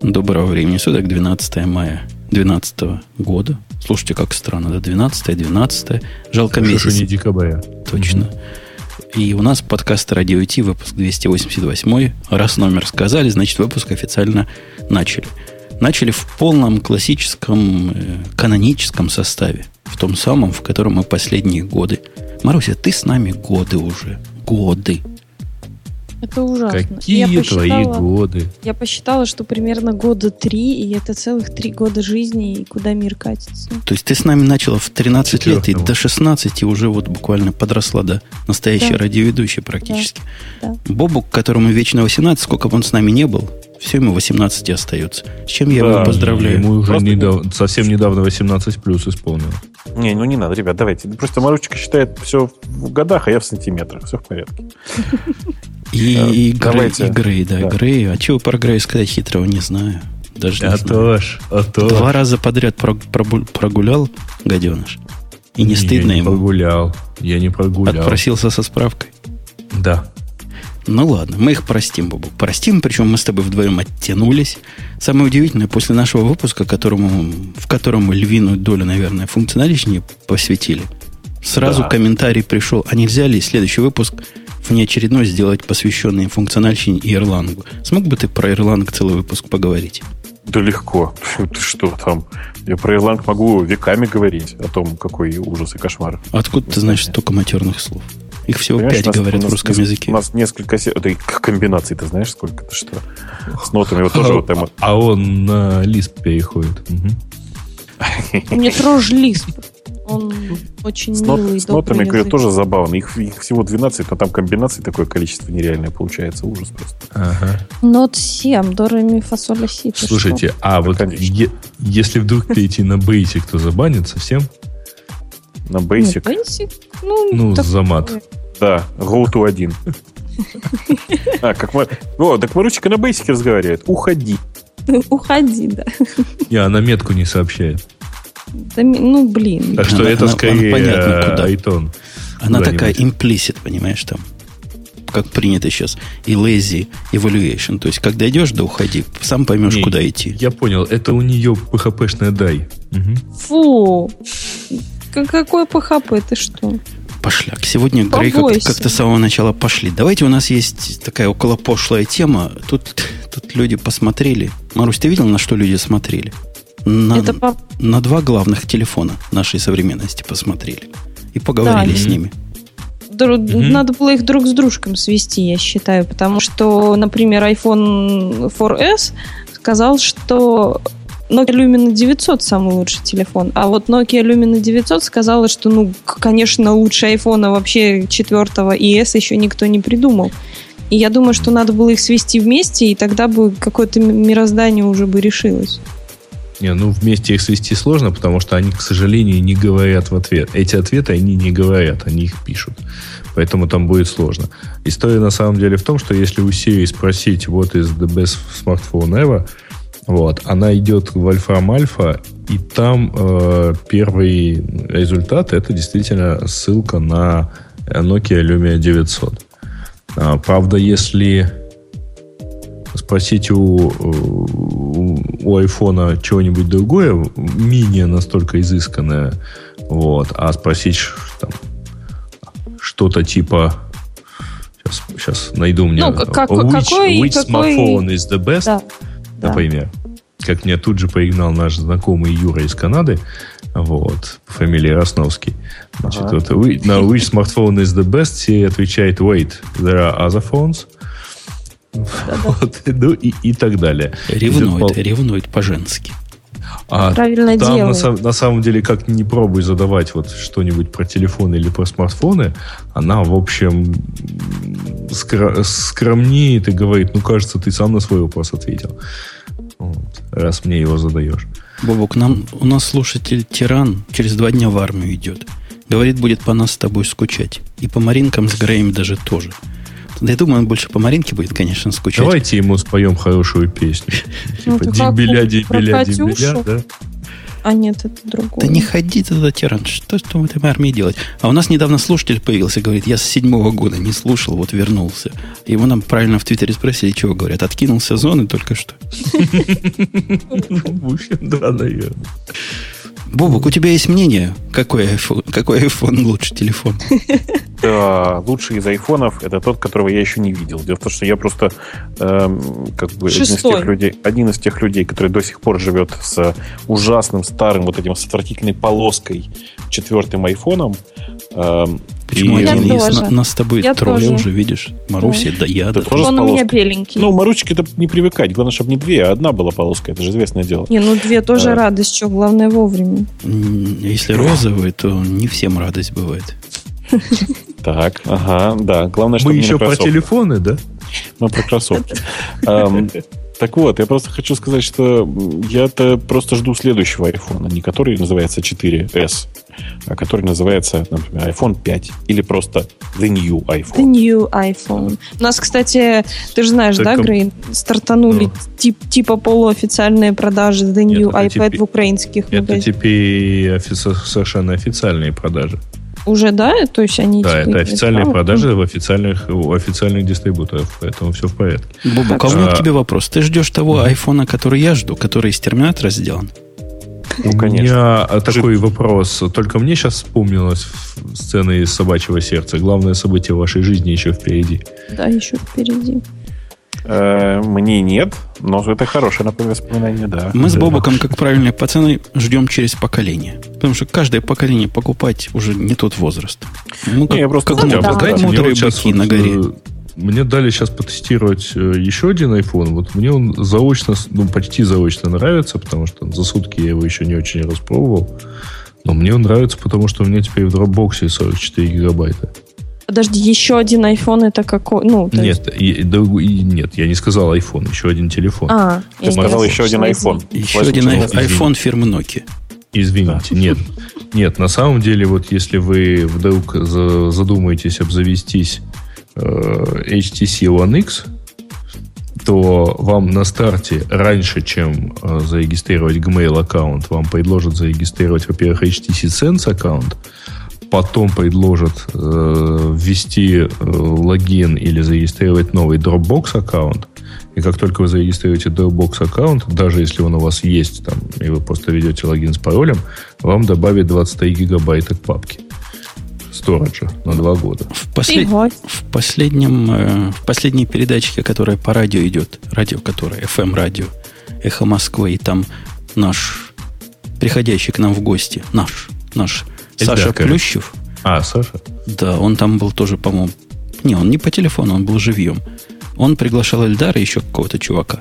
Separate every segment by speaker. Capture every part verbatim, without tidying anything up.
Speaker 1: Доброго времени суток, двенадцатое мая двенадцатого года. Слушайте, как странно, да? двенадцатое, двенадцатое. Жалко месяц.
Speaker 2: Что не декабря.
Speaker 1: Точно. Mm-hmm. И у нас подкаст Радио Ти, выпуск двести восемьдесят восемь. Раз номер сказали, значит, выпуск официально начали. Начали в полном классическом, э, каноническом составе. В том самом, в котором мы последние годы. Маруся, ты с нами годы уже. Годы.
Speaker 3: Это ужасно.
Speaker 2: Какие я твои годы?
Speaker 3: Я посчитала, что примерно года три, и это целых три года жизни, и куда мир катится.
Speaker 1: То есть ты с нами начала в тринадцать лет, и до шестнадцати уже вот буквально подросла до настоящей да. радиоведущей практически.
Speaker 3: Да. Да.
Speaker 1: Бобук, которому вечно восемнадцать, сколько бы он с нами не был, все ему восемнадцать остается. С чем я да, его поздравляю.
Speaker 2: Ему уже недавно, совсем недавно восемнадцать плюс исполнил.
Speaker 4: Не, ну не надо, ребят, давайте. Просто Марусечка считает все в годах, а я в сантиметрах. Все в порядке.
Speaker 1: И, и, Грей, и Грей, да, да. Грей. А чего про Грея сказать хитрого, не знаю. Даже не
Speaker 2: а
Speaker 1: знаю.
Speaker 2: Тоже, а тоже.
Speaker 1: Два раза подряд прогулял гаденыш. И не, не стыдно
Speaker 2: я не
Speaker 1: ему.
Speaker 2: прогулял. Я не прогулял.
Speaker 1: Отпросился со справкой?
Speaker 2: Да.
Speaker 1: Ну ладно, мы их простим, Бобу. Простим, причем мы с тобой вдвоем оттянулись. Самое удивительное, после нашего выпуска, которому, в котором мы львиную долю, наверное, функционалищи посвятили, сразу да. комментарий пришел, а нельзя ли следующий выпуск внеочередной сделать посвященный функциональщине и Erlang? Смог бы ты про Erlang целый выпуск поговорить?
Speaker 4: Да легко. Ты что там? Я про Erlang могу веками говорить о том, какой ужас и кошмар.
Speaker 1: Откуда ты знаешь столько матерных слов? Их всего пять говорят в русском языке.
Speaker 4: У нас несколько... Да и комбинаций ты знаешь сколько? Ты что? С нотами вот тоже
Speaker 2: а,
Speaker 4: вот там...
Speaker 2: А он на Lisp переходит.
Speaker 3: Мне тоже Lisp. Он очень
Speaker 4: с
Speaker 3: милый.
Speaker 4: Нот, с нотами, говорю, тоже забавно. Их, их всего двенадцать, но там комбинаций такое количество нереальное получается. Ужас просто.
Speaker 2: Ага.
Speaker 3: Нот семь, до, ре, ми, фа, соль, ля, си.
Speaker 2: Слушайте, а вот е- если вдруг перейти на Basic, то забанят совсем?
Speaker 4: На Basic?
Speaker 3: Ну, basic, ну,
Speaker 2: ну за мат.
Speaker 4: Да, go to один. А, как мы... О, так Марусечка на Basic разговаривает. Уходи.
Speaker 3: Уходи, да.
Speaker 2: Не, она метку не сообщает.
Speaker 3: Да, ну, блин.
Speaker 2: Так что
Speaker 1: она,
Speaker 2: это
Speaker 1: она,
Speaker 2: скорее
Speaker 1: она
Speaker 2: айтон.
Speaker 1: Она такая implicit, понимаешь, там, как принято сейчас, и lazy evaluation. То есть, когда идешь, да уходи, сам поймешь, не, куда идти.
Speaker 2: Я понял, это у нее пи эйч пи-шная дай. Угу.
Speaker 3: Фу. Какой пи эйч пи? Ты что?
Speaker 1: Пошляк. Сегодня, Грей, как, как-то с самого начала пошли. Давайте, у нас есть такая околопошлая тема. Тут, тут люди посмотрели. Марусь, ты видел, на что люди смотрели? На, по... на два главных телефона нашей современности посмотрели. И поговорили да, с ними.
Speaker 3: Дру... Mm-hmm. Надо было их друг с дружком свести, я считаю. Потому что, например, iPhone фор эс сказал, что Nokia Lumia девятьсот самый лучший телефон. А вот Nokia Lumia девятьсот сказала, что, ну, конечно, лучше айфона вообще четвертого и эс еще никто не придумал. И я думаю, что надо было их свести вместе, и тогда бы какое-то мироздание уже бы решилось.
Speaker 2: Не, ну вместе их свести сложно, потому что они, к сожалению, не говорят в ответ. Эти ответы они не говорят, они их пишут. Поэтому там будет сложно. История на самом деле в том, что если у Siri спросить what is the best smartphone ever, вот, она идет в Wolfram Alpha, и там э, первый результат это действительно ссылка на Nokia Lumia девятьсот. А, правда, если спросить у, у, у айфона чего-нибудь другое, менее настолько изысканное, вот, а спросить там, что-то типа сейчас, сейчас найду мне
Speaker 3: ну, как,
Speaker 2: which,
Speaker 3: какой,
Speaker 2: which
Speaker 3: какой...
Speaker 2: smartphone is the best,
Speaker 3: да,
Speaker 2: например. Да. Как мне тут же поигнал наш знакомый Юра из Канады, вот, по фамилии Росновский. Значит, ага. вот, на which smartphone is the best, Siri отвечает wait, there are other phones. Вот, ну и, и так далее.
Speaker 1: Ревнует, Идет, ревнует по-женски.
Speaker 2: А
Speaker 3: правильно
Speaker 2: там
Speaker 3: делает.
Speaker 2: На, на самом деле, как не пробуй задавать вот что-нибудь про телефоны или про смартфоны, она, в общем, скро- скромнеет и говорит, ну, кажется, ты сам на свой вопрос ответил. Вот, раз мне его задаешь.
Speaker 1: Бобок, нам, у нас слушатель Тиран через два дня в армию идет. Говорит, будет по нас с тобой скучать. И по Маринкам с Греем даже тоже. Да я думаю, он больше по Маринке будет, конечно, скучать.
Speaker 2: Давайте ему споем хорошую песню. Типа дебеля, дебеля, дебеля, да?
Speaker 3: А нет, это другое.
Speaker 1: Да не ходи туда, Тиран. Что, что в этой армии делать? А у нас недавно слушатель появился, говорит, я с седьмого года не слушал, вот вернулся. Его нам правильно в Твиттере спросили, чего говорят. Откинулся зоны только что.
Speaker 2: В общем, да, наверное.
Speaker 1: Бобок, у тебя есть мнение, какой iPhone, какой iPhone лучше телефон?
Speaker 4: Да, лучший из айфонов это тот, которого я еще не видел. Дело в том, что я просто эм, как бы один из, тех людей, один из тех людей, который до сих пор живет с ужасным старым вот этим с отвратительной полоской четвертым айфоном. Эм,
Speaker 1: Почему
Speaker 4: и...
Speaker 1: один есть? На, нас с тобой
Speaker 3: я
Speaker 1: тролля
Speaker 3: тоже.
Speaker 1: уже, видишь? Маруся, да, да я. Да,
Speaker 3: он у меня беленький.
Speaker 4: Ну, Марусечке это не привыкать. Главное, чтобы не две, а одна была полоска. Это же известное дело.
Speaker 3: Не, ну две тоже а... радость, что главное вовремя.
Speaker 1: Если розовые, то не всем радость бывает.
Speaker 4: Так, ага, да. Главное, чтобы
Speaker 2: мы еще про телефоны, да?
Speaker 4: Мы про кроссовки. Так вот, я просто хочу сказать, что я-то просто жду следующего айфона, не который называется четыре эс, а который называется, например, айфон пять или просто The New iPhone.
Speaker 3: The New iPhone. У нас, кстати, ты же знаешь, так, да, Грей, стартанули ну. тип, типа полуофициальные продажи The New Нет, iPad теперь, в украинских
Speaker 2: это
Speaker 3: магазинах.
Speaker 2: Это теперь офи- совершенно официальные продажи.
Speaker 3: Уже, да? То есть они...
Speaker 2: Да, это официальные рекламы? Продажи в официальных, у официальных дистрибуторов, поэтому все в порядке.
Speaker 1: Бобок, а у меня к тебе вопрос. Ты ждешь того айфона, который я жду, который из терминатора сделан?
Speaker 4: Ну, конечно.
Speaker 2: У меня такой вопрос. Только мне сейчас вспомнилась сцена из «Собачьего сердца». Главное событие в вашей жизни еще впереди.
Speaker 3: Да, еще впереди.
Speaker 4: Мне нет, но это хорошее, например, воспоминание, да.
Speaker 1: Мы с Бобоком, как правильные пацаны, ждем через поколение. Потому что каждое поколение покупать уже не тот возраст. Ну, как,
Speaker 4: не, я просто
Speaker 1: как,
Speaker 4: хотел,
Speaker 1: как,
Speaker 4: да.
Speaker 1: как мудрые быки на горе.
Speaker 2: Мне дали сейчас потестировать еще один iPhone. Вот мне он заочно, ну, почти заочно нравится, потому что за сутки я его еще не очень распробовал. Но мне он нравится, потому что у меня теперь в Dropbox сорок четыре гигабайта.
Speaker 3: Подожди, еще один iPhone это какой? Ну,
Speaker 2: нет,
Speaker 3: есть...
Speaker 2: и, да, и, нет, я не сказал iPhone, еще один телефон.
Speaker 3: А,
Speaker 4: ты сказал еще один iPhone.
Speaker 1: Еще один iPhone фирмы Nokia.
Speaker 2: Извините, да. нет. Нет, на самом деле, вот если вы вдруг задумаетесь обзавестись э, эйч ти си One X, то вам на старте раньше, чем э, зарегистрировать Gmail аккаунт, вам предложат зарегистрировать, во-первых, эйч ти си Sense аккаунт, потом предложат э, ввести э, логин или зарегистрировать новый Dropbox аккаунт. И как только вы зарегистрируете Dropbox аккаунт, даже если он у вас есть, там, и вы просто ведете логин с паролем, вам добавит двадцать три гигабайта к папке сториджа на два года.
Speaker 1: В, послед... в, последнем, э, в последней передачке, которая по радио идет, радио, которое эф эм-радио, Эхо Москвы, и там наш, приходящий к нам в гости, наш, наш Саша
Speaker 2: Эльдар,
Speaker 1: Плющев.
Speaker 2: А, Саша?
Speaker 1: Да, он там был тоже, по-моему... Не, он не по телефону, он был живьем. Он приглашал Эльдара и еще какого-то чувака.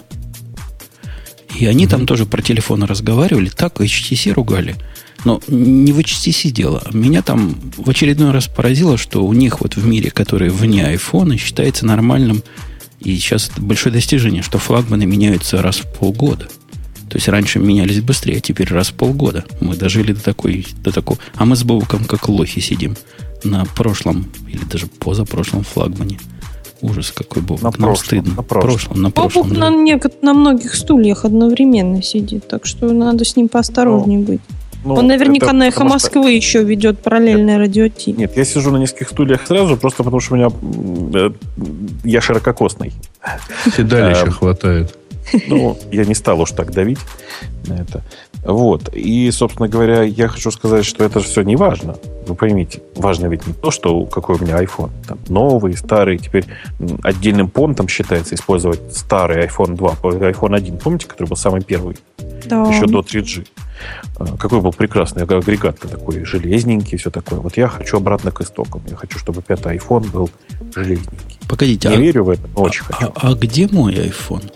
Speaker 1: И они mm-hmm. там тоже про телефоны разговаривали, так эйч ти си ругали. Но не в эйч ти си дело. Меня там в очередной раз поразило, что у них вот в мире, который вне айфона, считается нормальным. И сейчас это большое достижение, что флагманы меняются раз в полгода. То есть раньше менялись быстрее, а теперь раз в полгода. Мы дожили до такой, до такого. А мы с Бобуком как лохи сидим на прошлом или даже позапрошлом флагмане. Ужас какой был.
Speaker 4: На
Speaker 1: Нам
Speaker 4: прошлом,
Speaker 1: стыдно.
Speaker 4: На прошлом.
Speaker 1: На прошлом,
Speaker 3: Бобук
Speaker 1: да.
Speaker 3: на, неко- на многих стульях одновременно сидит, так что надо с ним поосторожнее ну, быть.
Speaker 4: Ну,
Speaker 3: Он наверняка на Эхо Москвы
Speaker 4: что...
Speaker 3: еще ведет параллельное радио Ти.
Speaker 4: Нет, я сижу на нескольких стульях сразу, просто потому что у меня э, я ширококосный.
Speaker 2: Седалища хватает.
Speaker 4: Ну, я не стал уж так давить на это. Вот. И, собственно говоря, я хочу сказать, что это же все не важно. Вы поймите, важно ведь не то, что какой у меня iPhone. Там новый, старый. Теперь отдельным понтом считается использовать старый айфон два. айфон один, помните, который был самый первый?
Speaker 3: Да.
Speaker 4: Еще до три джи. Какой был прекрасный агрегат такой, железненький, все такое. Вот я хочу обратно к истокам. Я хочу, чтобы пятый iPhone был железненький.
Speaker 1: Погодите,
Speaker 4: не
Speaker 1: а,
Speaker 4: верю в это, но очень
Speaker 1: а,
Speaker 4: хочу.
Speaker 1: А, а где мой iPhone?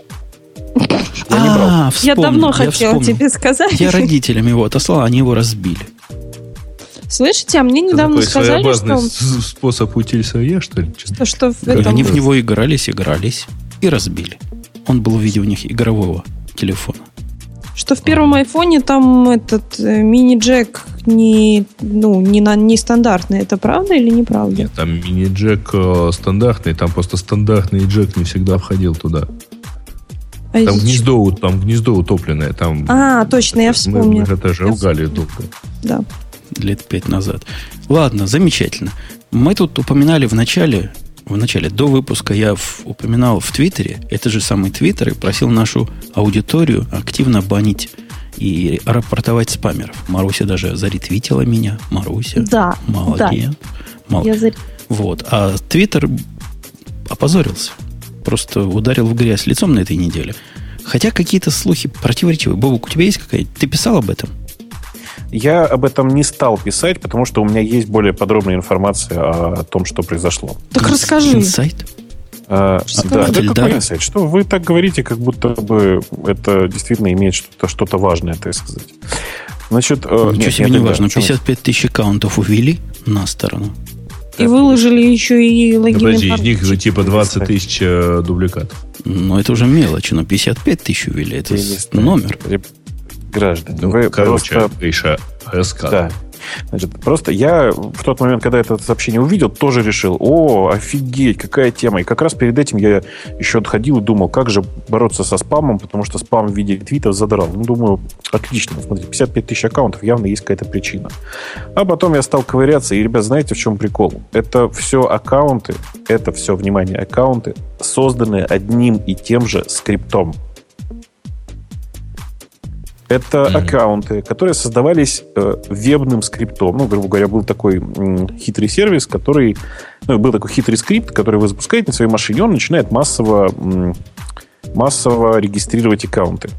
Speaker 4: Я не брал.
Speaker 1: А,
Speaker 3: я давно хотела тебе сказать.
Speaker 1: Я родителям его отослал, они его разбили.
Speaker 3: Слышите, а мне недавно
Speaker 2: это такой
Speaker 3: сказали, что...
Speaker 2: способ утиль-сырья, что ли?
Speaker 3: Что, что в этом...
Speaker 1: Они в него игрались, игрались и разбили. Он был в виде у них игрового телефона.
Speaker 3: Что в первом айфоне там этот э, мини-джек не, ну, не, на, не стандартный. Это правда или неправда?
Speaker 2: Нет, там мини-джек э, стандартный, там просто стандартный джек не всегда входил туда.
Speaker 3: А
Speaker 2: там, гнездо, там гнездо утопленное. Там,
Speaker 3: а, точно, я вспомнил.
Speaker 2: Мы, мы это же ругали долго.
Speaker 3: Да.
Speaker 1: Лет пять назад. Ладно, замечательно. Мы тут упоминали в начале, в начале, до выпуска я в, упоминал в Твиттере, это же самый Твиттер, и просил нашу аудиторию активно банить и рапортовать спамеров. Маруся даже заретвитила меня. Маруся.
Speaker 3: Да.
Speaker 1: Молодец.
Speaker 3: Да.
Speaker 1: Молодец.
Speaker 3: Я зар...
Speaker 1: Вот. А Твиттер опозорился. Просто ударил в грязь лицом на этой неделе. Хотя какие-то слухи противоречивые. Бобук, у тебя есть какая-то? Ты писал об этом?
Speaker 4: Я об этом не стал писать, потому что у меня есть более подробная информация о том, что произошло.
Speaker 3: Так Ин- расскажи.
Speaker 1: Инсайт?
Speaker 4: А, да, да,
Speaker 1: да,
Speaker 4: какой инсайт? Что вы так говорите, как будто бы это действительно имеет что-то, что-то важное, так сказать. Значит,
Speaker 1: Ничего
Speaker 4: нет,
Speaker 1: себе
Speaker 4: нет,
Speaker 1: не
Speaker 4: да,
Speaker 1: важно. пятьдесят пять тысяч аккаунтов увели на сторону.
Speaker 3: И выложили еще и логин.
Speaker 2: Подожди, из них же типа двадцать тысяч дубликатов.
Speaker 1: Ну, это уже мелочь, но пятьдесят пять тысяч увели. Это номер.
Speaker 4: Граждане.
Speaker 2: Ну,
Speaker 4: вы
Speaker 2: короче,
Speaker 4: просто...
Speaker 2: Гриша, РСК.
Speaker 4: Да. Значит, просто я в тот момент, когда это сообщение увидел, тоже решил, о, офигеть, какая тема. И как раз перед этим я еще отходил и думал, как же бороться со спамом, потому что спам в виде твитов задрал. Ну, думаю, отлично, смотрите, пятьдесят пять тысяч аккаунтов, явно есть какая-то причина. А потом я стал ковыряться, и, ребят, знаете, в чем прикол? Это все аккаунты, это все, внимание, аккаунты, созданные одним и тем же скриптом. Это mm-hmm. аккаунты, которые создавались э, вебным скриптом. Ну, грубо говоря, был такой м, хитрый сервис, который... Ну, был такой хитрый скрипт, который вы запускаете на своей машине, он начинает массово, м, массово регистрировать аккаунты.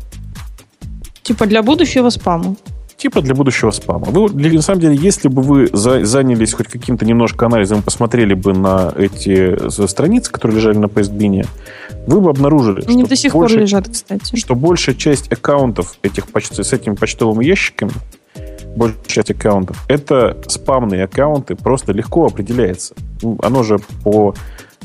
Speaker 3: Типа для будущего спама.
Speaker 4: Типа для будущего спама. Вы, для, на самом деле, если бы вы за, занялись хоть каким-то немножко анализом, посмотрели бы на эти страницы, которые лежали на Pastebin, вы бы обнаружили,
Speaker 3: Они
Speaker 4: что,
Speaker 3: до сих
Speaker 4: больше,
Speaker 3: пор лежат, кстати.
Speaker 4: что большая часть аккаунтов этих почт, с этими почтовыми ящиками, большая часть аккаунтов, это спамные аккаунты, просто легко определяется. Оно же по...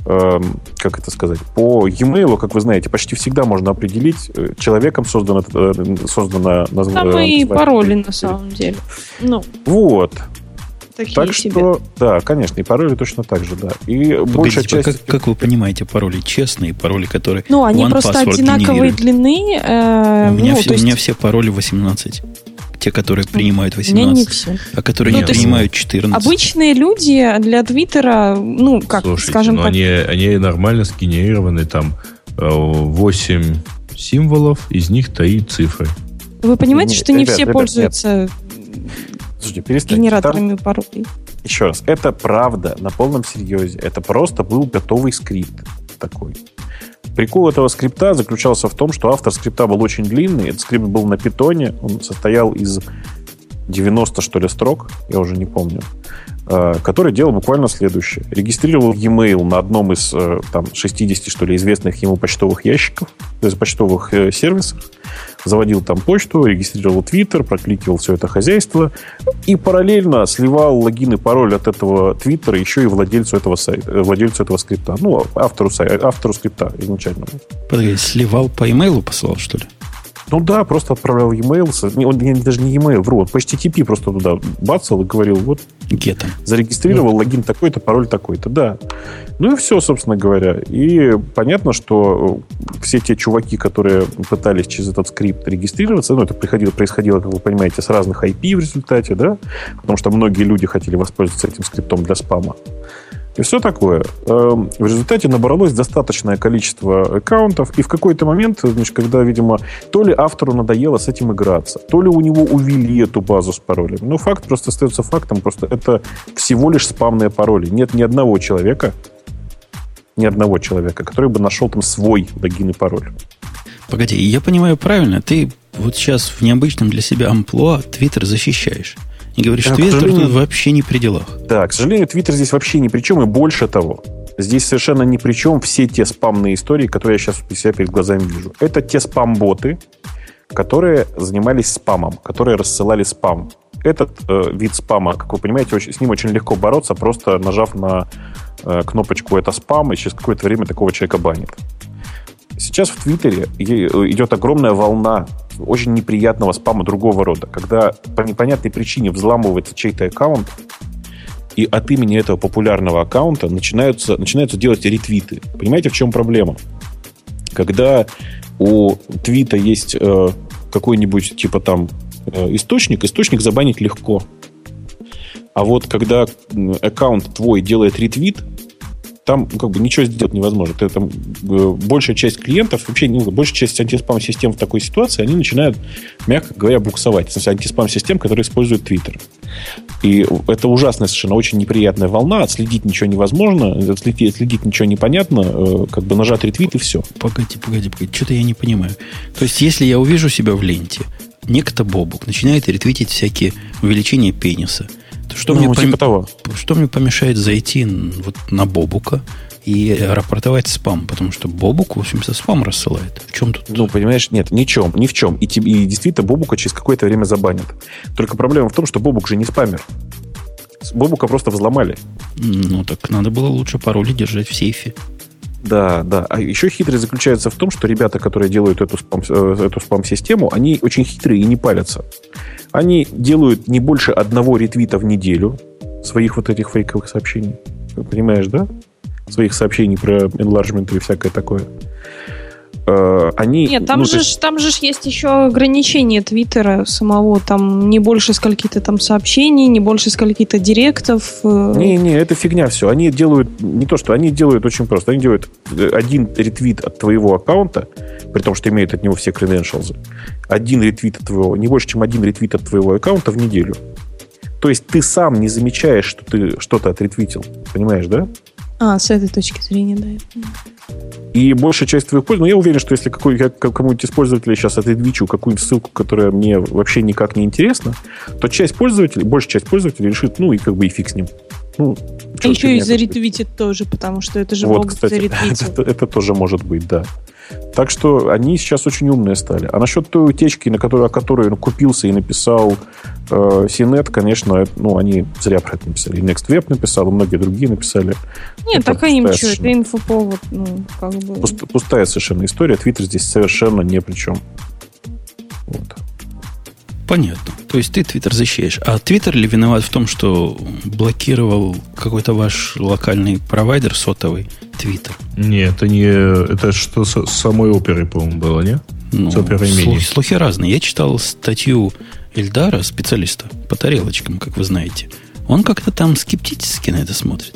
Speaker 4: как это сказать, по e-mail, как вы знаете, почти всегда можно определить, человеком создано, создано название.
Speaker 3: Там и пароли, на самом деле. Ну,
Speaker 4: вот.
Speaker 3: Такие
Speaker 4: так
Speaker 3: себе.
Speaker 4: Что, да, конечно, и пароли точно так же, да. И
Speaker 1: Погодите,
Speaker 4: большая часть...
Speaker 1: как, как вы понимаете, пароли честные, пароли, которые
Speaker 3: Ну, они
Speaker 1: OnePassword
Speaker 3: просто одинаковой
Speaker 1: генерирует?
Speaker 3: длины. Э,
Speaker 1: у меня,
Speaker 3: ну,
Speaker 1: все,
Speaker 3: есть...
Speaker 1: у меня все пароли восемнадцать. Те, которые принимают
Speaker 3: У меня не
Speaker 1: восемнадцать,
Speaker 3: все.
Speaker 1: а которые
Speaker 3: Ну,
Speaker 1: не
Speaker 3: то есть
Speaker 1: принимают четырнадцать.
Speaker 3: Обычные люди для Твиттера, ну, как,
Speaker 2: Слушайте,
Speaker 3: скажем
Speaker 2: ну
Speaker 3: так...
Speaker 2: Они, они нормально сгенерированы, там восемь символов, из них три цифры.
Speaker 3: Вы понимаете,
Speaker 4: Нет,
Speaker 3: что не
Speaker 4: ребят,
Speaker 3: все
Speaker 4: ребят,
Speaker 3: пользуются
Speaker 4: Слушайте, перестаньте.
Speaker 3: генераторами
Speaker 4: Там...
Speaker 3: паролей?
Speaker 4: Еще раз, это правда, на полном серьезе. Это просто был готовый скрипт такой. Прикол этого скрипта заключался в том, что автор скрипта был очень длинный. Этот скрипт был на питоне. Он состоял из девяноста, что ли, строк, я уже не помню, который делал буквально следующее. Регистрировал e-mail на одном из там, шестидесяти, что ли, известных ему почтовых ящиков, то есть почтовых сервисов, заводил там почту, регистрировал Twitter, прокликивал все это хозяйство и параллельно сливал логин и пароль от этого Твиттера еще и владельцу этого сайта, владельцу этого скрипта. Ну, автору, сайта, автору скрипта изначально.
Speaker 1: Подожди, сливал по e-mail посылал, что ли?
Speaker 4: Ну да, просто отправлял e-mail. Он даже не e-mail, вру, он по эйч ти ти пи просто туда бацал и говорил, вот,
Speaker 1: Get
Speaker 4: зарегистрировал ну. логин такой-то, пароль такой-то, да. Ну и все, собственно говоря. И понятно, что все те чуваки, которые пытались через этот скрипт регистрироваться, ну это происходило, происходило, как вы понимаете, с разных ай пи в результате, да, потому что многие люди хотели воспользоваться этим скриптом для спама. И все такое. В результате набралось достаточное количество аккаунтов, и в какой-то момент, значит, когда, видимо, то ли автору надоело с этим играться, то ли у него увели эту базу с паролями. Но факт просто остается фактом, просто это всего лишь спамные пароли. Нет ни одного человека, ни одного человека, который бы нашел там свой логин и пароль.
Speaker 1: Погоди, я понимаю правильно, ты вот сейчас в необычном для себя амплуа Твиттер защищаешь. И говоришь, что Твиттер тут вообще не при делах.
Speaker 4: Да, к сожалению, Твиттер здесь вообще ни при чем, и больше того. Здесь совершенно ни при чем все те спамные истории, которые я сейчас у себя перед глазами вижу. Это те спам-боты, которые занимались спамом, которые рассылали спам. Этот э, вид спама, как вы понимаете, очень, с ним очень легко бороться, просто нажав на э, кнопочку «Это спам», и через какое-то время такого человека банит. Сейчас в Твиттере идет огромная волна очень неприятного спама другого рода, когда по непонятной причине взламывается чей-то аккаунт, и от имени этого популярного аккаунта начинаются, начинаются делать ретвиты. Понимаете, в чем проблема? когда у твита есть э, какой-нибудь типа там э, источник, источник забанить легко. А вот когда аккаунт твой делает ретвит, там как бы ничего сделать невозможно. Ты, там, большая часть клиентов, вообще ну, большая часть антиспам-систем в такой ситуации, они начинают, мягко говоря, буксовать. В смысле, антиспам-систем, которые используют Twitter. И это ужасная, совершенно очень неприятная волна. Отследить ничего невозможно, отследить, отследить ничего непонятно. Как бы нажать ретвит и все.
Speaker 1: Погоди, погоди, погоди. Что-то я не понимаю. То есть, если я увижу себя в ленте, некто Бобук начинает ретвитить всякие увеличения пениса, то что, ну, мне, типа пом... того. что мне помешает зайти вот на Бобука и рапортовать спам? Потому что Бобук, в общем-то, спам рассылает. В чем тут?
Speaker 4: Ну, понимаешь, нет, ни в чем, ни в чем. И, и действительно Бобука через какое-то время забанят. Только проблема в том, что Бобук же не спамер. Бобука просто взломали.
Speaker 1: Ну, так надо было лучше пароли держать в сейфе.
Speaker 4: Да, да. А еще хитрость заключается в том, что ребята, которые делают эту, спам, эту спам-систему, они очень хитрые и не палятся. Они делают не больше одного ретвита в неделю своих вот этих фейковых сообщений. Понимаешь, да? Своих сообщений про enlargement и всякое такое. Они,
Speaker 3: Нет, там,
Speaker 4: ну,
Speaker 3: же,
Speaker 4: есть...
Speaker 3: там же есть еще ограничение Твиттера самого. Там не больше скольки-то там сообщений, не больше скольки-то директов.
Speaker 4: Не-не, это фигня все. Они делают, не то что, они делают очень просто. Они делают один ретвит от твоего аккаунта, при том, что имеют от него все credentials. Один ретвит от твоего, не больше, чем один ретвит от твоего аккаунта в неделю. То есть ты сам не замечаешь, что ты что-то отретвитил. Понимаешь, да?
Speaker 3: А, с этой точки зрения, да.
Speaker 4: И большая часть твоих пользователей, ну, я уверен, что если какой, я кому-нибудь из пользователей сейчас отредвичу какую-нибудь ссылку, которая мне вообще никак не интересна, то часть пользователей, большая часть пользователей решит, ну, и как бы и фиг с ним. Ну,
Speaker 3: а еще и заретвитит тоже, потому что это же
Speaker 4: вот,
Speaker 3: Бобук заретвитил.
Speaker 4: Это, это тоже может быть, да. Так что они сейчас очень умные стали. А насчет той утечки, на которую, о которой он купился и написал э, Синет, конечно, ну, они зря про это написали. И NextWeb написал, и многие другие написали.
Speaker 3: Нет, так им что, это инфоповод. Ну, как бы...
Speaker 4: Пуст, пустая совершенно история. Твиттер здесь совершенно ни при чем. Вот.
Speaker 1: Понятно. То есть ты Твиттер защищаешь. А Твиттер ли виноват в том, что блокировал какой-то ваш локальный провайдер сотовый Твиттер?
Speaker 2: Нет, это не... Это что с самой оперой, по-моему, было, не?
Speaker 1: Ну, слухи, слухи разные. Я читал статью Эльдара, специалиста по тарелочкам, как вы знаете. Он как-то там скептически на это смотрит.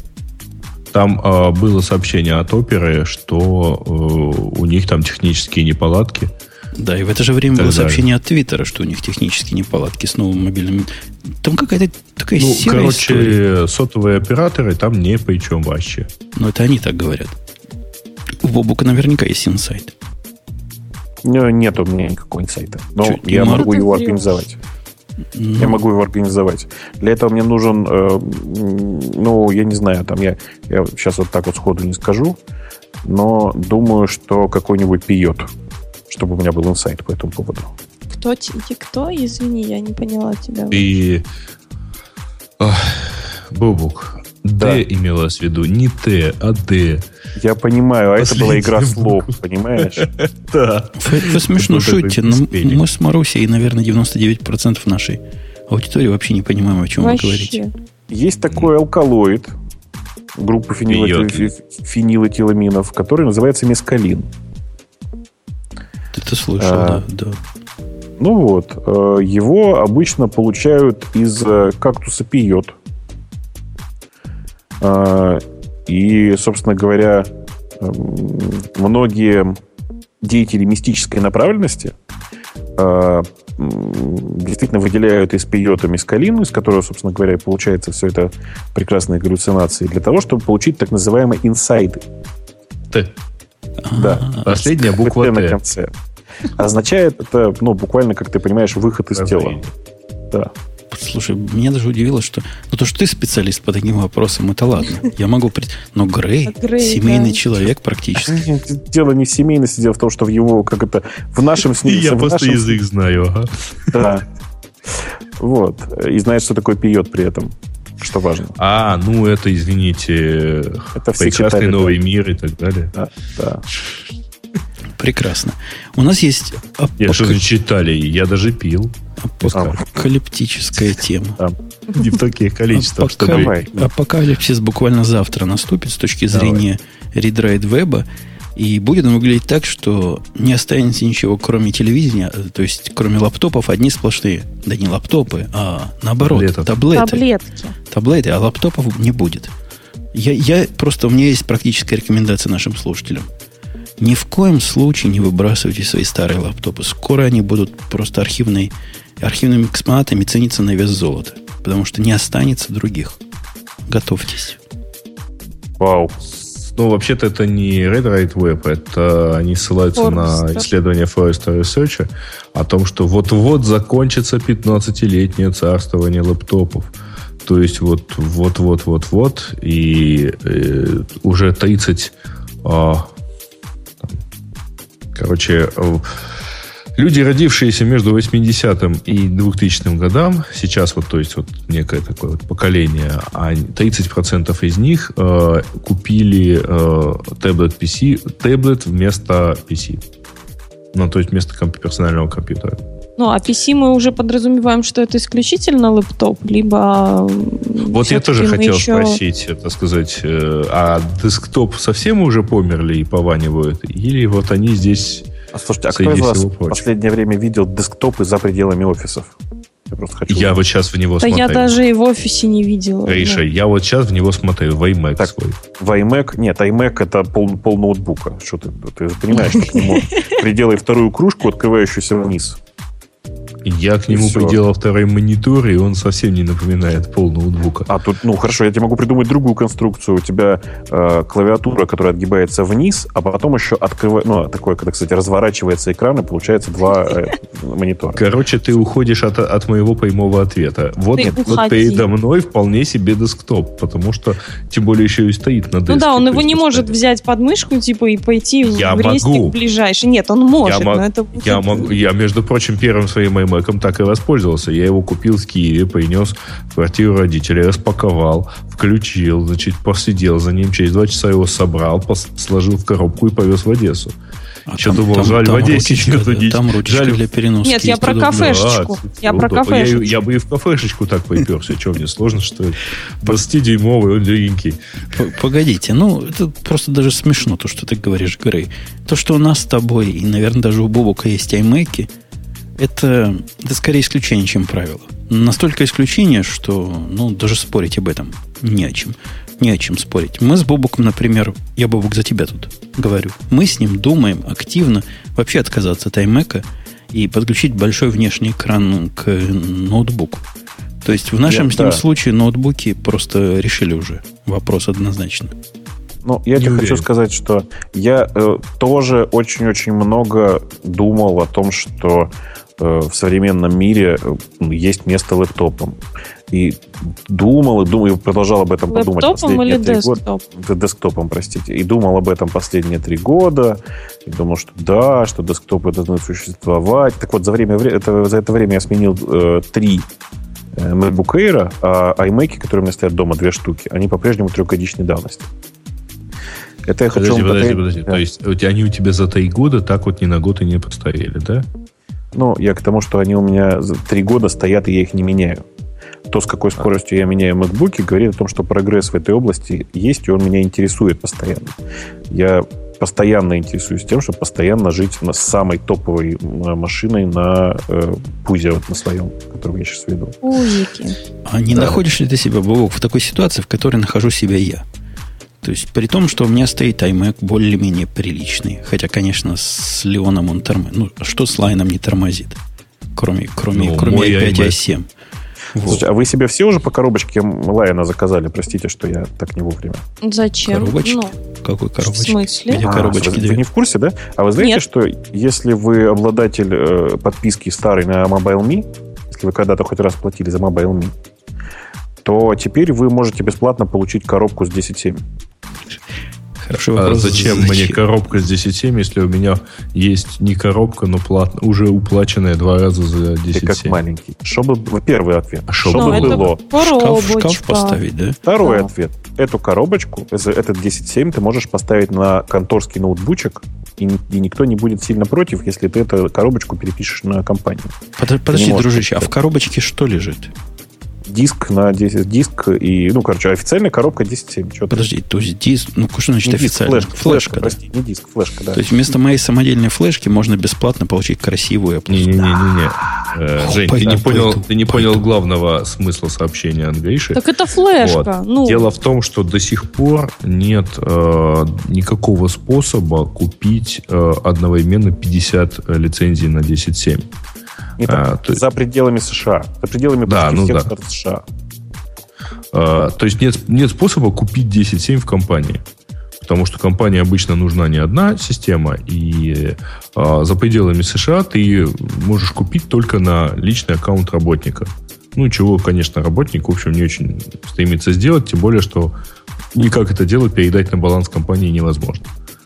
Speaker 2: Там э, было сообщение от оперы, что э, у них там технические неполадки.
Speaker 1: Да, и в это же время было сообщение от Твиттера, что у них технические неполадки с новым мобильным. Там какая-то такая
Speaker 2: ну,
Speaker 1: серая
Speaker 2: короче,
Speaker 1: история.
Speaker 2: Сотовые операторы там не при чем вообще.
Speaker 1: Но это они так говорят. У Бобука наверняка есть инсайт.
Speaker 4: Ну, нет у меня никакого инсайта. Но Чуть я
Speaker 1: могу
Speaker 4: могу его организовать. Ну. Я могу его организовать. Для этого мне нужен, э, ну, я не знаю, там я, я сейчас вот так вот сходу не скажу, но думаю, что какой-нибудь пиот, чтобы у меня был инсайт по этому поводу.
Speaker 3: Кто, кто? Извини, я не поняла тебя.
Speaker 2: И... Ох, Бобук,
Speaker 4: да.
Speaker 2: Д имелось в виду, не Т, а Д.
Speaker 4: Я понимаю, а это была игра слов, понимаешь?
Speaker 2: Да.
Speaker 1: Вы смешно шутите, но мы с Марусей, наверное, девяносто девять процентов нашей аудитории вообще не понимаем, о чем вы говорите.
Speaker 4: Есть такой алкалоид группы фенилэтиламинов, который называется мескалин.
Speaker 1: Ты слышал, а, да, да.
Speaker 4: Ну вот, его обычно получают из кактуса пиот. И, собственно говоря, многие деятели мистической направленности действительно выделяют из пиота мескалин, из которого, собственно говоря, получается все это прекрасные галлюцинации, для того, чтобы получить так называемые инсайды.
Speaker 2: Т.
Speaker 4: Да.
Speaker 2: Последняя буква Т
Speaker 4: на конце. Означает это, ну, буквально, как ты понимаешь, выход из тела. Да.
Speaker 1: Слушай, меня даже удивило, что... Ну, то, что ты специалист по таким вопросам, это ладно. Я могу... Но Грей, Грей семейный да. человек практически.
Speaker 4: Дело не в семейности, дело в том, что в его, как это, в нашем...
Speaker 2: И я просто язык знаю, ага.
Speaker 4: Да. Вот. И знает, что такое пиот при этом. Что важно.
Speaker 2: А, ну это, извините,
Speaker 4: это
Speaker 2: прекрасный новый да. мир и так далее.
Speaker 4: Да, да.
Speaker 1: Прекрасно. У нас есть...
Speaker 2: Апок... Я что-то читали, я даже пил.
Speaker 1: Апокалиптическая тема.
Speaker 2: Не в таких количествах.
Speaker 1: Апокалипсис буквально завтра наступит с точки зрения редрайт веба. И будет он выглядеть так, что не останется ничего, кроме телевидения, то есть кроме лаптопов, одни сплошные. Да не лаптопы, а наоборот,
Speaker 2: Таблетов.
Speaker 1: таблеты.
Speaker 3: Таблетки.
Speaker 1: Таблеты, а лаптопов не будет. Я, я просто, у меня есть практическая рекомендация нашим слушателям. Ни в коем случае не выбрасывайте свои старые лаптопы. Скоро они будут просто архивной, архивными экспонатами цениться на вес золота. Потому что не останется других. Готовьтесь.
Speaker 4: Вау.
Speaker 2: Ну, вообще-то это не Red Right Web, это они ссылаются
Speaker 3: Forrester.
Speaker 2: на исследование Forrester Research о том, что вот-вот закончится пятнадцатилетнее царствование лэптопов. То есть вот, вот-вот-вот-вот, и э, уже тридцать... Э, короче, э, люди, родившиеся между восьмидесятым и двухтысячным годам, сейчас вот, то есть вот некое такое вот поколение, а тридцать процентов из них э, купили э, таблет пи си, таблет вместо пи си. Ну, то есть вместо комп- персонального компьютера.
Speaker 3: Ну, а пи си мы уже подразумеваем, что это исключительно лэптоп, либо...
Speaker 2: Вот я тоже хотел еще... спросить, это сказать, э, а десктоп совсем уже померли и пованивают? Или вот они здесь...
Speaker 4: А, слушайте, а кто из вас в последнее время видел десктопы за пределами офисов? Я просто хочу...
Speaker 2: Я вот сейчас в него
Speaker 3: да
Speaker 2: смотрю.
Speaker 3: Я даже и в офисе не видела.
Speaker 2: Гриша,
Speaker 3: да.
Speaker 2: я вот сейчас в него смотрю, в iMac
Speaker 4: так,
Speaker 2: свой.
Speaker 4: В iMac? Нет, iMac это пол, пол ноутбука. Что ты, ты понимаешь, что к нему приделай вторую кружку, открывающуюся вниз.
Speaker 2: Я к нему приделал второй монитор, и он совсем не напоминает пол ноутбука.
Speaker 4: А тут, ну хорошо, я тебе могу придумать другую конструкцию. У тебя э, клавиатура, которая отгибается вниз, а потом еще открывает, ну, такое, когда, кстати, разворачивается экран, и получается два э, монитора.
Speaker 2: Короче, ты уходишь от, от моего прямого ответа. Вот, нет, вот передо мной вполне себе десктоп, потому что, тем более, еще и стоит на деске.
Speaker 3: Ну да, он его не может взять под мышку, типа, и пойти
Speaker 2: я
Speaker 3: в рестик ближайший. Нет, он может,
Speaker 2: я
Speaker 3: но
Speaker 2: мог,
Speaker 3: это...
Speaker 2: Я, могу, я, между прочим, первым своим iMac так и воспользовался. Я его купил в Киеве, принес в квартиру родителей, распаковал, включил, значит, посидел за ним, через два часа его собрал, пос- сложил в коробку и повез в Одессу.
Speaker 1: А
Speaker 2: Еще
Speaker 1: там,
Speaker 2: думал,
Speaker 1: там,
Speaker 2: жаль
Speaker 1: там
Speaker 2: в Одессе
Speaker 1: ручечка,
Speaker 2: нету
Speaker 1: да, там ручечка
Speaker 2: жаль...
Speaker 1: для переноски.
Speaker 3: Нет, я про кафешечку. А, я про кафешечку.
Speaker 2: Я, я бы и в кафешечку так поперся. Что, мне сложно, что ли? двадцатидюймовый, он легенький.
Speaker 1: Погодите, ну, это просто даже смешно, то, что ты говоришь, Грей. То, что у нас с тобой, и, наверное, даже у Бобука есть iMac'и, это, это скорее исключение, чем правило. Настолько исключение, что, ну, даже спорить об этом не о чем. Не о чем спорить. Мы с Бобуком, например, я, Бобук, за тебя тут говорю, мы с ним думаем активно вообще отказаться от iMac'а и подключить большой внешний экран к ноутбуку. То есть в нашем я, с ним да. случае ноутбуки просто решили уже вопрос однозначно.
Speaker 4: Ну, я тебе хочу сказать, что я э, тоже очень-очень много думал о том, что э, в современном мире э, есть место лэптопам. И думал, и думал, и продолжал об этом
Speaker 3: лэптопом
Speaker 4: подумать последние
Speaker 3: или
Speaker 4: три
Speaker 3: десктоп?
Speaker 4: года. Десктопом, простите. И думал об этом последние три года. И думал, что да, что десктопы должны существовать. Так вот, за, время, это, за это время я сменил э, три MacBook Air, а iMac, которые у меня стоят дома, две штуки, они по-прежнему трехгодичной давности. Это я
Speaker 2: подожди,
Speaker 4: хочу...
Speaker 2: Подожди, подожди. Да. То есть они у тебя за три года так вот ни на год и не постарели, да?
Speaker 4: Ну, я к тому, что они у меня за три года стоят, и я их не меняю. То, с какой скоростью я меняю MacBook, говорит о том, что прогресс в этой области есть, и он меня интересует постоянно. Я постоянно интересуюсь тем, чтобы постоянно жить на самой топовой машиной на э, пузе вот на своем, которую я сейчас веду.
Speaker 3: Пузики.
Speaker 1: А не да. находишь ли ты себя, Бобок, в такой ситуации, в которой нахожу себя я? То есть, при том, что у меня стоит iMac более-менее приличный. Хотя, конечно, с Леоном он тормозит. Ну, что с Лайном не тормозит? Кроме, кроме, ну, кроме ай пять и ай семь.
Speaker 4: Вот. Слушайте, а вы себе все уже по коробочке Лайна заказали? Простите, что я так не вовремя.
Speaker 3: Зачем?
Speaker 1: Коробочки?
Speaker 3: Ну,
Speaker 1: какой коробочки?
Speaker 3: В смысле?
Speaker 1: Где
Speaker 4: а,
Speaker 1: коробочки
Speaker 4: вы, вы не в курсе, да? А вы знаете, Нет. что если вы обладатель э, подписки старой на MobileMe, если вы когда-то хоть раз платили за MobileMe, то теперь вы можете бесплатно получить коробку с десять семь.
Speaker 2: Хорошо, а зачем, зачем мне коробка с десять семь, если у меня есть не коробка, но плат, уже уплаченная два раза за десять семь? Ты
Speaker 4: как маленький. Чтобы, первый ответ.
Speaker 2: А
Speaker 4: чтобы было.
Speaker 1: Шкаф, шкаф поставить, да?
Speaker 4: Второй
Speaker 3: да.
Speaker 4: ответ. Эту коробочку, этот десять семь ты можешь поставить на конторский ноутбучек, и, и никто не будет сильно против, если ты эту коробочку перепишешь на компанию.
Speaker 1: Под, подожди, дружище, а в коробочке что лежит?
Speaker 4: диск на десять, диск и, ну, короче, официальная коробка десять семь.
Speaker 1: Подожди, то есть диск, ну, что значит
Speaker 4: не
Speaker 1: официально?
Speaker 4: Диск, флешка, флешка,
Speaker 1: да?
Speaker 4: прости, не диск, флешка, да.
Speaker 1: То есть вместо моей самодельной флешки можно бесплатно получить красивую Apple.
Speaker 2: Не-не-не-не. Э, Жень, ты не понял, ты не понял главного смысла сообщения от Гриши.
Speaker 3: Так это флешка.
Speaker 2: Вот.
Speaker 3: Ну.
Speaker 2: Дело в том, что до сих пор нет э, никакого способа купить э, одновременно пятьдесят лицензий на десять семь.
Speaker 4: Не
Speaker 2: а,
Speaker 4: то, за пределами США. За пределами
Speaker 2: да, ну да.
Speaker 4: США.
Speaker 2: А, то есть нет, нет способа купить десять семь в компании. Потому что компании обычно нужна не одна система, и а, за пределами США ты можешь купить только на личный аккаунт работника. Ну, чего, конечно, работник, в общем, не очень стремится сделать, тем более, что никак это дело передать на баланс компании невозможно.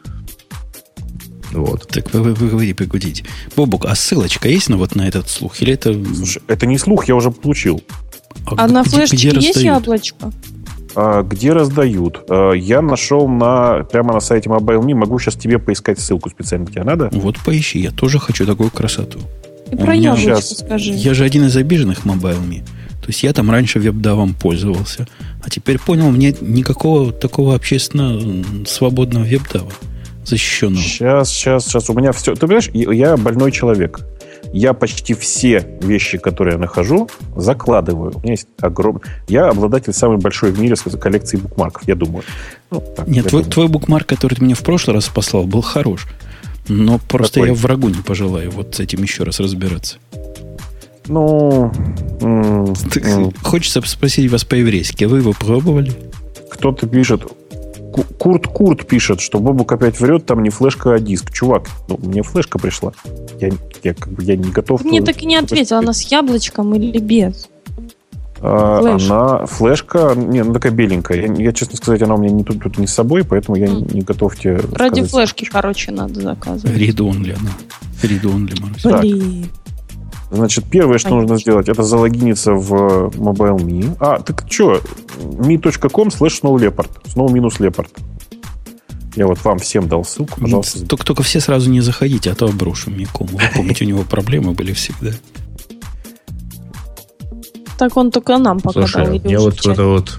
Speaker 2: Вот.
Speaker 1: Так вы, вы, вы говорите, погодите. Бобук, а ссылочка есть на вот на этот слух? Или это...
Speaker 4: Слушай, это не слух, я уже получил.
Speaker 3: А, а на флешечке есть яблочко?
Speaker 4: А, где раздают? А, я нашел на, прямо на сайте MobileMe. Могу сейчас тебе поискать ссылку специально. Тебе надо?
Speaker 1: Вот поищи. Я тоже хочу такую красоту.
Speaker 3: И про яблочко сейчас... скажи.
Speaker 1: Я же один из обиженных MobileMe. То есть я там раньше веб-давом пользовался. А теперь понял, мне никакого такого общественно свободного веб-дава защищенного.
Speaker 4: Сейчас, сейчас, сейчас. У меня все... Ты понимаешь, я больной человек. Я почти все вещи, которые я нахожу, закладываю. У меня есть огромный... Я обладатель самой большой в мире коллекции букмарков, я думаю. Ну, так,
Speaker 1: Нет,
Speaker 4: я
Speaker 1: твой,
Speaker 4: думаю.
Speaker 1: твой букмарк, который ты мне в прошлый раз послал, был хорош. Но просто
Speaker 4: Какой?
Speaker 1: Я врагу не пожелаю вот с этим еще раз разбираться.
Speaker 4: Ну... М- м-
Speaker 1: Хочется спросить вас по-еврейски. Вы его пробовали?
Speaker 4: Кто-то пишет... Курт Курт пишет, что Бобук опять врет, там не флешка, а диск. Чувак, ну, мне флешка пришла. Я, я, как бы, я не готов...
Speaker 3: Мне так и не ответила, она с яблочком или без?
Speaker 4: А,
Speaker 3: Флеш.
Speaker 4: она флешка, не, она такая беленькая. Я, я, честно сказать, она у меня не тут, тут не с собой, поэтому я не, не готов тебе
Speaker 3: Ради
Speaker 4: сказать.
Speaker 3: флешки, короче, надо заказывать.
Speaker 1: Read only она. Read only, Марусь.
Speaker 4: Так.
Speaker 3: Блин.
Speaker 4: Значит, первое, что
Speaker 3: Понятно.
Speaker 4: нужно сделать, это залогиниться в MobileMe. А, так что? me.com slash snowleopard. Snow минус leopard. Я вот вам всем дал ссылку, пожалуйста.
Speaker 1: Только, только все сразу не заходите, а то обрушим Якому. Вы помните, у него проблемы были всегда.
Speaker 3: Так он только нам пока дал.
Speaker 2: Слушай,
Speaker 3: или
Speaker 2: я
Speaker 3: уже
Speaker 2: вот
Speaker 3: в чате?
Speaker 2: это вот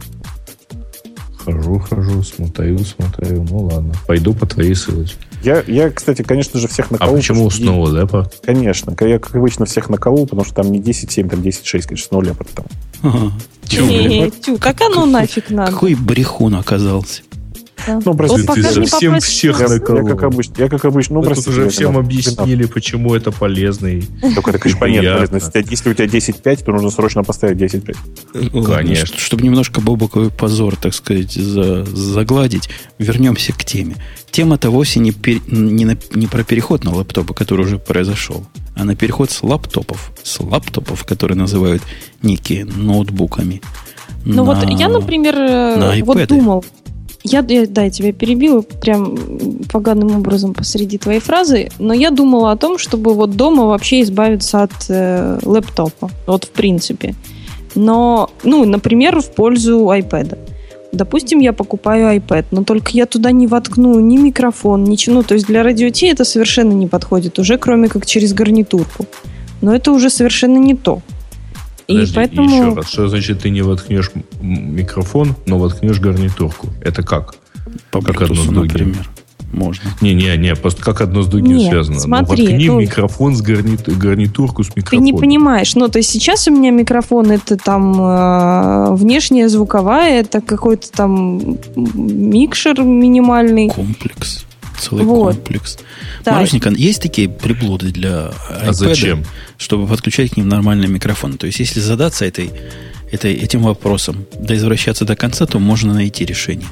Speaker 2: хожу, хожу, смотрю, смотрю. Ну ладно, пойду по твоей ссылочке.
Speaker 4: Я, я, кстати, конечно же, всех
Speaker 2: А
Speaker 4: наколол.
Speaker 2: почему
Speaker 4: потому что-
Speaker 2: снова, да, по?
Speaker 4: Конечно. Я, как обычно, всех наколол, потому что там не десять семь, там десять шесть, конечно, Snow Leopard там.
Speaker 1: Ага. Чё,
Speaker 3: Э,
Speaker 1: блин,
Speaker 3: тю, как оно нафиг надо?
Speaker 1: какой брехун оказался.
Speaker 3: Да.
Speaker 4: Ну, прости,
Speaker 3: Вот
Speaker 4: ты
Speaker 3: пока не
Speaker 2: совсем
Speaker 3: попросил.
Speaker 2: всех
Speaker 4: Я,
Speaker 2: наколол.
Speaker 4: я как обычно, я как обычно, ну,
Speaker 2: Мы
Speaker 4: простите,
Speaker 2: тут уже
Speaker 4: я
Speaker 2: всем
Speaker 4: виноват.
Speaker 2: объяснили, почему это полезно. и-
Speaker 4: Только это, конечно, понятно.
Speaker 2: Приятно.
Speaker 4: полезно. Если, если у тебя десять пять, то нужно срочно поставить десять пять.
Speaker 2: Конечно.
Speaker 1: Чтобы немножко бобоковый позор, так сказать, за- загладить, вернемся к теме. Тема-то вовсе не, пер- не, на- не про переход на лаптопы, который уже произошел, а на переход с лаптопов, с лаптопов, которые называют некие ноутбуками.
Speaker 3: Ну
Speaker 1: на-
Speaker 3: вот я, например, э,
Speaker 1: на
Speaker 3: вот
Speaker 1: iPad.
Speaker 3: думал, я, я- да, я тебя перебила прям поганым образом посреди твоей фразы, но я думала о том, чтобы вот дома вообще избавиться от э, лэптопа, вот в принципе. Но, ну, например, в пользу iPad. Допустим, я покупаю iPad, но только я туда не воткну ни микрофон, ничего. Ну, то есть для радио Ти это совершенно не подходит, уже кроме как через гарнитурку. Но это уже совершенно не то. И
Speaker 2: Подожди,
Speaker 3: поэтому...
Speaker 2: еще раз. Что значит ты не воткнешь м- микрофон, но воткнешь гарнитурку? Это как?
Speaker 1: По
Speaker 2: как одно с
Speaker 1: Bluetooth,
Speaker 2: другим.
Speaker 1: например. Можно.
Speaker 2: Не-не-не, просто как одно с другим
Speaker 3: Нет,
Speaker 2: связано.
Speaker 3: смотри,
Speaker 2: ну, воткни
Speaker 3: ну-
Speaker 2: микрофон с гарни- гарнитурку с
Speaker 3: Ты
Speaker 2: микрофоном.
Speaker 3: не понимаешь, ну, то есть сейчас у меня микрофон это там э, внешняя звуковая, это какой-то там микшер минимальный.
Speaker 1: Комплекс. Целый
Speaker 3: Вот.
Speaker 1: комплекс.
Speaker 3: Да.
Speaker 1: Марусенька, есть такие приблуды для iPad,
Speaker 2: А зачем?
Speaker 1: чтобы подключать к ним нормальный микрофон? То есть, если задаться этой, этой, этим вопросом, да извращаться до конца, то можно найти решение.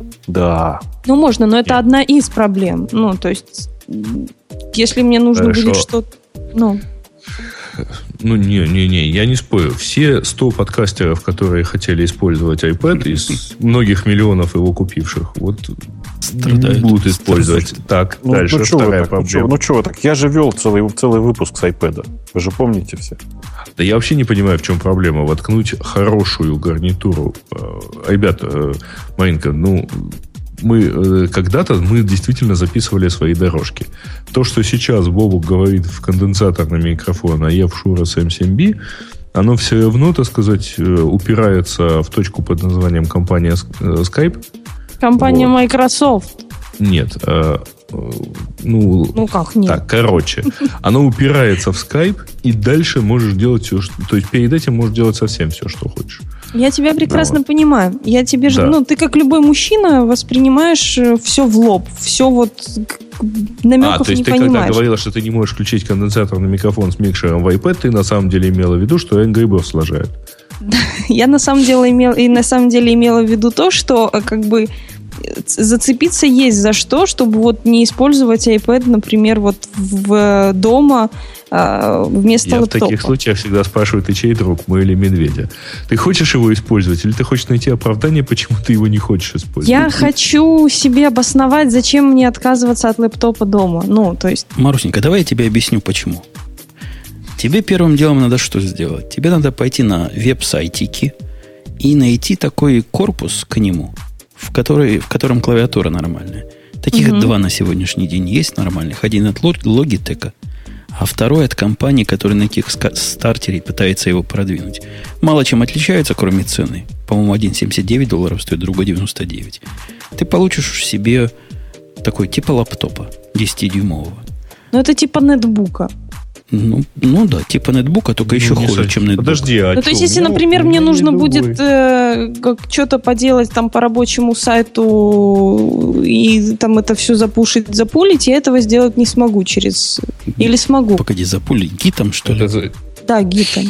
Speaker 4: Да.
Speaker 3: Ну, можно, но это одна из проблем. Ну, то есть, м, если мне нужно
Speaker 2: Хорошо.
Speaker 3: будет что-то... Ну,
Speaker 2: Ну, не-не-не, я не спорю. Все сто подкастеров, которые хотели использовать iPad, из многих миллионов его купивших, вот
Speaker 1: Страдают.
Speaker 2: не будут использовать. Так,
Speaker 4: Ну,
Speaker 2: дальше
Speaker 4: ну что вы
Speaker 2: вторая
Speaker 4: так, ну, чё,
Speaker 2: проблема.
Speaker 4: ну чё вы так? Я же вел целый, целый выпуск с iPad. Вы же помните все.
Speaker 2: Да я вообще не понимаю, в чем проблема. Воткнуть хорошую гарнитуру. Э, Ребята, э, Маринка, ну, мы э, когда-то мы действительно записывали свои дорожки. То, что сейчас Бобук говорит в конденсаторный микрофон, а я в Shure эс эм семь би, оно все равно, так сказать, упирается в точку под названием компания Skype.
Speaker 3: Компания
Speaker 2: вот.
Speaker 3: Microsoft.
Speaker 2: Нет. Э, ну,
Speaker 3: ну, как нет?
Speaker 2: Так, короче. Оно упирается в Skype, и дальше можешь делать все, что... То есть перед этим можешь делать совсем все, что хочешь.
Speaker 3: Я тебя прекрасно
Speaker 2: да,
Speaker 3: понимаю. Я тебе же,
Speaker 2: да.
Speaker 3: ну, ты как любой мужчина воспринимаешь все в лоб. Все вот намеков
Speaker 2: а, то есть
Speaker 3: не
Speaker 2: ты
Speaker 3: понимаешь.
Speaker 2: Когда говорила, что ты не можешь включить конденсаторный микрофон с микшером в iPad, ты на самом деле имела в виду, что Angry Birds сложают.
Speaker 3: Я на самом деле имела, и на самом деле имела в виду то, что как бы зацепиться есть за что, чтобы вот не использовать iPad, например, вот в дома вместо
Speaker 2: Я
Speaker 3: лэптопа.
Speaker 2: в таких случаях всегда спрашиваю, ты чей друг, мой или медведя? Ты хочешь его использовать, или ты хочешь найти оправдание, почему ты его не хочешь использовать?
Speaker 3: Я хочу себе обосновать, зачем мне отказываться от лэптопа дома. Ну, то есть...
Speaker 1: Марусенька, давай я тебе объясню, почему. Тебе первым делом надо что сделать? Тебе надо пойти на веб-сайтики и найти такой корпус к нему, в, который, в котором клавиатура нормальная. Таких угу. два на сегодняшний день есть нормальных. Один от Logitech, а второй от компании, которая на Kickstarter пытается его продвинуть. Мало чем отличаются, кроме цены. По-моему, один семьдесят девять долларов стоит, другой девяносто девять. Ты получишь себе такой типа лаптопа десятидюймового.
Speaker 3: Ну, это типа нетбука.
Speaker 1: Ну, ну да, типа нетбука, только ну, еще хуже, совсем. чем нетбук.
Speaker 2: Подожди, а
Speaker 3: ну,
Speaker 2: что?
Speaker 3: То есть, если, например, мне нужно будет э, как, что-то поделать там по рабочему сайту и там это все запушить, запулить, я этого сделать не смогу через... Или смогу?
Speaker 1: Погоди, запулить гитом, что ли?
Speaker 2: Это...
Speaker 3: Да, гитом.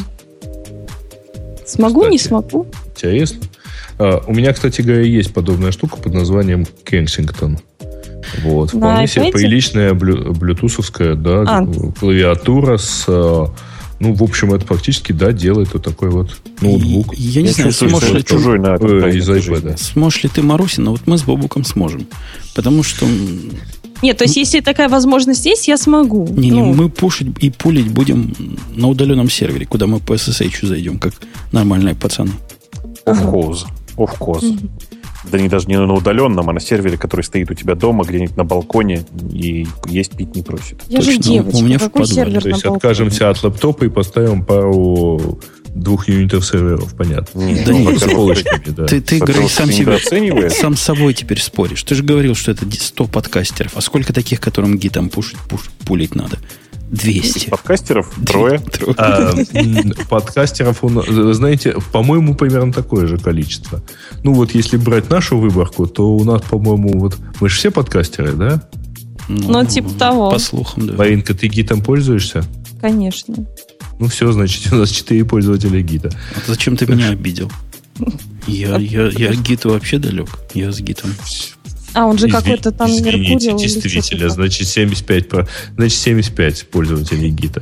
Speaker 3: Смогу, кстати, не смогу?
Speaker 2: Интересно. А, у меня, кстати говоря, есть подобная штука под названием Kensington. Вот, вполне
Speaker 3: На
Speaker 2: себе приличная блю, блютусовская, да, а. клавиатура с, ну, в общем, это фактически, да, делает вот такой вот ноутбук.
Speaker 1: Я, я не знаю, сможешь ли,
Speaker 4: чужой на
Speaker 2: э, из iPad.
Speaker 1: Сможешь ли ты, Маруся, но вот мы с Бобуком сможем. Потому что...
Speaker 3: Нет, то есть, если такая возможность есть, я смогу.
Speaker 1: Не,
Speaker 3: ну.
Speaker 1: не, мы пушить и пулить будем на удаленном сервере, куда мы по эс эс эйч зайдем, как нормальные пацаны.
Speaker 4: Of course. Mm-hmm. Да не даже не на удаленном, а на сервере, который стоит у тебя дома, где-нибудь на балконе и есть пить не просит.
Speaker 3: Я Точно, же девочка,
Speaker 1: у меня
Speaker 3: какой
Speaker 1: в
Speaker 3: сервер
Speaker 2: То есть
Speaker 3: на
Speaker 2: откажемся от лэптопа и поставим пару двух юнитов серверов, понятно.
Speaker 1: Нет, да нет, ты, ты Грей, сам, себе, сам с собой теперь споришь. Ты же говорил, что это сто подкастеров. А сколько таких, которым гитом пушить, пуш, пулить надо? двести.
Speaker 4: Подкастеров? Трое.
Speaker 2: А, подкастеров, знаете, по-моему, примерно такое же количество. Ну, вот если брать нашу выборку, то у нас, по-моему, вот мы же все подкастеры, да?
Speaker 3: Ну, ну типа того.
Speaker 1: По слухам, да.
Speaker 2: Маринка, ты гитом пользуешься?
Speaker 3: Конечно.
Speaker 2: Ну, все, значит, у нас четыре пользователя гита.
Speaker 1: А зачем ты меня обидел? Я, я, я гит вообще далек. Я с гитом.
Speaker 3: А, он же Изви... какой-то там
Speaker 2: Извините,
Speaker 3: Меркурий.
Speaker 2: действительно, значит семьдесят пять, значит, семьдесят пять пользователей гита.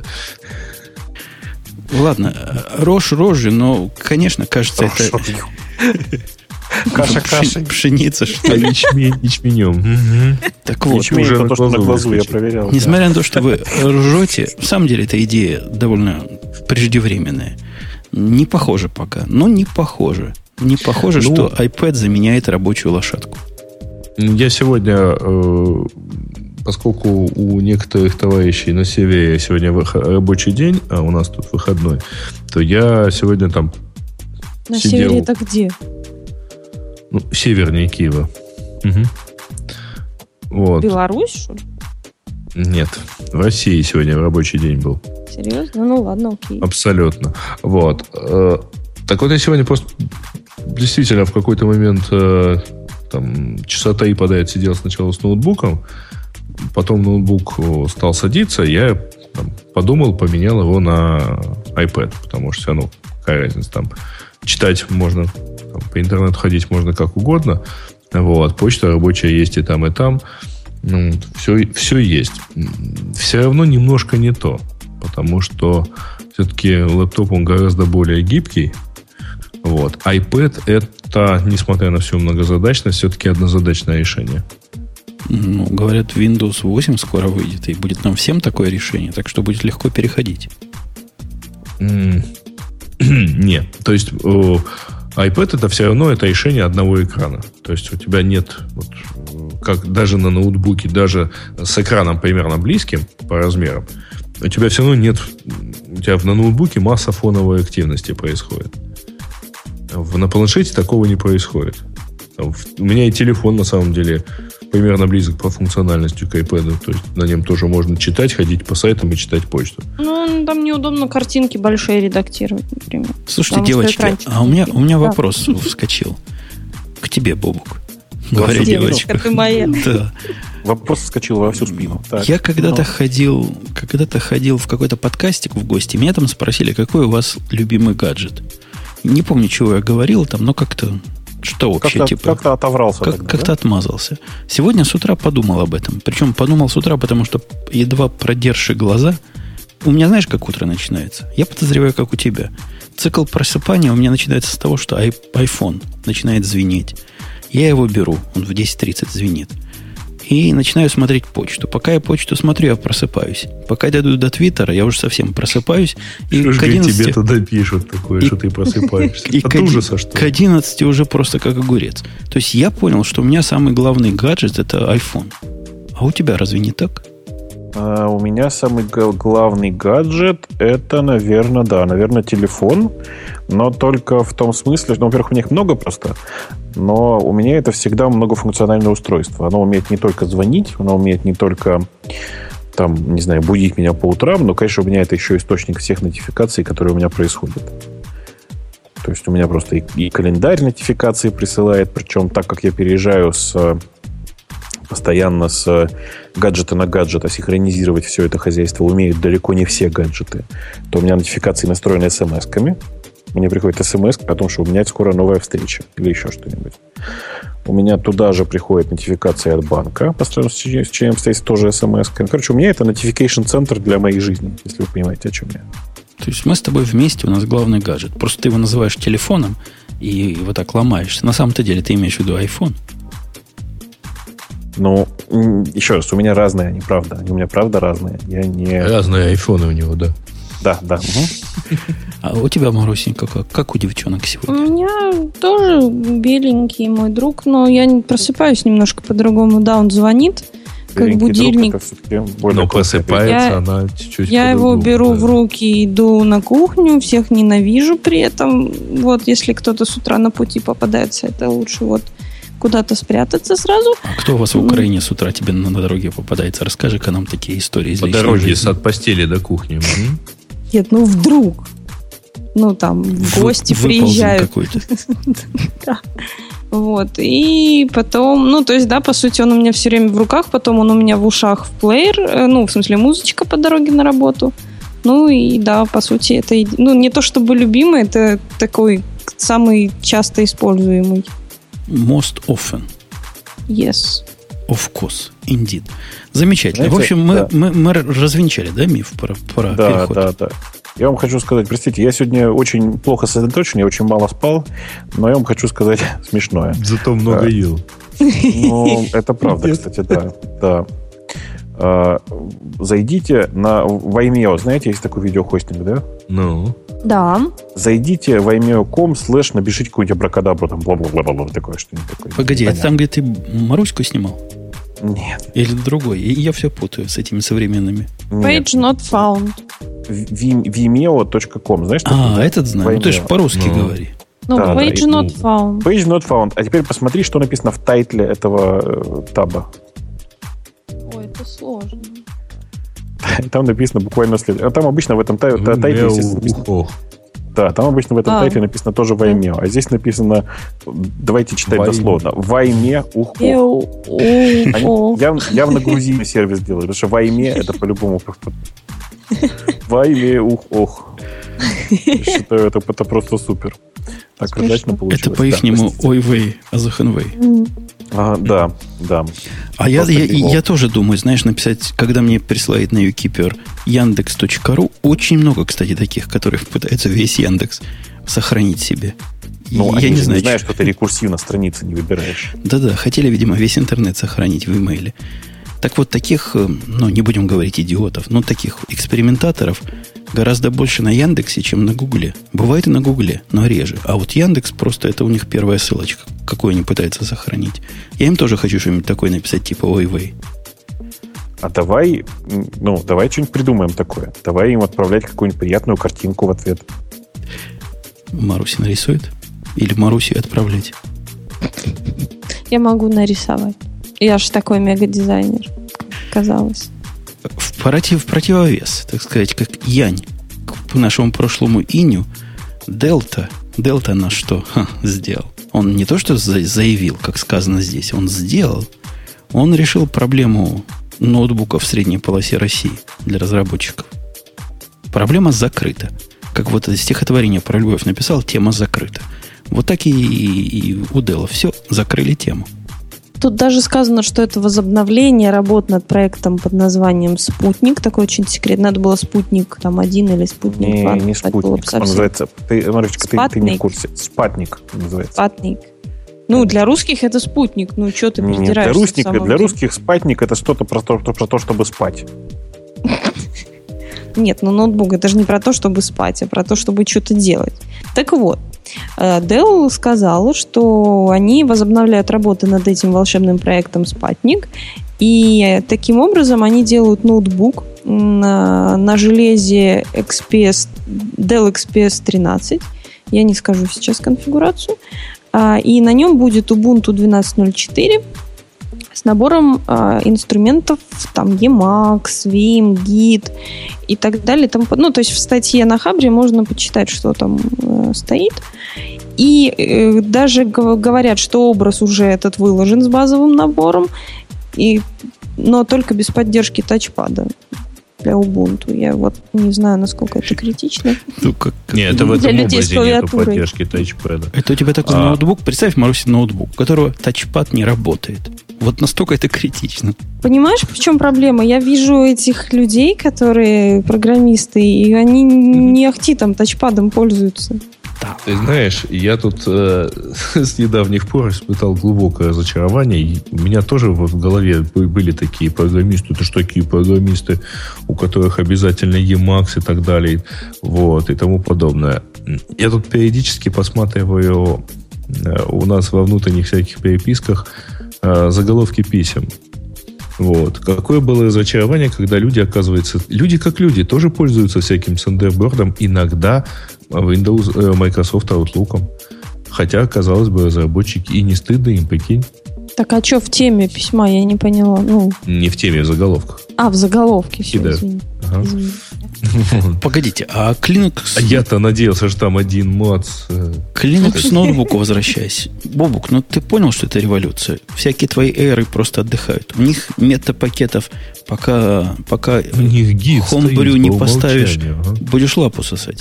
Speaker 1: Ладно, рожь рожи, но, конечно, кажется, рожь это...
Speaker 4: Каша кашей.
Speaker 1: Пшеница, что
Speaker 2: ли? Ячмень ячменем.
Speaker 1: Так вот.
Speaker 4: Уже на глазу я проверял.
Speaker 1: Несмотря на то, что вы ржете, в самом деле эта идея довольно преждевременная. Не похоже пока, но не похоже. Не похоже, что iPad заменяет рабочую лошадку.
Speaker 2: Я сегодня, э, поскольку у некоторых товарищей на севере сегодня рабочий день, а у нас тут выходной, то я сегодня там
Speaker 3: на
Speaker 2: сидел...
Speaker 3: севере это где?
Speaker 2: Ну, севернее Киева. Угу. Вот.
Speaker 3: Беларусь, что ли?
Speaker 2: Нет, в России сегодня рабочий день был.
Speaker 3: Серьезно? Ну ладно, окей.
Speaker 2: Абсолютно. Вот. Так вот, я сегодня просто действительно в какой-то момент... Там, часа три подряд сидел сначала с ноутбуком, потом ноутбук стал садиться, я там, подумал, поменял его на iPad, потому что, ну, какая разница, там, читать можно, там, по интернету ходить можно как угодно, вот, почта рабочая есть и там, и там, ну, все, все есть. Все равно немножко не то, потому что все-таки лэптоп, он гораздо более гибкий. Вот. iPad это, несмотря на всю многозадачность, все-таки однозадачное решение.
Speaker 1: Ну, говорят, Windows восемь скоро выйдет, и будет нам всем такое решение, так что будет легко переходить.
Speaker 2: Mm. Нет. То есть о, iPad это все равно это решение одного экрана. То есть у тебя нет, вот, как даже на ноутбуке, даже с экраном примерно близким по размерам, у тебя все равно нет, у тебя на ноутбуке масса фоновой активности происходит. В, на планшете такого не происходит. Там, в, у меня и телефон, на самом деле, примерно близок по функциональности к iPad. То есть на нем тоже можно читать, ходить по сайтам и читать почту.
Speaker 3: Ну, там неудобно картинки большие редактировать, например.
Speaker 1: Слушайте, девочки, а у меня, у меня вопрос да. вскочил. К тебе, Бобук.
Speaker 3: Говори, девочка. девочка. Ты моя.
Speaker 1: Да.
Speaker 4: Вопрос вскочил во всю спину. Так.
Speaker 1: Я когда-то
Speaker 4: ну.
Speaker 1: ходил, когда-то ходил в какой-то подкастик в гости. Меня там спросили, какой у вас любимый гаджет. Не помню, чего я говорил там, но как-то что вообще,
Speaker 4: как-то,
Speaker 1: типа...
Speaker 4: Как-то отоврался
Speaker 1: как,
Speaker 4: тогда,
Speaker 1: Как-то
Speaker 4: да?
Speaker 1: отмазался. Сегодня с утра подумал об этом. Причем подумал с утра, потому что едва продерши глаза... У меня, знаешь, как утро начинается? Я подозреваю, как у тебя. Цикл просыпания у меня начинается с того, что iPhone начинает звенеть. Я его беру, он в десять тридцать звенит. И начинаю смотреть почту. Пока я почту смотрю, я просыпаюсь. Пока я дойду до Твиттера, я уже совсем просыпаюсь. И
Speaker 2: что
Speaker 1: к одиннадцати...
Speaker 2: тебе туда пишут такое, и... что ты просыпаешься?
Speaker 1: И
Speaker 2: От
Speaker 1: к...
Speaker 2: ужаса, что ли?
Speaker 1: К одиннадцати уже просто как огурец. То есть я понял, что у меня самый главный гаджет – это iPhone. А у тебя разве не так?
Speaker 4: А у меня самый главный гаджет – это, наверное, да, наверное, телефон. Но только в том смысле, что, ну, во-первых, у них много просто, но у меня это всегда многофункциональное устройство. Оно умеет не только звонить, оно умеет не только, там, не знаю, будить меня по утрам, но, конечно, у меня это еще источник всех нотификаций, которые у меня происходят. То есть у меня просто и, и календарь нотификации присылает, причем так как я переезжаю с... постоянно с гаджета на гаджет, а синхронизировать все это хозяйство умеют далеко не все гаджеты, то у меня нотификации настроены смс-ками. Мне приходит смс о том, что у меня скоро новая встреча или еще что-нибудь. У меня туда же приходит нотификация от банка, постоянно с чем стоит тоже смс. Короче, у меня это notification-центр для моей жизни, если вы понимаете, о чем я.
Speaker 1: То есть мы с тобой вместе, у нас главный гаджет. Просто ты его называешь телефоном и вот так ломаешься. На самом-то деле ты имеешь в виду iPhone.
Speaker 4: Ну, еще раз, у меня разные, они правда. Они у меня правда разные. Я не...
Speaker 2: Разные айфоны у него, да.
Speaker 4: Да, да. Угу.
Speaker 1: А у тебя, Марусенька, как, как у девчонок сегодня?
Speaker 3: У меня тоже беленький мой друг, но я просыпаюсь немножко по-другому. Да, он звонит, как беленький будильник.
Speaker 2: Но просыпается я, она чуть-чуть
Speaker 3: Я его беру да. в руки, иду на кухню, всех ненавижу при этом. Вот, если кто-то с утра на пути попадается, это лучше вот куда-то спрятаться сразу.
Speaker 1: А кто у вас в Украине с утра тебе на дороге попадается? Расскажи-ка нам такие истории из
Speaker 2: По дороге от постели до кухни.
Speaker 3: Нет, ну вдруг. Ну, там, в гости Вы, приезжают. Да. Вот. И потом, ну, то есть, да, по сути, он у меня все время в руках, потом он у меня в ушах в плеер, ну, в смысле, музычка по дороге на работу. Ну, и да, по сути, это, ну, не то чтобы любимый, это такой самый часто используемый.
Speaker 1: Most often.
Speaker 3: Yes.
Speaker 1: Of course. Indeed. Замечательно. Знаете, в общем, мы,
Speaker 4: да.
Speaker 1: мы, мы развенчали, да, миф про, про
Speaker 4: да,
Speaker 1: переход?
Speaker 4: Да, да, да. Я вам хочу сказать, простите, я сегодня очень плохо сосредоточен, я очень мало спал, но я вам хочу сказать смешное.
Speaker 2: Зато много
Speaker 4: а,
Speaker 2: ел.
Speaker 4: Ну, это правда, кстати, да. да. А, зайдите на Vimeo, знаете, есть такой видеохостинг, да?
Speaker 2: Ну.
Speaker 3: Да.
Speaker 4: Зайдите в vimeo точка com, слэш, напишите какую-нибудь абракадабру, там, бла-бла-бла-бла, такое что-нибудь такое.
Speaker 1: Погоди, это там, где ты Маруську снимал?
Speaker 4: Нет.
Speaker 1: Или другой? И я все путаю с этими современными.
Speaker 3: Page not found.
Speaker 4: vimeo точка com, знаешь?
Speaker 1: А, этот знаю. Ну, ты же по-русски ну. говори.
Speaker 3: Ну, да, page да, not found.
Speaker 4: Page not found. А теперь посмотри, что написано в тайтле этого э, таба.
Speaker 3: Ой, это сложно.
Speaker 4: Там написано буквально следующее. А там обычно в этом тай- тай- тайтле... Написано... Да, там обычно в этом а. тайтле написано тоже Vimeo. А здесь написано, давайте читать Vimeo. дословно. Vimeo ух ох. Явно, явно грузинский сервис делают, потому что Vimeo это по-любому... Vimeo ух ох. Я считаю, это, это просто супер. Так удачно получилось.
Speaker 1: Это по-ихнему да, ой-вей, азаханвей.
Speaker 4: А, да, да.
Speaker 1: А я, я, я тоже думаю, знаешь, написать, когда мне присылает на Ukeeper яндекс точка ру, очень много, кстати, таких, которые пытаются весь Яндекс сохранить себе.
Speaker 4: Ну,
Speaker 1: я
Speaker 4: они
Speaker 1: не
Speaker 4: же
Speaker 1: знаю,
Speaker 4: не знают, что ты рекурсивно страницы не выбираешь.
Speaker 1: Да-да, хотели, видимо, весь интернет сохранить в имейле. Так вот, таких, ну, не будем говорить идиотов, но таких экспериментаторов гораздо больше на Яндексе, чем на Гугле. Бывает и на Гугле, но реже. А вот Яндекс просто это у них первая ссылочка, какую они пытаются сохранить. Я им тоже хочу что-нибудь такое написать, типа ой-вей.
Speaker 4: А давай, ну, давай что-нибудь придумаем такое. Давай им отправлять какую-нибудь приятную картинку в ответ.
Speaker 1: Маруся нарисует? Или Марусю отправлять?
Speaker 3: Я могу нарисовать. Я же такой мега-дизайнер, казалось.
Speaker 1: В, против, в противовес, так сказать, как Янь к нашему прошлому Иню, Дельта, Дельта на что Ха, сделал? Он не то что заявил, как сказано здесь, он сделал. Он решил проблему ноутбуков в средней полосе России для разработчиков. Проблема закрыта. Как вот это стихотворение про любовь написал, тема закрыта. Вот так и, и, и у Dell. Все, закрыли тему.
Speaker 3: Тут даже сказано, что это возобновление работ над проектом под названием «Спутник». Такой очень секрет. Надо было «Спутник» там один или «Спутник
Speaker 4: не,
Speaker 3: два».
Speaker 4: Не «Спутник», он называется... Ты, Марочка, ты, ты не в курсе. «Спатник» называется.
Speaker 3: «Спатник». Ну, для русских это «Спутник». Ну, что ты придираешься?
Speaker 4: Нет, для, русских, для русских «Спатник» это что-то про то, про то, чтобы спать.
Speaker 3: Нет, ну ноутбук это же не про то, чтобы спать, а про то, чтобы что-то делать. Так вот, Dell сказала, что они возобновляют работы над этим волшебным проектом «Спатник», и таким образом они делают ноутбук на, на железе икс пи эс, Dell икс пи эс тринадцать. Я не скажу сейчас конфигурацию. И на нем будет Ubuntu двенадцать ноль четыре с набором э, инструментов, там, Emacs, Vim, Git и так далее. Там, ну, то есть в статье на Хабре можно почитать, что там э, стоит. И э, даже г- говорят, что образ уже этот выложен с базовым набором, и, но только без поддержки тачпада для Ubuntu. Я вот не знаю, насколько это критично.
Speaker 2: Ну, как... Нет, это в этом образе нету поддержки тачпада.
Speaker 1: Это у тебя такой а... ноутбук. Представь, Маруся, ноутбук, у которого тачпад не работает. Вот настолько это критично.
Speaker 3: Понимаешь, в чем проблема? Я вижу этих людей, которые программисты, и они не ахти там тачпадом пользуются.
Speaker 2: Да. Ты знаешь, я тут э, с недавних пор испытал глубокое разочарование. И у меня тоже в голове были такие программисты. Это ж такие программисты, у которых обязательно Emacs и так далее. Вот, и тому подобное. Я тут периодически посматриваю э, у нас во внутренних всяких переписках э, заголовки писем. Вот. Какое было разочарование, когда люди, оказывается, люди как люди, тоже пользуются всяким Thunderbird, иногда Windows, Microsoft Outlook. Хотя, казалось бы, разработчики и не стыдно им, прикинь.
Speaker 3: Так, а что в теме письма? Я не поняла. Ну...
Speaker 2: Не в теме, в заголовках.
Speaker 3: А, в заголовке. Все, да. Извини.
Speaker 2: Ага.
Speaker 3: Извини.
Speaker 1: Погодите, а к Linux...
Speaker 2: А я-то надеялся, что там один мац.
Speaker 1: К Linux ноутбуку возвращаясь. Бобук, ну ты понял, что это революция? Всякие твои эйры просто отдыхают. У них мета-пакетов, пока, пока
Speaker 2: у них гид
Speaker 1: Homebrew не поставишь, ага. будешь лапу сосать.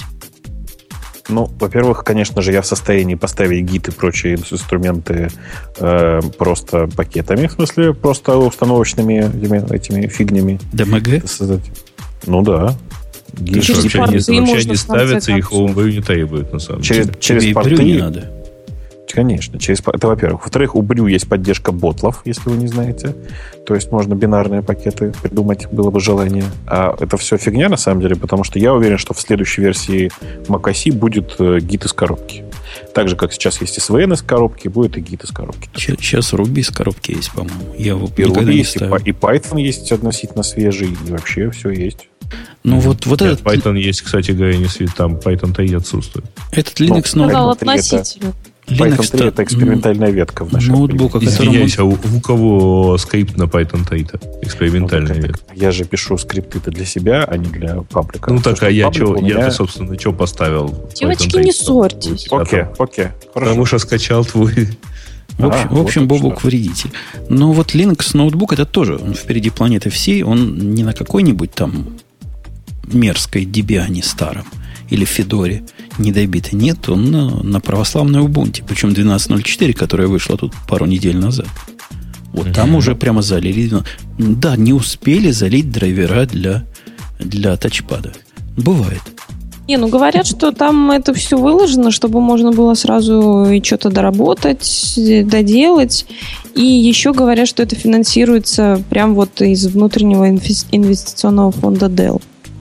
Speaker 4: Ну, во-первых, конечно же, я в состоянии поставить гид и прочие инструменты э, просто пакетами, в смысле, просто установочными этими, этими фигнями.
Speaker 1: ДМГ?
Speaker 4: Ну да.
Speaker 2: Гид вообще, не, вообще не ставятся, и Homebrew не требует, на самом
Speaker 4: через,
Speaker 2: деле.
Speaker 4: Через
Speaker 1: Тебе
Speaker 4: порты...
Speaker 1: не надо.
Speaker 4: Конечно, через, это во-первых. Во-вторых, у Brew есть поддержка ботлов, если вы не знаете. То есть можно бинарные пакеты придумать, было бы желание. А это все фигня на самом деле, потому что я уверен, что в следующей версии macOS будет гид из коробки. Так же, как сейчас есть эс ви эн из коробки, будет и гид из коробки.
Speaker 1: Сейчас Ruby из коробки есть, по-моему. Я его
Speaker 4: и Ruby есть, и Python есть относительно свежий, и вообще все есть.
Speaker 1: Ну, вот, вот
Speaker 2: Нет,
Speaker 1: этот...
Speaker 2: Python есть, кстати говоря, не свет, там Python-то и отсутствует.
Speaker 1: Этот Linux
Speaker 3: ну, сказал относительно.
Speaker 4: Python три это экспериментальная ветка в нашем
Speaker 1: ноутбука,
Speaker 2: Извиняюсь, он... а у, у кого скрипт на Python три это экспериментальная ну, ветка?
Speaker 4: Я же пишу скрипты-то для себя, а не для паблика.
Speaker 2: Ну так, а я что,
Speaker 4: меня...
Speaker 2: я-то, собственно, что поставил?
Speaker 3: Девочки, не ссорьтесь.
Speaker 4: Окей, окей.
Speaker 2: Потому что скачал твой...
Speaker 1: В общем, а, в общем вот Бобук вредитель. Но вот Linux ноутбук это тоже, он впереди планеты всей, он не на какой-нибудь там мерзкой Debian старом или Федоре недобитый. Нет, он на, на православной Ubuntu. Причем двенадцать ноль четыре, которая вышла тут пару недель назад. Вот mm-hmm. там уже прямо залили. Да, не успели залить драйвера для, для тачпада. Бывает.
Speaker 3: Не, ну говорят, что там это все выложено, чтобы можно было сразу и что-то доработать, доделать. И еще говорят, что это финансируется прям вот из внутреннего инвестиционного фонда Dell.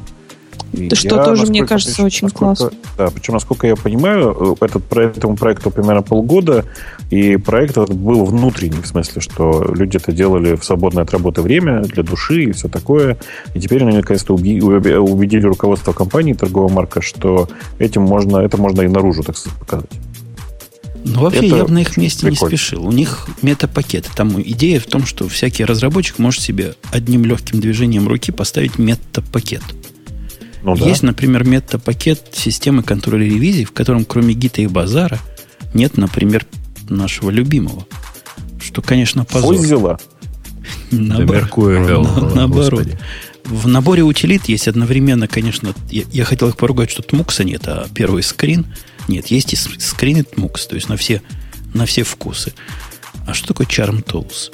Speaker 4: Я,
Speaker 3: что тоже, мне кажется, очень классно.
Speaker 4: Да, причем, насколько я понимаю, этот, этому проекту примерно полгода, И проект этот был внутренний, в смысле, что люди это делали в свободное от работы время, для души и все такое. И теперь они наконец-то убедили руководство компании, торговая марка, что этим можно, это можно и наружу, так сказать, показать.
Speaker 1: Ну, вообще,
Speaker 4: это
Speaker 1: я бы на их месте
Speaker 4: прикольно.
Speaker 1: не спешил. У них мета-пакеты. Там идея в том, что всякий разработчик может себе одним легким движением руки поставить мета-пакет.
Speaker 4: Ну, да.
Speaker 1: Есть, например, мета-пакет системы контроля ревизий, в котором кроме гита и базара нет, например, нашего любимого. Что, конечно, позор.
Speaker 4: Фузила.
Speaker 1: Наоборот. В наборе утилит есть одновременно, конечно, я, я хотел их поругать, что тмукса нет, а первый скрин. Нет, есть и скрин и тмукс, то есть на все, на все вкусы. А что такое Charm Tools?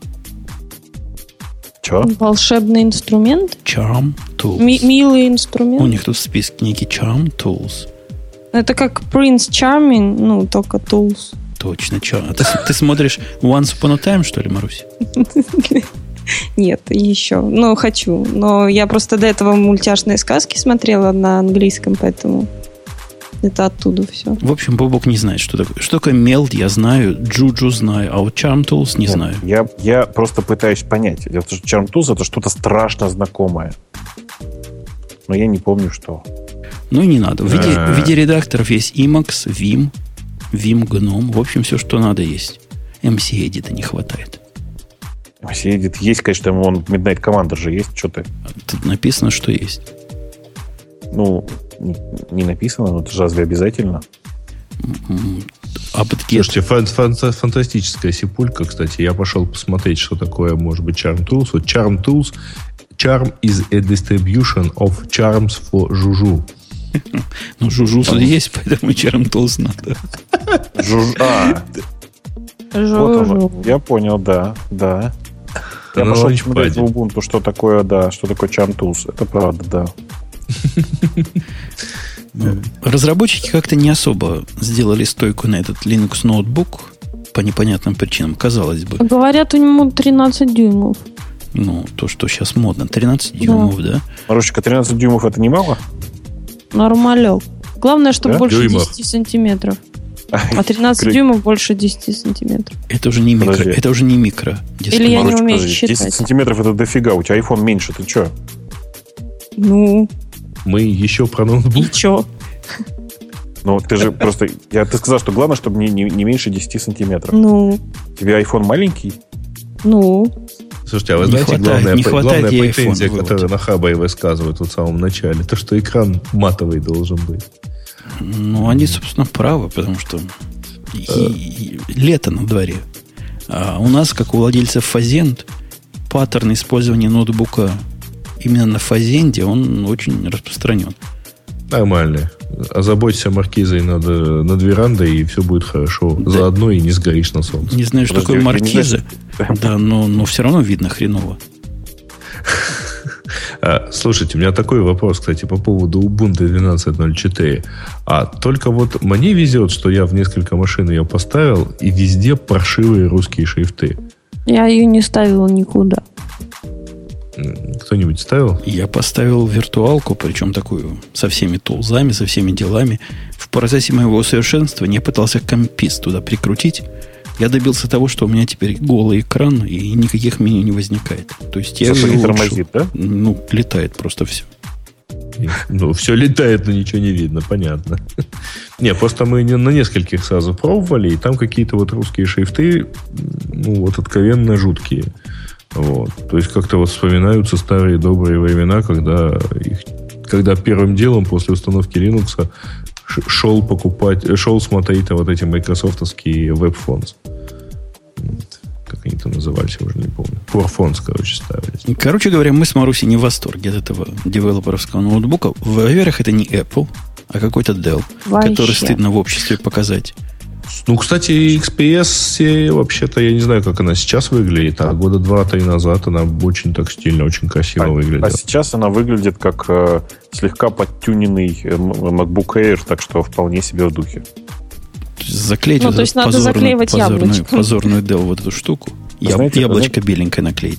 Speaker 4: Че?
Speaker 3: Волшебный инструмент?
Speaker 1: Charm Tools.
Speaker 3: Ми- милый инструмент?
Speaker 1: У них тут в списке некий Charm Tools.
Speaker 3: Это как Prince Charming, ну, только Tools.
Speaker 1: Точно, Charm. А ты, ты смотришь Once Upon a Time, что ли, Марусь?
Speaker 3: Нет, еще. Ну, хочу. Но я просто до этого мультяшные сказки смотрела на английском, поэтому это оттуда все.
Speaker 1: В общем, Бобок не знает, что такое. Что такое Meld, я знаю, Juju знаю, а вот Charm Tools не
Speaker 4: Нет,
Speaker 1: знаю.
Speaker 4: Я, я просто пытаюсь понять. Дело в том, что Charm Tools это что-то страшно знакомое. Но я не помню, что.
Speaker 1: Ну и не надо. В виде, в виде редакторов есть Emacs, Vim, Vim, Gnome. В общем, все, что надо, есть. эм си Edit не хватает.
Speaker 4: эм си Edit есть, конечно, он Midnight Commander же есть, что ты.
Speaker 1: Тут написано, что есть.
Speaker 4: Ну, не, не написано, но это же разве обязательно?
Speaker 1: Apt-get.
Speaker 2: Слушайте, фан- фан- фантастическая сипулька, кстати. Я пошел посмотреть, что такое может быть Charm Tools. Вот Charm Tools. Charm is a distribution of charms for Juju.
Speaker 1: Ну, Жужу есть, поэтому Charm Tools надо.
Speaker 4: Жуж... А, вот оно. Я понял, да, да. Я
Speaker 2: На
Speaker 4: пошел посмотреть в
Speaker 2: ланчпаде.
Speaker 4: Ubuntu, что такое, да, что такое Charm Tools. Это правда, да.
Speaker 1: Разработчики как-то не особо сделали стойку на этот Linux ноутбук по непонятным причинам, казалось бы.
Speaker 3: Говорят, у него тринадцать дюймов.
Speaker 1: Ну, то, что сейчас модно. тринадцать дюймов, да?
Speaker 4: Марусечка, тринадцать дюймов это немало?
Speaker 3: Нормалек. Главное, чтобы
Speaker 4: Да?
Speaker 3: больше
Speaker 2: Дюймов.
Speaker 3: десять сантиметров. А тринадцать дюймов больше десять сантиметров.
Speaker 1: Это уже не микро.
Speaker 4: Подожди.
Speaker 1: Это уже не микро.
Speaker 3: Или я не
Speaker 4: Марусечка,
Speaker 3: умею
Speaker 4: подожди,
Speaker 3: считать.
Speaker 4: десять сантиметров это дофига, у тебя iPhone меньше, ты что?
Speaker 3: Ну,
Speaker 2: Мы еще про ноутбук.
Speaker 3: и чё?
Speaker 4: Ну, ты же просто... Я, ты сказал, что главное, чтобы не, не, не меньше десять сантиметров.
Speaker 3: Ну,
Speaker 4: Тебе iPhone маленький?
Speaker 3: ну.
Speaker 2: Слушайте, а вы
Speaker 1: Не
Speaker 2: знаете,
Speaker 1: хватает-
Speaker 2: главная,
Speaker 1: не хватает
Speaker 2: главная
Speaker 1: ей
Speaker 2: претензия,
Speaker 1: iPhone,
Speaker 2: которую
Speaker 1: вот.
Speaker 2: на Хабе высказывают вот в самом начале, то, что экран матовый должен быть.
Speaker 1: Ну, они, собственно, правы, потому что и- и- лето на дворе. А у нас, как у владельцев Фазенд, паттерн использования ноутбука именно на Фазенде, он очень распространен.
Speaker 2: Нормально. Озаботься маркизой над, над верандой, и все будет хорошо.
Speaker 1: Да.
Speaker 2: Заодно и не сгоришь на солнце.
Speaker 1: Не знаю, что
Speaker 4: Подожди,
Speaker 1: такое
Speaker 4: я не
Speaker 1: маркиза. Да, но, но все равно видно хреново.
Speaker 2: А, слушайте, у меня такой вопрос, кстати, по поводу Ubuntu двенадцать ноль четыре. А только вот мне везет, что я в несколько машин ее поставил, и везде паршивые русские шрифты.
Speaker 3: Я ее не ставила никуда.
Speaker 2: М, Кто-нибудь ставил?
Speaker 1: Я поставил виртуалку, причем такую со всеми тулзами, со всеми делами. В процессе моего усовершенствования я пытался компис туда прикрутить. Я добился того, что у меня теперь голый экран и никаких меню не возникает. То есть я
Speaker 4: Зато
Speaker 1: его
Speaker 4: не
Speaker 1: улучшил.
Speaker 4: тормозит, да?
Speaker 1: Ну, летает просто все.
Speaker 2: И, Ну, все летает, но ничего не видно, понятно. Не, просто мы не- на нескольких сразу пробовали, и там какие-то вот русские шрифты, ну, вот откровенно жуткие. Вот. То есть как-то вот вспоминаются старые добрые времена, когда их, когда первым делом после установки Linux ш- шел покупать, э, шел смотреть вот эти майкрософтовские веб-фонс. Вот. Как они там назывались, я уже не помню. Core-фонс, короче, ставились.
Speaker 1: Короче говоря, мы с Марусей не в восторге от этого девелоперского ноутбука. Во-первых, это не Apple, а какой-то Dell,
Speaker 3: Вообще.
Speaker 1: который стыдно в обществе показать.
Speaker 2: Ну, кстати, икс пи эс серия, вообще-то, я не знаю, как она сейчас выглядит, а года два-три назад она очень так стильно, очень красиво
Speaker 4: А,
Speaker 2: выглядела.
Speaker 4: а сейчас она выглядит как э, слегка подтюненный э, м- MacBook Air, так что вполне себе в духе.
Speaker 1: Заклеить
Speaker 3: Ну,
Speaker 1: вот
Speaker 3: то
Speaker 1: эту
Speaker 3: есть надо
Speaker 1: позорную,
Speaker 3: заклеивать
Speaker 1: позорную,
Speaker 3: яблочком.
Speaker 1: позорную Dell, вот эту штуку. Я-
Speaker 4: Знаете,
Speaker 1: яблочко беленькое наклеить туда.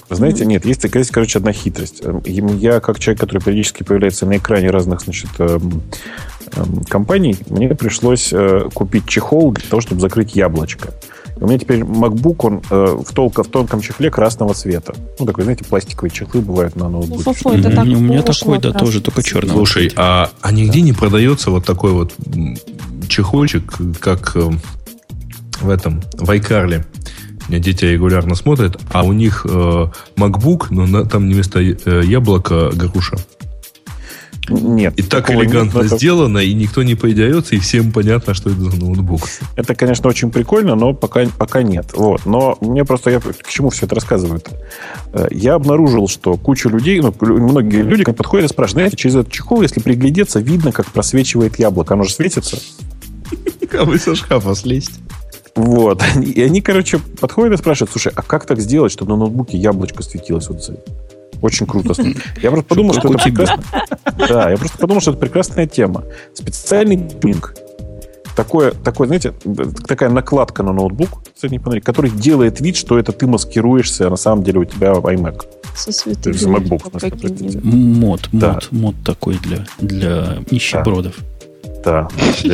Speaker 4: Знаете, нет, есть, есть, короче, одна хитрость. Я, как человек, который периодически появляется на экране разных, значит, компаний, мне пришлось купить чехол для того, чтобы закрыть яблочко. У меня теперь MacBook, он э, в, толко, в тонком чехле красного цвета. Ну, такой, знаете, пластиковые чехлы бывают на ноутбуке.
Speaker 3: Фу-фу, это так
Speaker 1: у меня такой, да,
Speaker 3: красный.
Speaker 1: тоже, только черный.
Speaker 2: Слушай, а, а нигде не продается вот такой вот чехольчик, как э, в этом, в iCarly. У меня дети регулярно смотрят, а у них э, MacBook, но на, там вместо э, яблока груша.
Speaker 4: Нет.
Speaker 2: И так элегантно нет, сделано, и никто не поедается, и всем понятно, что это за ноутбук.
Speaker 4: Это, конечно, очень прикольно, но пока, пока нет. Вот. Но мне просто... Я, к чему все это рассказываю-то? Я обнаружил, что куча людей, ну, многие люди подходят и спрашивают, знаете, через этот чехол, если приглядеться, видно, как просвечивает яблоко. Оно же светится.
Speaker 2: А вы со шкафа слезть.
Speaker 4: Вот. И они, короче, подходят и спрашивают, слушай, а как так сделать, чтобы на ноутбуке яблочко светилось вот за... Очень круто. Я просто подумал, что это прекрасно. Да, я просто подумал, что это прекрасная тема. Специальный тюнинг. Такое, такое, знаете, такая накладка на ноутбук, который делает вид, что это ты маскируешься, а на самом деле у тебя iMac.
Speaker 3: Со светом.
Speaker 4: MacBook, в смысле, простите.
Speaker 1: Мод,
Speaker 4: Да.
Speaker 1: мод, мод такой для, для нищебродов.
Speaker 4: Да.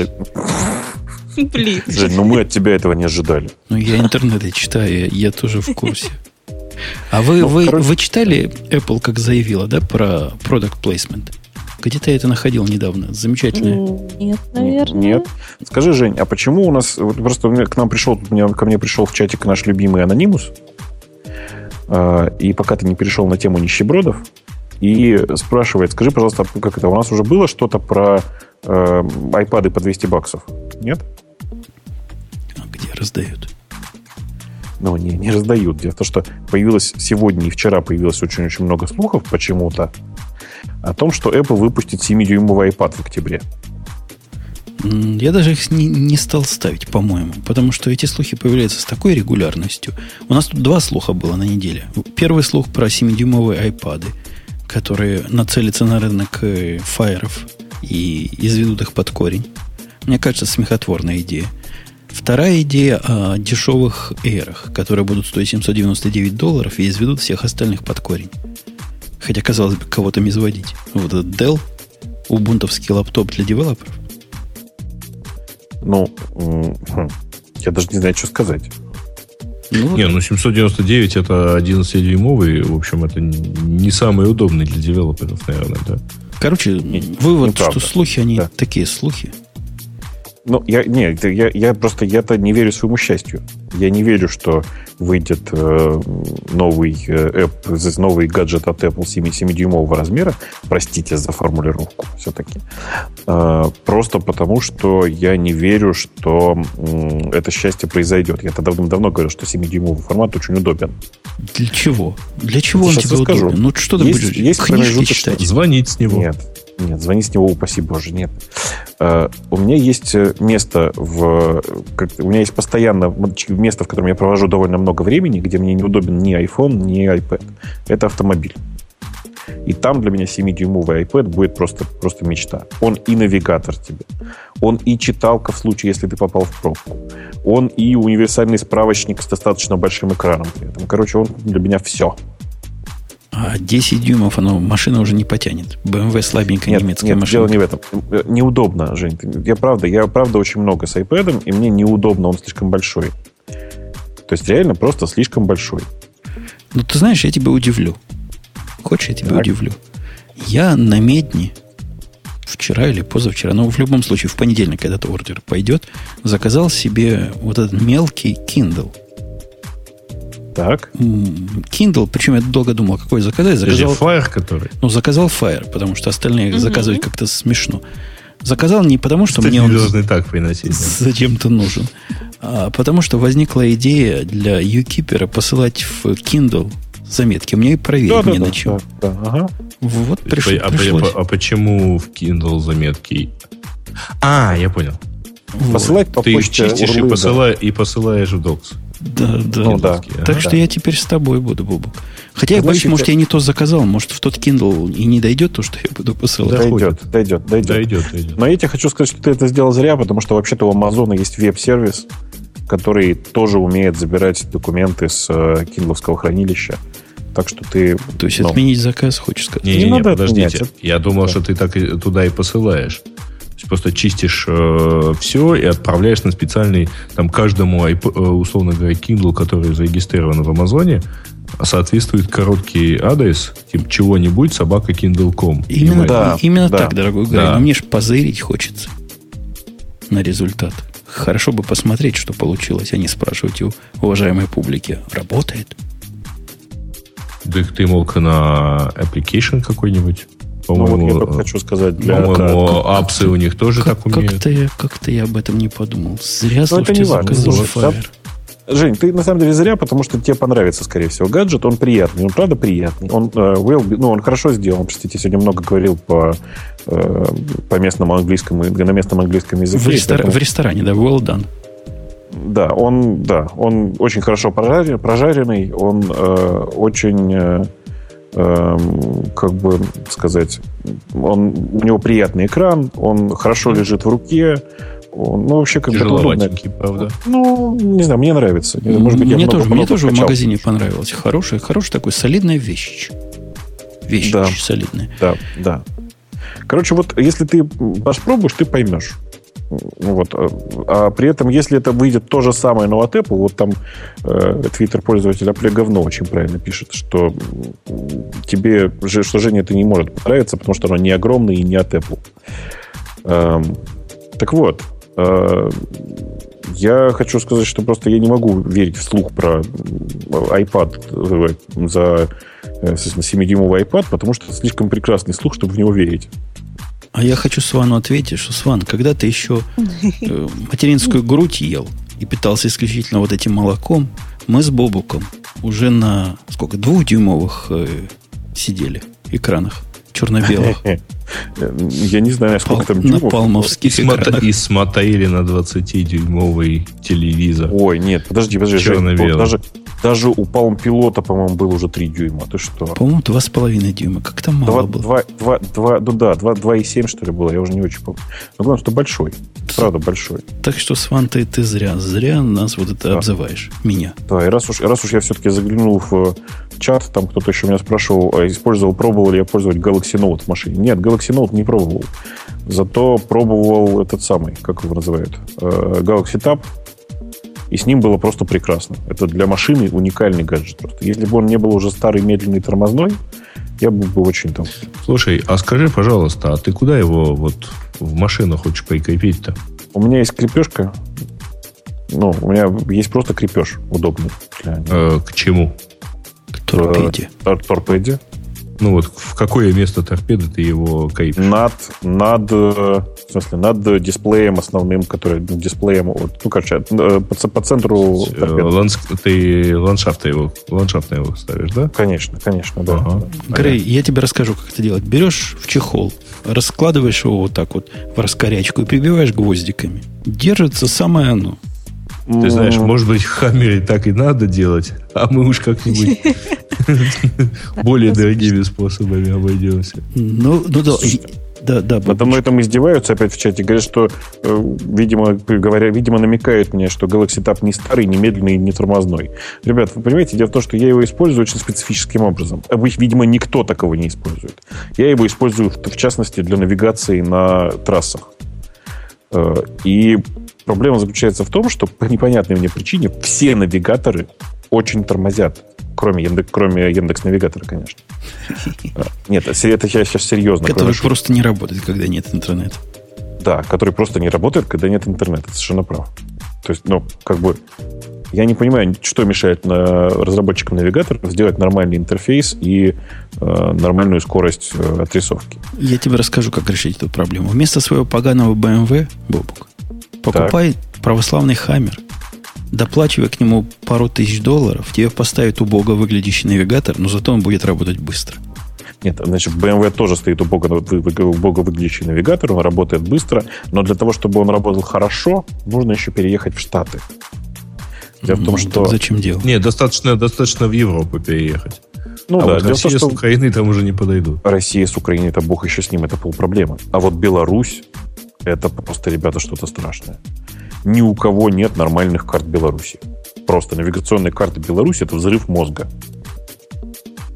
Speaker 3: Блин.
Speaker 4: Жень, ну мы от тебя этого не ожидали.
Speaker 1: Ну, я интернеты читаю, я тоже в курсе. А вы,
Speaker 4: Ну,
Speaker 1: вы,
Speaker 4: короче-
Speaker 1: вы читали Apple, как заявила, да, про product placement? Где-то я это находил недавно. Замечательное.
Speaker 3: Нет, наверное.
Speaker 4: Нет. Скажи, Жень, а почему у нас... Вот просто у меня- к нам пришел, тут мне- ко мне пришел в чатик наш любимый анонимус, э, и пока ты не перешел на тему нищебродов, и спрашивает, скажи, пожалуйста, как это, у нас уже было что-то про э, айпады по двести баксов? Нет?
Speaker 1: А где раздают?
Speaker 4: Ну, не, не раздают. Дело в том, что появилось сегодня и вчера появилось очень-очень много слухов почему-то о том, что Apple выпустит семидюймовый iPad в октябре.
Speaker 1: М, Я даже их не, не стал ставить, по-моему, потому что эти слухи появляются с такой регулярностью. У нас тут два слуха было на неделе. Первый слух про семидюймовые iPad, которые нацелятся на рынок э, фаеров и изведут их под корень. Мне кажется, смехотворная идея. Вторая идея о дешевых Air'ах, которые будут стоить семьсот девяносто девять долларов и изведут всех остальных под корень. Хотя, казалось бы, кого-то изводить. Вот этот Dell, убунтовский лаптоп для девелоперов.
Speaker 4: Ну, м, хм, я даже не знаю, что сказать.
Speaker 1: Ну,
Speaker 2: Не, ну семьсот девяносто девять это одиннадцатидюймовый, в общем, это не самый удобный для девелоперов, наверное, да?
Speaker 1: короче,
Speaker 4: Не-
Speaker 1: вывод,
Speaker 4: неправда.
Speaker 1: что слухи, они
Speaker 4: Да.
Speaker 1: такие слухи.
Speaker 4: Ну, я, не, это я, я просто я-то не верю своему счастью. Я не верю, что выйдет э, новый э, app, новый гаджет от Apple семидюймового размера. Простите за формулировку все-таки. Э, просто потому, что я не верю, что м, это счастье произойдет. Я-то давно говорил, что семидюймовый формат очень удобен.
Speaker 1: Для чего? Для чего он
Speaker 4: Сейчас
Speaker 1: тебе
Speaker 4: расскажу.
Speaker 1: удобен? Ну, что ты
Speaker 4: Есть-
Speaker 1: будешь
Speaker 4: есть
Speaker 1: книжки
Speaker 4: промежуточный-
Speaker 1: читать?
Speaker 2: Звонить с него.
Speaker 4: Нет, нет, звони с него, упаси Боже, нет. Э, у меня есть место в... Как, у меня есть постоянно место, в котором я провожу довольно много времени, где мне неудобен ни iPhone, ни iPad. Это автомобиль. И там для меня семидюймовый iPad будет просто, просто мечта. Он и навигатор тебе. Он и читалка в случае, если ты попал в пробку. Он и универсальный справочник с достаточно большим экраном при этом. Короче, он для меня все.
Speaker 1: А десять дюймов, оно, машина уже не потянет. бэ эм вэ слабенькая
Speaker 4: Нет,
Speaker 1: немецкая
Speaker 4: нет,
Speaker 1: машина.
Speaker 4: дело не в этом. Неудобно, Жень. Я правда, я правда очень много с iPad, и мне неудобно, он слишком большой. То есть реально просто слишком большой.
Speaker 1: Ну, ты знаешь, я тебя удивлю. Хочешь, я тебя
Speaker 4: Так.
Speaker 1: удивлю? Я на Медне вчера или позавчера, но в любом случае в понедельник, когда этот ордер пойдет, заказал себе вот этот мелкий Kindle.
Speaker 4: Так.
Speaker 1: М, Kindle, причем я долго думал, какой заказать.
Speaker 2: Подожди,
Speaker 1: Заказал,
Speaker 2: Fire который?
Speaker 1: ну, заказал Fire, потому что остальные
Speaker 3: Мгм.
Speaker 1: заказывать как-то смешно. Заказал не потому, что
Speaker 2: Кстати,
Speaker 1: мне он
Speaker 2: не должны так приносить. да.
Speaker 1: зачем-то нужен, а потому что возникла идея для юкипера посылать в Kindle заметки. Мне и проверить
Speaker 4: Да, да,
Speaker 1: не
Speaker 4: да,
Speaker 1: на чем.
Speaker 4: да, да, ага.
Speaker 1: Вот
Speaker 2: То есть,
Speaker 1: приш-
Speaker 2: а, а-
Speaker 1: пришлось.
Speaker 2: а почему в Kindle заметки? А, я понял.
Speaker 1: Вот.
Speaker 4: Посылать по
Speaker 2: Ты их
Speaker 4: почте
Speaker 2: чистишь и,
Speaker 4: урлы, да.
Speaker 2: посылаешь, и посылаешь в докс.
Speaker 1: Да, да.
Speaker 4: Ну да.
Speaker 2: Ага.
Speaker 1: Так что
Speaker 4: да.
Speaker 1: я теперь с тобой буду, Бобок. Хотя я боюсь,
Speaker 4: Значит,
Speaker 1: может,
Speaker 4: я-
Speaker 1: я не то заказал. Может, в тот Kindle и не дойдет то, что я буду посылать.
Speaker 2: Да.
Speaker 4: Дойдет, дойдет, дойдет.
Speaker 2: Дойдет, дойдет.
Speaker 4: Но я тебе хочу сказать, что ты это сделал зря, потому что вообще-то у Амазона есть веб-сервис, который тоже умеет забирать документы с э, киндловского хранилища Так что ты...
Speaker 1: То есть
Speaker 4: ну,
Speaker 1: отменить заказ, хочешь сказать?
Speaker 2: Не, не, не,
Speaker 4: не надо
Speaker 2: подождите.
Speaker 4: отменять.
Speaker 2: Я думал,
Speaker 4: Да.
Speaker 2: что ты так и туда и посылаешь. То есть просто чистишь э, все и отправляешь на специальный, там, каждому, iP- э, условно говоря, Kindle, который зарегистрирован в Амазоне, соответствует короткий адрес, типа чего-нибудь, собака kindle точка ком.
Speaker 1: Именно,
Speaker 4: Да,
Speaker 1: именно
Speaker 4: да.
Speaker 1: так, дорогой Гарри.
Speaker 2: Да.
Speaker 1: Но мне ж позырить хочется на результат. Хорошо бы посмотреть, что получилось, а не спрашивать у уважаемой публики. Работает?
Speaker 2: Да ты мог на application какой-нибудь.
Speaker 4: Ну, вот
Speaker 2: По-моему,
Speaker 4: я только хочу сказать, для...
Speaker 2: по-моему,
Speaker 1: как-
Speaker 2: апсы у них тоже
Speaker 1: Как-
Speaker 2: так умеют.
Speaker 1: как-то, я, как-то я об этом не подумал. Зря,
Speaker 4: это
Speaker 1: слушайте,
Speaker 4: не важно.
Speaker 1: заказал
Speaker 4: Слушай,
Speaker 1: Fire.
Speaker 4: Жень, ты на самом деле зря, потому что тебе понравится, скорее всего, гаджет. Он приятный, он правда приятный. Он, э, well, ну, он хорошо сделан. Простите, сегодня много говорил по, э, по местному английскому, на местном английском языке.
Speaker 1: В, рестора-
Speaker 4: поэтому-
Speaker 1: в ресторане, да, well done.
Speaker 4: Да, он, да, он очень хорошо прожарен- прожаренный, он э, очень, э, э, как бы сказать, он, у него приятный экран, он хорошо лежит в руке, он, ну, вообще, как бы это удобно.
Speaker 2: Тяжеловатенький, правда.
Speaker 4: Ну, не знаю, мне нравится. Может быть, я
Speaker 1: мне
Speaker 4: много-
Speaker 1: тоже, мне
Speaker 4: много
Speaker 1: тоже в
Speaker 4: скачал.
Speaker 1: магазине понравилось. Хорошая, хорошая такой солидная вещь. Вещь
Speaker 4: Да.
Speaker 1: солидная.
Speaker 4: Да, да. Короче, вот если ты попробуешь, ты поймешь. Ну, вот. А при этом, если это выйдет то же самое, но от Apple, вот там э, твиттер-пользователь Apple говно очень правильно пишет, что тебе, что Жене это не может понравиться, потому что оно не огромное и не от Apple. Эм, так вот, э, я хочу сказать, что просто я не могу верить вслух про iPad э, за э, семидюймовый iPad, потому что это слишком прекрасный слух, чтобы в него верить.
Speaker 1: А я хочу Свану ответить, что, Сван, когда ты еще э, материнскую грудь ел и питался исключительно вот этим молоком, мы с Бобуком уже на сколько, двухдюймовых э, сидели экранах черно-белых.
Speaker 4: Я не знаю, сколько там
Speaker 1: На
Speaker 4: дюймов.
Speaker 2: И,
Speaker 1: палмовских
Speaker 2: смота-
Speaker 1: экранах.
Speaker 2: и смотрели на двадцатидюймовый телевизор.
Speaker 4: Ой, нет, подожди, подожди. Жень,
Speaker 2: Черно-белый.
Speaker 4: вот даже, даже у Palm Pilot, по-моему, был уже три дюйма. Ты что?
Speaker 1: По-моему, два с половиной дюйма. Как-то мало
Speaker 4: Два,
Speaker 1: было.
Speaker 4: два, два, два, ну да, два, два и семь, что ли, было, я уже не очень помню. Но главное, что большой. Правда, большой.
Speaker 1: Так что, Сван, ты, ты зря, зря нас вот это
Speaker 4: Да.
Speaker 1: обзываешь. Меня.
Speaker 4: Да, и раз уж, раз уж я все-таки заглянул в чат, там кто-то еще меня спрашивал, а использовал, пробовал ли я пользовать Galaxy Note в машине. Нет, Galaxy Note не пробовал. Зато пробовал этот самый, как его называют, э, Galaxy Tab. И с ним было просто прекрасно. Это для машины уникальный гаджет просто. Если бы он не был уже старый, медленный, тормозной, я был бы очень там...
Speaker 2: Слушай, а скажи, пожалуйста, а ты куда его вот в машину хочешь прикрепить-то?
Speaker 4: У меня есть крепежка. Ну, у меня есть просто крепеж удобный. Для
Speaker 2: Э, к чему?
Speaker 1: К торпеде.
Speaker 4: тор- торпеде.
Speaker 2: Ну вот в какое место торпеды ты его крепишь?
Speaker 4: Над, над, э, в смысле, над дисплеем основным, который, ну, дисплеем, вот, ну, короче, э, по, ц- по центру
Speaker 2: Э,
Speaker 4: торпеды.
Speaker 2: ландс- Ты ландшафт его, ландшафтно его ставишь, да?
Speaker 4: Конечно, конечно, да.
Speaker 2: Ага.
Speaker 1: Грей, я тебе расскажу, как это делать. Берешь в чехол, раскладываешь его вот так вот в раскорячку и прибиваешь гвоздиками. Держится самое оно.
Speaker 2: Ты знаешь, может быть, в Хаммере так и надо делать, а мы уж как-нибудь более дорогими способами обойдемся.
Speaker 1: Ну, ну да, и- да, да,
Speaker 4: Надо мной там издеваются опять в чате. Говорят, что, э, видимо, говоря, видимо, намекают мне, что Galaxy Tab не старый, не медленный, не тормозной. Ребят, вы понимаете, дело в том, что я его использую очень специфическим образом. А вы, видимо, никто такого не использует. Я его использую, в частности, для навигации на трассах. Э, И проблема заключается в том, что по непонятной мне причине все навигаторы очень тормозят. Кроме, Яндекс, кроме Яндекс-навигатора, конечно. А, Нет, это я сейчас серьезно.
Speaker 1: который
Speaker 4: кроме шуток.
Speaker 1: просто не работает, когда нет интернета.
Speaker 4: Да, который просто не работает, когда нет интернета. Ты совершенно прав. То есть, ну, как бы, я не понимаю, что мешает на разработчикам навигаторов сделать нормальный интерфейс и э, нормальную скорость э, отрисовки.
Speaker 1: Я тебе расскажу, как решить эту проблему. Вместо своего поганого бэ эм вэ, Бобук, покупай православный Хаммер, доплачивай к нему пару тысяч долларов, тебе поставят убого выглядящий навигатор, но зато он будет работать быстро.
Speaker 4: Нет, значит, бэ эм вэ тоже стоит убого, убого выглядящий навигатор, он работает быстро, но для того, чтобы он работал хорошо, нужно еще переехать в Штаты. Дело в том,
Speaker 1: Ну,
Speaker 4: что...
Speaker 1: так зачем делать?
Speaker 2: Не, достаточно, достаточно в Европу переехать.
Speaker 4: Ну
Speaker 2: а
Speaker 4: да,
Speaker 2: вот
Speaker 4: дело в том,
Speaker 2: Россия
Speaker 4: что
Speaker 2: с Украиной там уже не подойдут.
Speaker 4: Россия с Украиной, это бог еще с ним, это полпроблемы. А вот Беларусь, это просто, ребята, что-то страшное. Ни у кого нет нормальных карт Беларуси. Просто навигационные карты Беларуси — это взрыв мозга.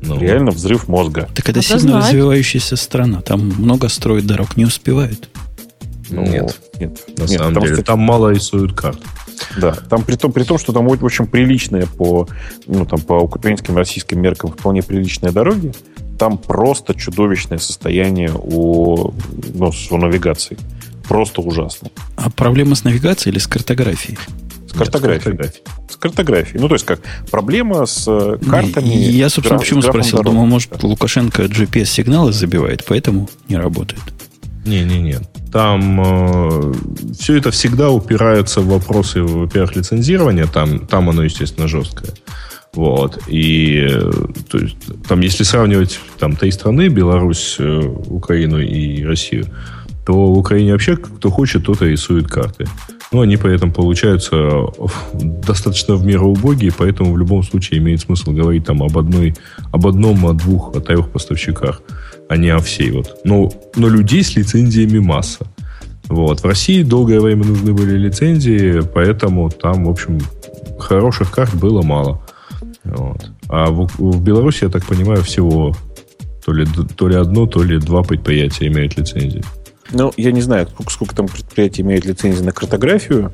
Speaker 4: Ну, реально взрыв мозга.
Speaker 1: Так это сильно знать. развивающаяся страна. Там много строят дорог, не успевают.
Speaker 4: Ну, нет, нет.
Speaker 2: На
Speaker 4: нет,
Speaker 2: самом
Speaker 4: там,
Speaker 2: деле,
Speaker 4: кстати,
Speaker 2: там мало рисуют карт.
Speaker 4: Да, там при том, при том, что там очень приличные по, ну, там, по украинским и российским меркам вполне приличные дороги. Там просто чудовищное состояние у, ну, у навигации. Просто ужасно.
Speaker 1: А проблема с навигацией или с картографией?
Speaker 4: С картографией. Нет, с картографией. Ну, то есть, как проблема с картами.
Speaker 1: Не, я, собственно, почему спросил? Дорог. Думал, может, Лукашенко джи пи эс-сигналы забивает, поэтому не работает.
Speaker 2: Не-не-не. Там э, все это всегда упирается в вопросы, во-первых, лицензирования. Там, там оно, естественно, жесткое. Вот. И то есть, там, если сравнивать там, три страны, Беларусь, Украину и Россию, то в Украине вообще кто хочет, тот и рисует карты. Но они при этом получаются достаточно в меру убогие, поэтому в любом случае имеет смысл говорить там об одной, об одном, о двух, о трех поставщиках, а не о всей. Вот. Но, но людей с лицензиями масса. Вот. В России долгое время нужны были лицензии, поэтому там, в общем, хороших карт было мало. Вот. А в, в Беларуси, я так понимаю, всего то ли, то ли одно, то ли два предприятия имеют лицензии.
Speaker 4: Ну, я не знаю, сколько, сколько там предприятий имеют лицензии на картографию.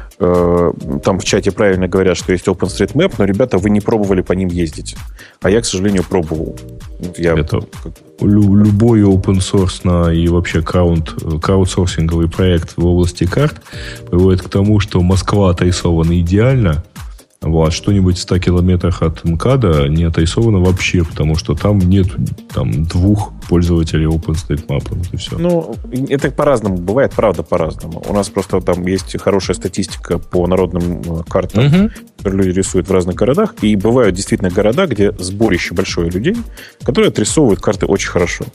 Speaker 4: Там в чате правильно говорят, что есть OpenStreetMap, но, ребята, вы не пробовали по ним ездить. А я, к сожалению, пробовал. Я...
Speaker 2: Это любой open source и вообще крауд, краудсорсинговый проект в области карт приводит к тому, что Москва отрисована идеально, вот, что-нибудь в ста километрах от МКАДа не отрисовано вообще, потому что там нет там, двух пользователей OpenStreetMap. Вот и все.
Speaker 4: Ну, это по-разному бывает, правда, по-разному. У нас просто там есть хорошая статистика по народным картам, угу. которые люди рисуют в разных городах. И бывают действительно города, где сборище большое людей, которые отрисовывают карты очень хорошо.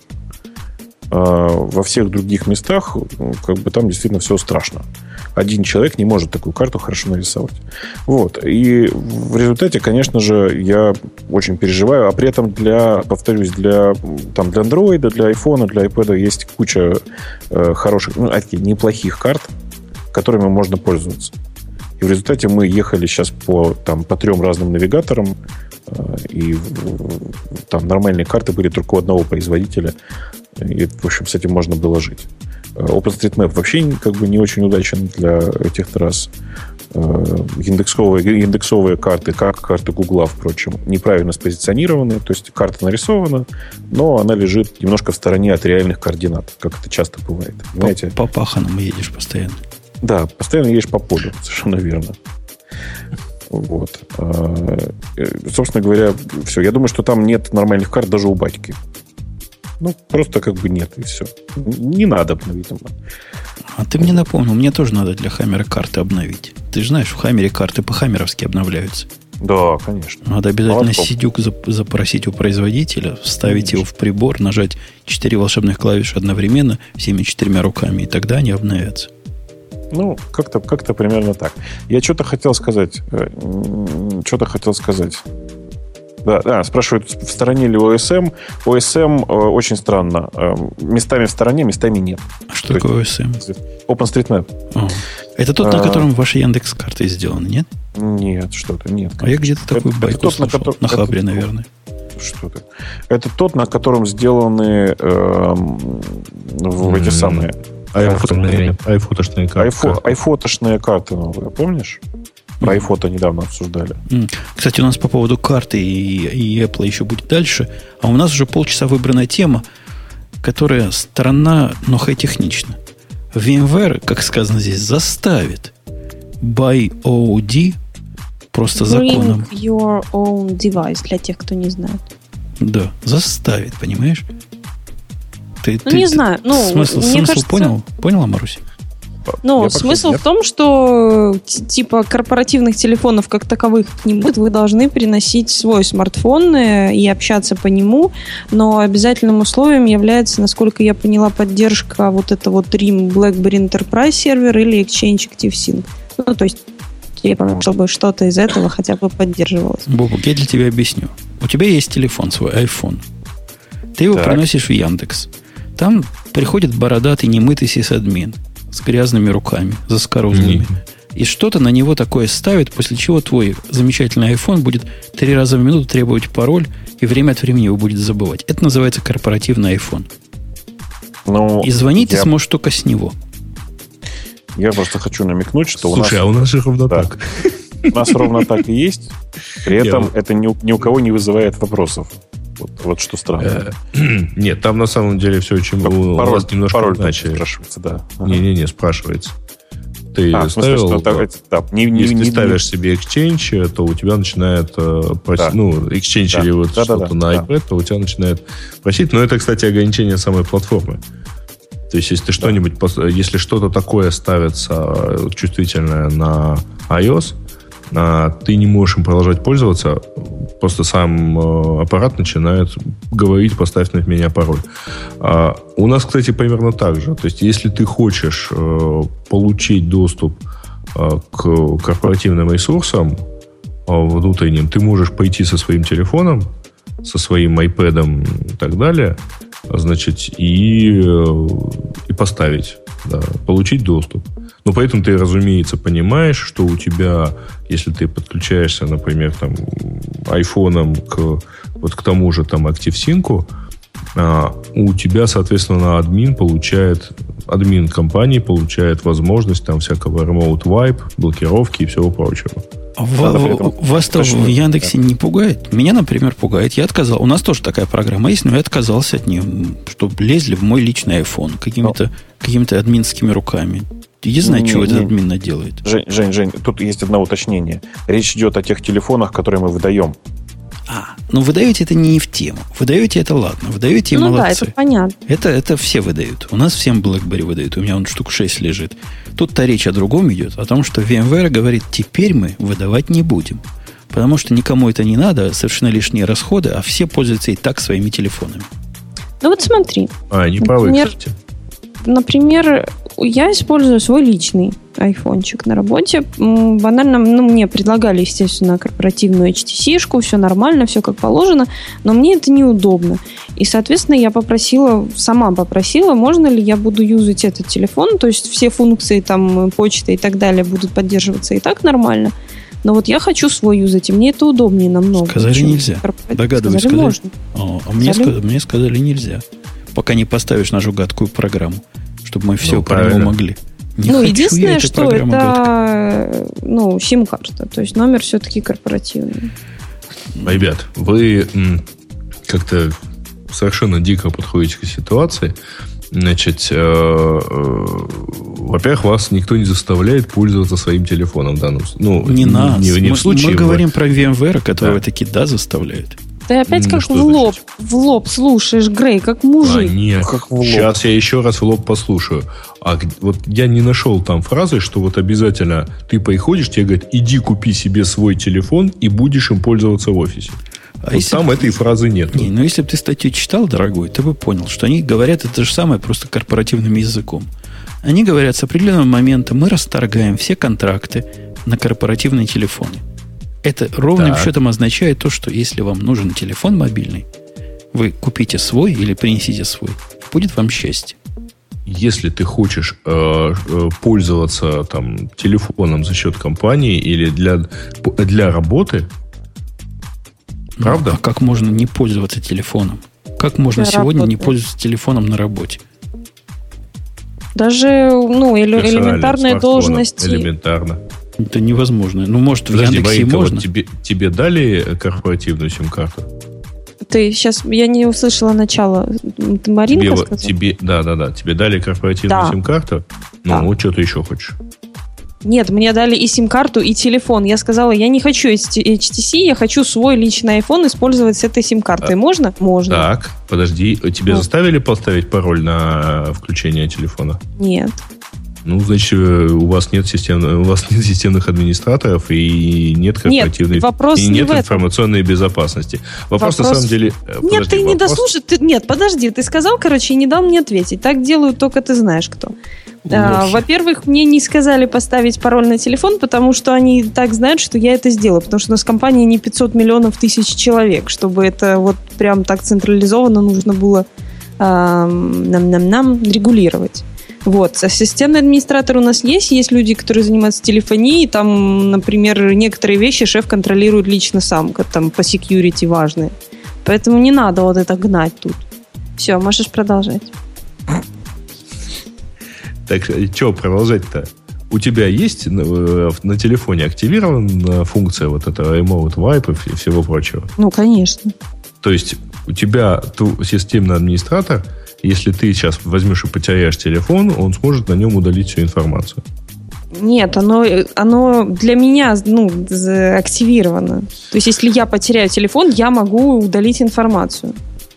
Speaker 4: А во всех других местах как бы там действительно все страшно. Один человек не может такую карту хорошо нарисовать. Вот. И в результате, конечно же, я очень переживаю. А при этом для, повторюсь, для, там, для Android, для iPhone, для iPad есть куча э, хороших, ну, неплохих карт, которыми можно пользоваться. И в результате мы ехали сейчас по, там, по трем разным навигаторам, э, и там нормальные карты были только у одного производителя. И, в общем, с этим можно было жить. OpenStreetMap вообще как бы не очень удачен для этих трасс. Индексовые, индексовые карты, как карты Гугла, впрочем, неправильно спозиционированы. То есть карта нарисована, но она лежит немножко в стороне от реальных координат, как это часто бывает. Понимаете?
Speaker 1: По, по паханам едешь постоянно.
Speaker 4: Да, постоянно едешь по полю, совершенно верно. Вот. Собственно говоря, все. Я думаю, что там нет нормальных карт даже у батьки. Ну, просто как бы нет, и все. Не надо обновить.
Speaker 1: А ты мне напомнил, мне тоже надо для Хаммера карты обновить. Ты же знаешь, в Хаммере карты по-хаммеровски обновляются.
Speaker 4: Да, конечно.
Speaker 1: Надо обязательно сидюк запросить у производителя, вставить конечно. Его в прибор, нажать четыре волшебных клавиши одновременно, всеми четырьмя руками, и тогда они обновятся.
Speaker 4: Ну, как-то, как-то примерно так. Я что-то хотел сказать. Что-то хотел сказать. Да, да, спрашивают, в стороне ли о эс эм. о эс эм э, очень странно. Э, местами в стороне, местами нет.
Speaker 1: А что такое о эс эм?
Speaker 4: OpenStreetMap.
Speaker 1: О. Это тот, а, на котором ваши Яндекс.Карты сделаны, нет?
Speaker 4: Нет, что-то нет.
Speaker 1: А я где-то такую это, байку это слышал. Тот, на, который, на Хабре, это, наверное.
Speaker 4: Что-то. Это тот, на котором сделаны э, в эти самые...
Speaker 2: Айфотошные карты.
Speaker 4: Айфотошные карты новые, помнишь? Про iPhone недавно обсуждали.
Speaker 1: Кстати, у нас по поводу карты и, и Apple еще будет дальше. А у нас уже полчаса выбрана тема, которая странна, но хай-технична. VMware, как сказано здесь, заставит by о ди просто
Speaker 3: Bring
Speaker 1: законом.
Speaker 3: Your own device, для тех, кто не знает.
Speaker 1: Да, заставит, понимаешь? Ты,
Speaker 3: ну,
Speaker 1: ты,
Speaker 3: не
Speaker 1: ты,
Speaker 3: знаю. Ну,
Speaker 1: смысл смысл
Speaker 3: кажется...
Speaker 1: понял? Поняла, Маруся?
Speaker 3: Ну,
Speaker 4: я
Speaker 3: смысл
Speaker 4: пока...
Speaker 3: в том, что типа корпоративных телефонов как таковых не будет, вы должны приносить свой смартфон и общаться по нему, но обязательным условием является, насколько я поняла, поддержка вот это вот рим BlackBerry Enterprise сервер или Exchange ActiveSync. Ну, то есть, чтобы что-то из этого хотя бы поддерживалось.
Speaker 1: Бобук, я для тебя объясню. У тебя есть телефон свой, iPhone. Ты его так. приносишь в Яндекс. Там приходит бородатый, немытый сисадмин с грязными руками, заскорузлыми. и что-то на него такое ставит, после чего твой замечательный iPhone будет три раза в минуту требовать пароль, и время от времени его будет забывать. Это называется корпоративный iPhone.
Speaker 4: Ну,
Speaker 1: и звонить
Speaker 4: я...
Speaker 1: ты сможешь только с него.
Speaker 4: Я просто хочу намекнуть, что
Speaker 2: Слушай,
Speaker 4: у нас...
Speaker 2: а у нас же ровно
Speaker 4: да.
Speaker 2: так.
Speaker 4: У нас ровно так и есть. При этом я... это ни у, ни у кого не вызывает вопросов. Вот, вот что странно.
Speaker 2: Нет, там на самом деле все очень...
Speaker 4: Пароль,
Speaker 2: у вас немножко
Speaker 4: пароль
Speaker 2: иначе.
Speaker 4: Спрашивается, да.
Speaker 2: Не-не-не, спрашивается. Ты
Speaker 4: а,
Speaker 2: ставил...
Speaker 4: В смысле, что, да, не, не,
Speaker 2: если
Speaker 4: не,
Speaker 2: ты ставишь не... себе Exchange, то у тебя начинает э, просить... Да. Ну, Exchange да. или вот да, что-то да, да, на iPad, да. то у тебя начинает просить. Но это, кстати, ограничение самой платформы. То есть, если ты да. что-нибудь... Если что-то такое ставится чувствительное на iOS, а ты не можешь им продолжать пользоваться, просто сам э, аппарат начинает говорить: поставь на меня пароль. А у нас, кстати, примерно так же. То есть, если ты хочешь э, получить доступ э, к корпоративным ресурсам э, внутренним, ты можешь пойти со своим телефоном, со своим iPad и так далее, значит, и, э, и поставить, да, получить доступ. Но поэтому ты, разумеется, понимаешь, что у тебя, если ты подключаешься, например, там, айфоном к, вот к тому же там ActiveSync, а, у тебя, соответственно, админ получает, админ компании получает возможность там всякого remote wipe, блокировки и всего прочего.
Speaker 1: А в, вас-то в Яндексе да. не пугает? Меня, например, пугает. Я отказал. У нас тоже такая программа есть, но я отказался от нее, чтобы лезли в мой личный iPhone какими-то, какими-то админскими руками. Я знаю, не, чего не, этот админ наделает.
Speaker 4: Жень, Жень, Жень, тут есть одно уточнение. Речь идет о тех телефонах, которые мы выдаем.
Speaker 1: А, ну выдаете это не в тему. Выдаете это ладно. Выдаете и
Speaker 3: ну
Speaker 1: молодцы.
Speaker 3: Да, это понятно.
Speaker 1: Это, это все выдают. У нас всем BlackBerry выдают. У меня он штук шесть лежит. Тут-то речь о другом идет. О том, что VMware говорит, теперь мы выдавать не будем. Потому что никому это не надо. Совершенно лишние расходы. А все пользуются и так своими телефонами.
Speaker 3: Ну вот смотри.
Speaker 2: А, не правы, кстати.
Speaker 3: Например, я использую свой личный айфончик на работе. Банально, ну, мне предлагали, естественно, корпоративную эйч ти си-шку, все нормально, все как положено, но мне это неудобно. И, соответственно, я попросила, сама попросила, можно ли я буду юзать этот телефон, то есть все функции, там, почты и так далее будут поддерживаться и так нормально. Но вот я хочу свой юзать, и мне это удобнее намного.
Speaker 1: Сказали нельзя. Догадываюсь, сказали.
Speaker 3: Можно.
Speaker 1: О, а мне сказали? мне сказали нельзя. Пока не поставишь нашу гадкую программу, чтобы мы все ну, по нему могли. Не
Speaker 3: ну, единственное, что это гадкую. ну, сим-карта, то есть номер все-таки корпоративный.
Speaker 2: Ребят, вы м, как-то совершенно дико подходите к ситуации. Значит, э, э, во-первых, вас никто не заставляет пользоваться своим телефоном в данном случае. Ну,
Speaker 1: не, не нас.
Speaker 2: Не, не
Speaker 1: мы,
Speaker 2: в случае,
Speaker 1: мы говорим про VMware, которого да. таки да заставляют.
Speaker 3: Ты опять ну, как в лоб, значит? в лоб слушаешь, Грей, как мужик.
Speaker 2: А, нет, как в лоб. Сейчас я еще раз в лоб послушаю. А вот я не нашел там фразы, что вот обязательно ты приходишь, тебе говорят, иди купи себе свой телефон и будешь им пользоваться в офисе. А вот там бы... этой фразы нет.
Speaker 1: Не, ну если бы ты статью читал, дорогой, ты бы понял, что они говорят это же самое, просто корпоративным языком. Они говорят, с определенного момента мы расторгаем все контракты на корпоративные телефоны. Это ровным так. счетом означает то, что если вам нужен телефон мобильный, вы купите свой или принесите свой. Будет вам счастье.
Speaker 2: Если ты хочешь э, пользоваться там, телефоном за счет компании или для, для работы,
Speaker 1: ну,
Speaker 2: правда?
Speaker 1: А как можно не пользоваться телефоном? Как можно для сегодня работы. не пользоваться телефоном на работе?
Speaker 3: Даже ну, элементарные должности.
Speaker 2: Элементарно.
Speaker 1: Это невозможно. Ну, может,
Speaker 2: Подожди,
Speaker 1: в Яндексе
Speaker 2: Маринка,
Speaker 1: можно.
Speaker 2: Вот тебе, тебе дали корпоративную сим-карту?
Speaker 3: Ты сейчас... Я не услышала начало. Ты Маринка
Speaker 2: тебе,
Speaker 3: сказала?
Speaker 2: Тебе, да, да, да. Тебе дали корпоративную да. сим-карту? Ну, да. вот что ты еще хочешь?
Speaker 3: Нет, мне дали и сим-карту, и телефон. Я сказала, я не хочу эйч ти си, я хочу свой личный iPhone использовать с этой сим-картой. А, можно? Можно.
Speaker 2: Так, подожди. Тебе вот. заставили поставить пароль на включение телефона?
Speaker 3: Нет.
Speaker 2: Ну, значит, у вас нет систем, у вас нет системных администраторов и нет корпоративной
Speaker 3: нет, вопрос
Speaker 2: и
Speaker 3: не
Speaker 2: нет информационной безопасности. Вопрос, вопрос на самом деле.
Speaker 3: Нет,
Speaker 2: подожди,
Speaker 3: ты не
Speaker 2: вопрос...
Speaker 3: дослушай. Ты... Нет, подожди, ты сказал, короче, и не дал мне ответить. Так делают только ты знаешь кто. А, во-первых, мне не сказали поставить пароль на телефон, потому что они так знают, что я это сделаю. Потому что у нас компания не пятьсот миллионов тысяч человек, чтобы это вот прям так централизованно нужно было а, нам, нам, нам регулировать. Вот. Системный администратор у нас есть. Есть люди, которые занимаются телефонией. Там, например, некоторые вещи шеф контролирует лично сам, как там по security важные. Поэтому не надо вот это гнать тут. Все, можешь продолжать.
Speaker 2: Так, что продолжать-то? У тебя есть на, на телефоне активирована функция вот этого Remote Wipe и всего прочего?
Speaker 3: Ну, конечно.
Speaker 2: То есть у тебя системный администратор, если ты сейчас возьмешь и потеряешь телефон, он сможет на нем удалить всю информацию?
Speaker 3: Нет, оно, оно для меня ну, активировано. То есть, если я потеряю телефон, я могу удалить информацию.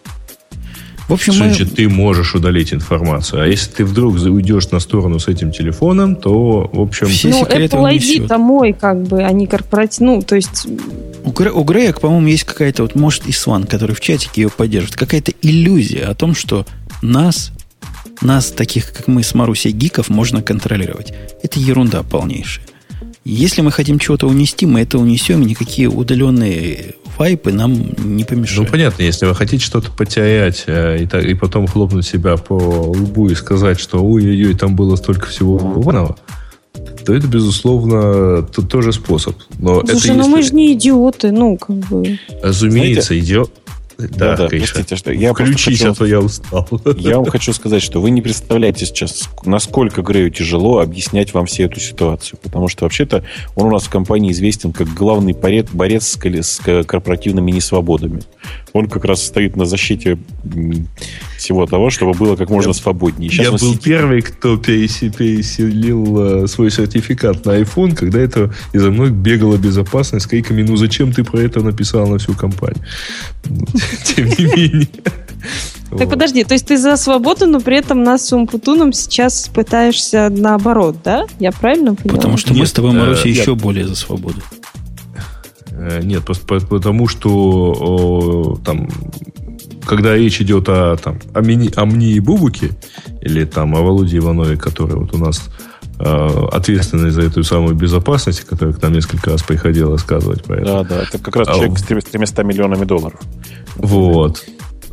Speaker 2: В общем, Значит, мы... ты можешь удалить информацию. А если ты вдруг уйдешь на сторону с этим телефоном, то, в общем...
Speaker 3: Все ну, Apple ай ди-то мой, как бы, а не корпоративный. Ну, то есть...
Speaker 1: У, Гре- у Грея, по-моему, есть какая-то, вот, может, Исван, который в чатике ее поддерживает, какая-то иллюзия о том, что нас, нас, таких, как мы с Марусей гиков, можно контролировать. Это ерунда полнейшая. Если мы хотим чего-то унести, мы это унесем, и никакие удаленные вайпы нам не помешают.
Speaker 2: Ну, понятно, если вы хотите что-то потерять э, и, так, и потом хлопнуть себя по лбу и сказать, что ой-ой-ой, там было столько всего важного, то это, безусловно, тут тоже способ. Но
Speaker 3: Слушай,
Speaker 2: это
Speaker 3: ну
Speaker 2: если...
Speaker 3: мы же не идиоты, ну, как бы...
Speaker 2: Разумеется, идиот...
Speaker 4: Да, да, простите, что я
Speaker 2: Включись, хочу, а то я устал.
Speaker 4: Я вам хочу сказать, что вы не представляете сейчас, насколько Грею тяжело объяснять вам всю эту ситуацию. Потому что, вообще-то, он у нас в компании известен как главный борец с корпоративными несвободами. Он как раз стоит на защите всего того, чтобы было как можно свободнее.
Speaker 2: Сейчас я был сидит... первый, кто переселил свой сертификат на iPhone, когда это из-за мной бегала безопасность с криками: ну зачем ты про это написал на всю компанию? Тем не менее.
Speaker 3: Так подожди, то есть ты за свободу, но при этом нас с Умпутуном сейчас пытаешься наоборот, да? Я правильно поняла?
Speaker 1: Потому что мы с тобой, Маруся, еще более за свободу.
Speaker 2: Нет, потому что о, там, когда речь идет о, там, о, мини, о мне и Бубуке, или там, о Володе Иванове, который вот у нас э, ответственный за эту самую безопасность, которая к нам несколько раз приходила рассказывать про это.
Speaker 4: Да, да, это как раз а, человек с тремястами миллионами долларов.
Speaker 2: Вот.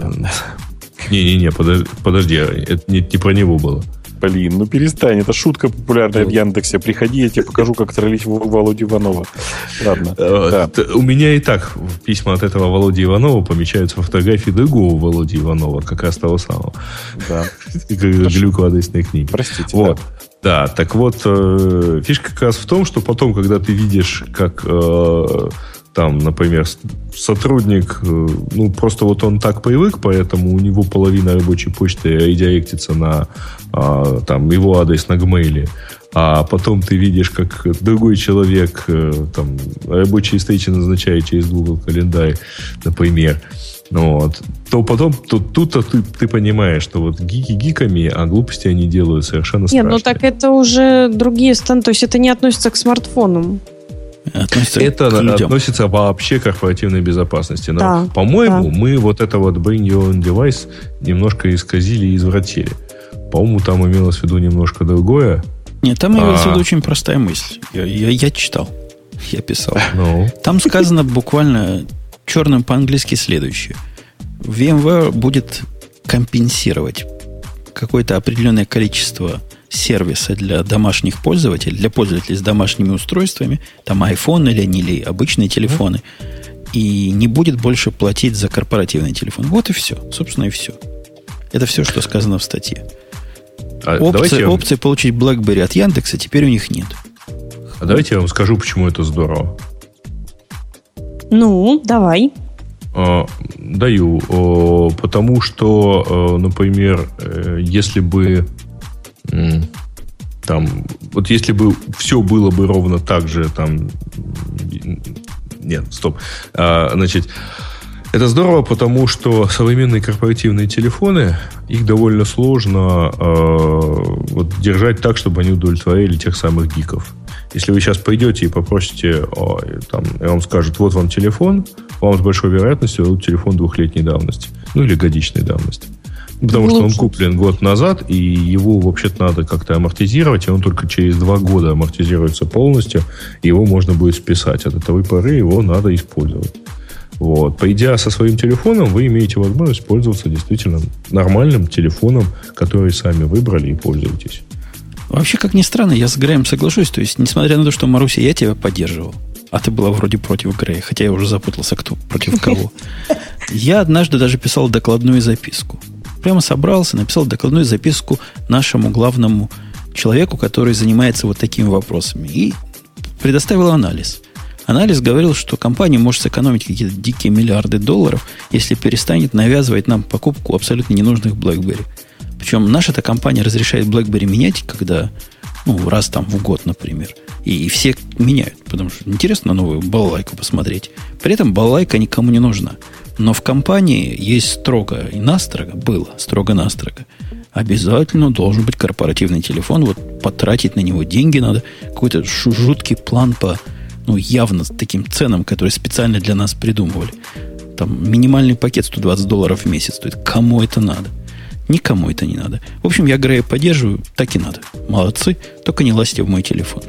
Speaker 2: Не-не-не, подожди, подожди, это не, не про него было.
Speaker 4: Блин, ну перестань, это шутка популярная в Яндексе. Приходи, я тебе покажу, как троллить Володю Иванова. Ладно.
Speaker 2: Да. У меня и так письма от этого Володи Иванова помечаются фотографии другого Володи Иванова, как раз того самого. Да. Глюк в адресной книге.
Speaker 4: Простите.
Speaker 2: Вот. Да, так вот, фишка как раз в том, что потом, когда ты видишь, как... Там, например, сотрудник, ну, просто вот он так привык, поэтому у него половина рабочей почты редиректится на а, там, его адрес на Gmail. А потом ты видишь, как другой человек там, рабочие встречи назначает через Google календарь, например. Вот. То потом то, тут-то ты, ты понимаешь, что вот гики гиками, а глупости они делают совершенно страшные.
Speaker 3: Нет, ну так это уже другие стандарты, то есть это не относится к смартфонам.
Speaker 2: Относится это относится вообще к корпоративной безопасности. Но, да, по-моему, да. мы вот это вот Bring Your Own Device немножко исказили и извратили. По-моему, там имелось в виду немножко другое.
Speaker 1: Нет, там имелась в виду очень простая мысль. Я, я, я читал, я писал. No. Там сказано буквально черным по-английски следующее. VMware будет компенсировать какое-то определенное количество сервиса для домашних пользователей, для пользователей с домашними устройствами, там iPhone или они, или обычные телефоны, и не будет больше платить за корпоративный телефон. Вот и все. Собственно, и все. Это все, что сказано в статье. А опции, вам... опции получить BlackBerry от Яндекса теперь у них нет.
Speaker 2: А давайте я вам скажу, почему это здорово.
Speaker 3: Ну, давай.
Speaker 2: А, даю. О, потому что, например, если бы там, вот если бы все было бы ровно так же, там, нет, стоп, а, значит, это здорово, потому что современные корпоративные телефоны, их довольно сложно а, вот, держать так, чтобы они удовлетворяли тех самых гиков. Если вы сейчас пойдете и попросите, о, там, и вам скажут, вот вам телефон, вам с большой вероятностью дадут телефон двухлетней давности, ну или годичной давности. Потому Лучше. что он куплен год назад, и его вообще-то надо как-то амортизировать, и он только через два года амортизируется полностью, и его можно будет списать. От этой поры его надо использовать. Вот. Пойдя со своим телефоном, вы имеете возможность пользоваться действительно нормальным телефоном, который сами выбрали и пользуетесь.
Speaker 1: Вообще, как ни странно, я с Греем соглашусь. То есть, несмотря на то, что, Маруся, я тебя поддерживал, а ты была вроде против Грея, хотя я уже запутался, кто против кого. Я однажды даже писал докладную записку. Прямо собрался, написал докладную записку нашему главному человеку, который занимается вот такими вопросами. И предоставил анализ. Анализ говорил, что компания может сэкономить какие-то дикие миллиарды долларов, если перестанет навязывать нам покупку абсолютно ненужных BlackBerry. Причем наша-то компания разрешает BlackBerry менять, когда, ну, раз там в год, например. И, и все меняют, потому что интересно новую балалайку посмотреть. При этом балалайка никому не нужна. Но в компании есть строго и настрого, было строго-настрого. Обязательно должен быть корпоративный телефон. Вот потратить на него деньги надо. Какой-то жуткий план по... Ну, явно с таким ценам, которые специально для нас придумывали. Там минимальный пакет сто двадцать долларов в месяц стоит. Кому это надо? Никому это не надо. В общем, я Грея поддерживаю, так и надо. Молодцы, только не лазьте в мой телефон.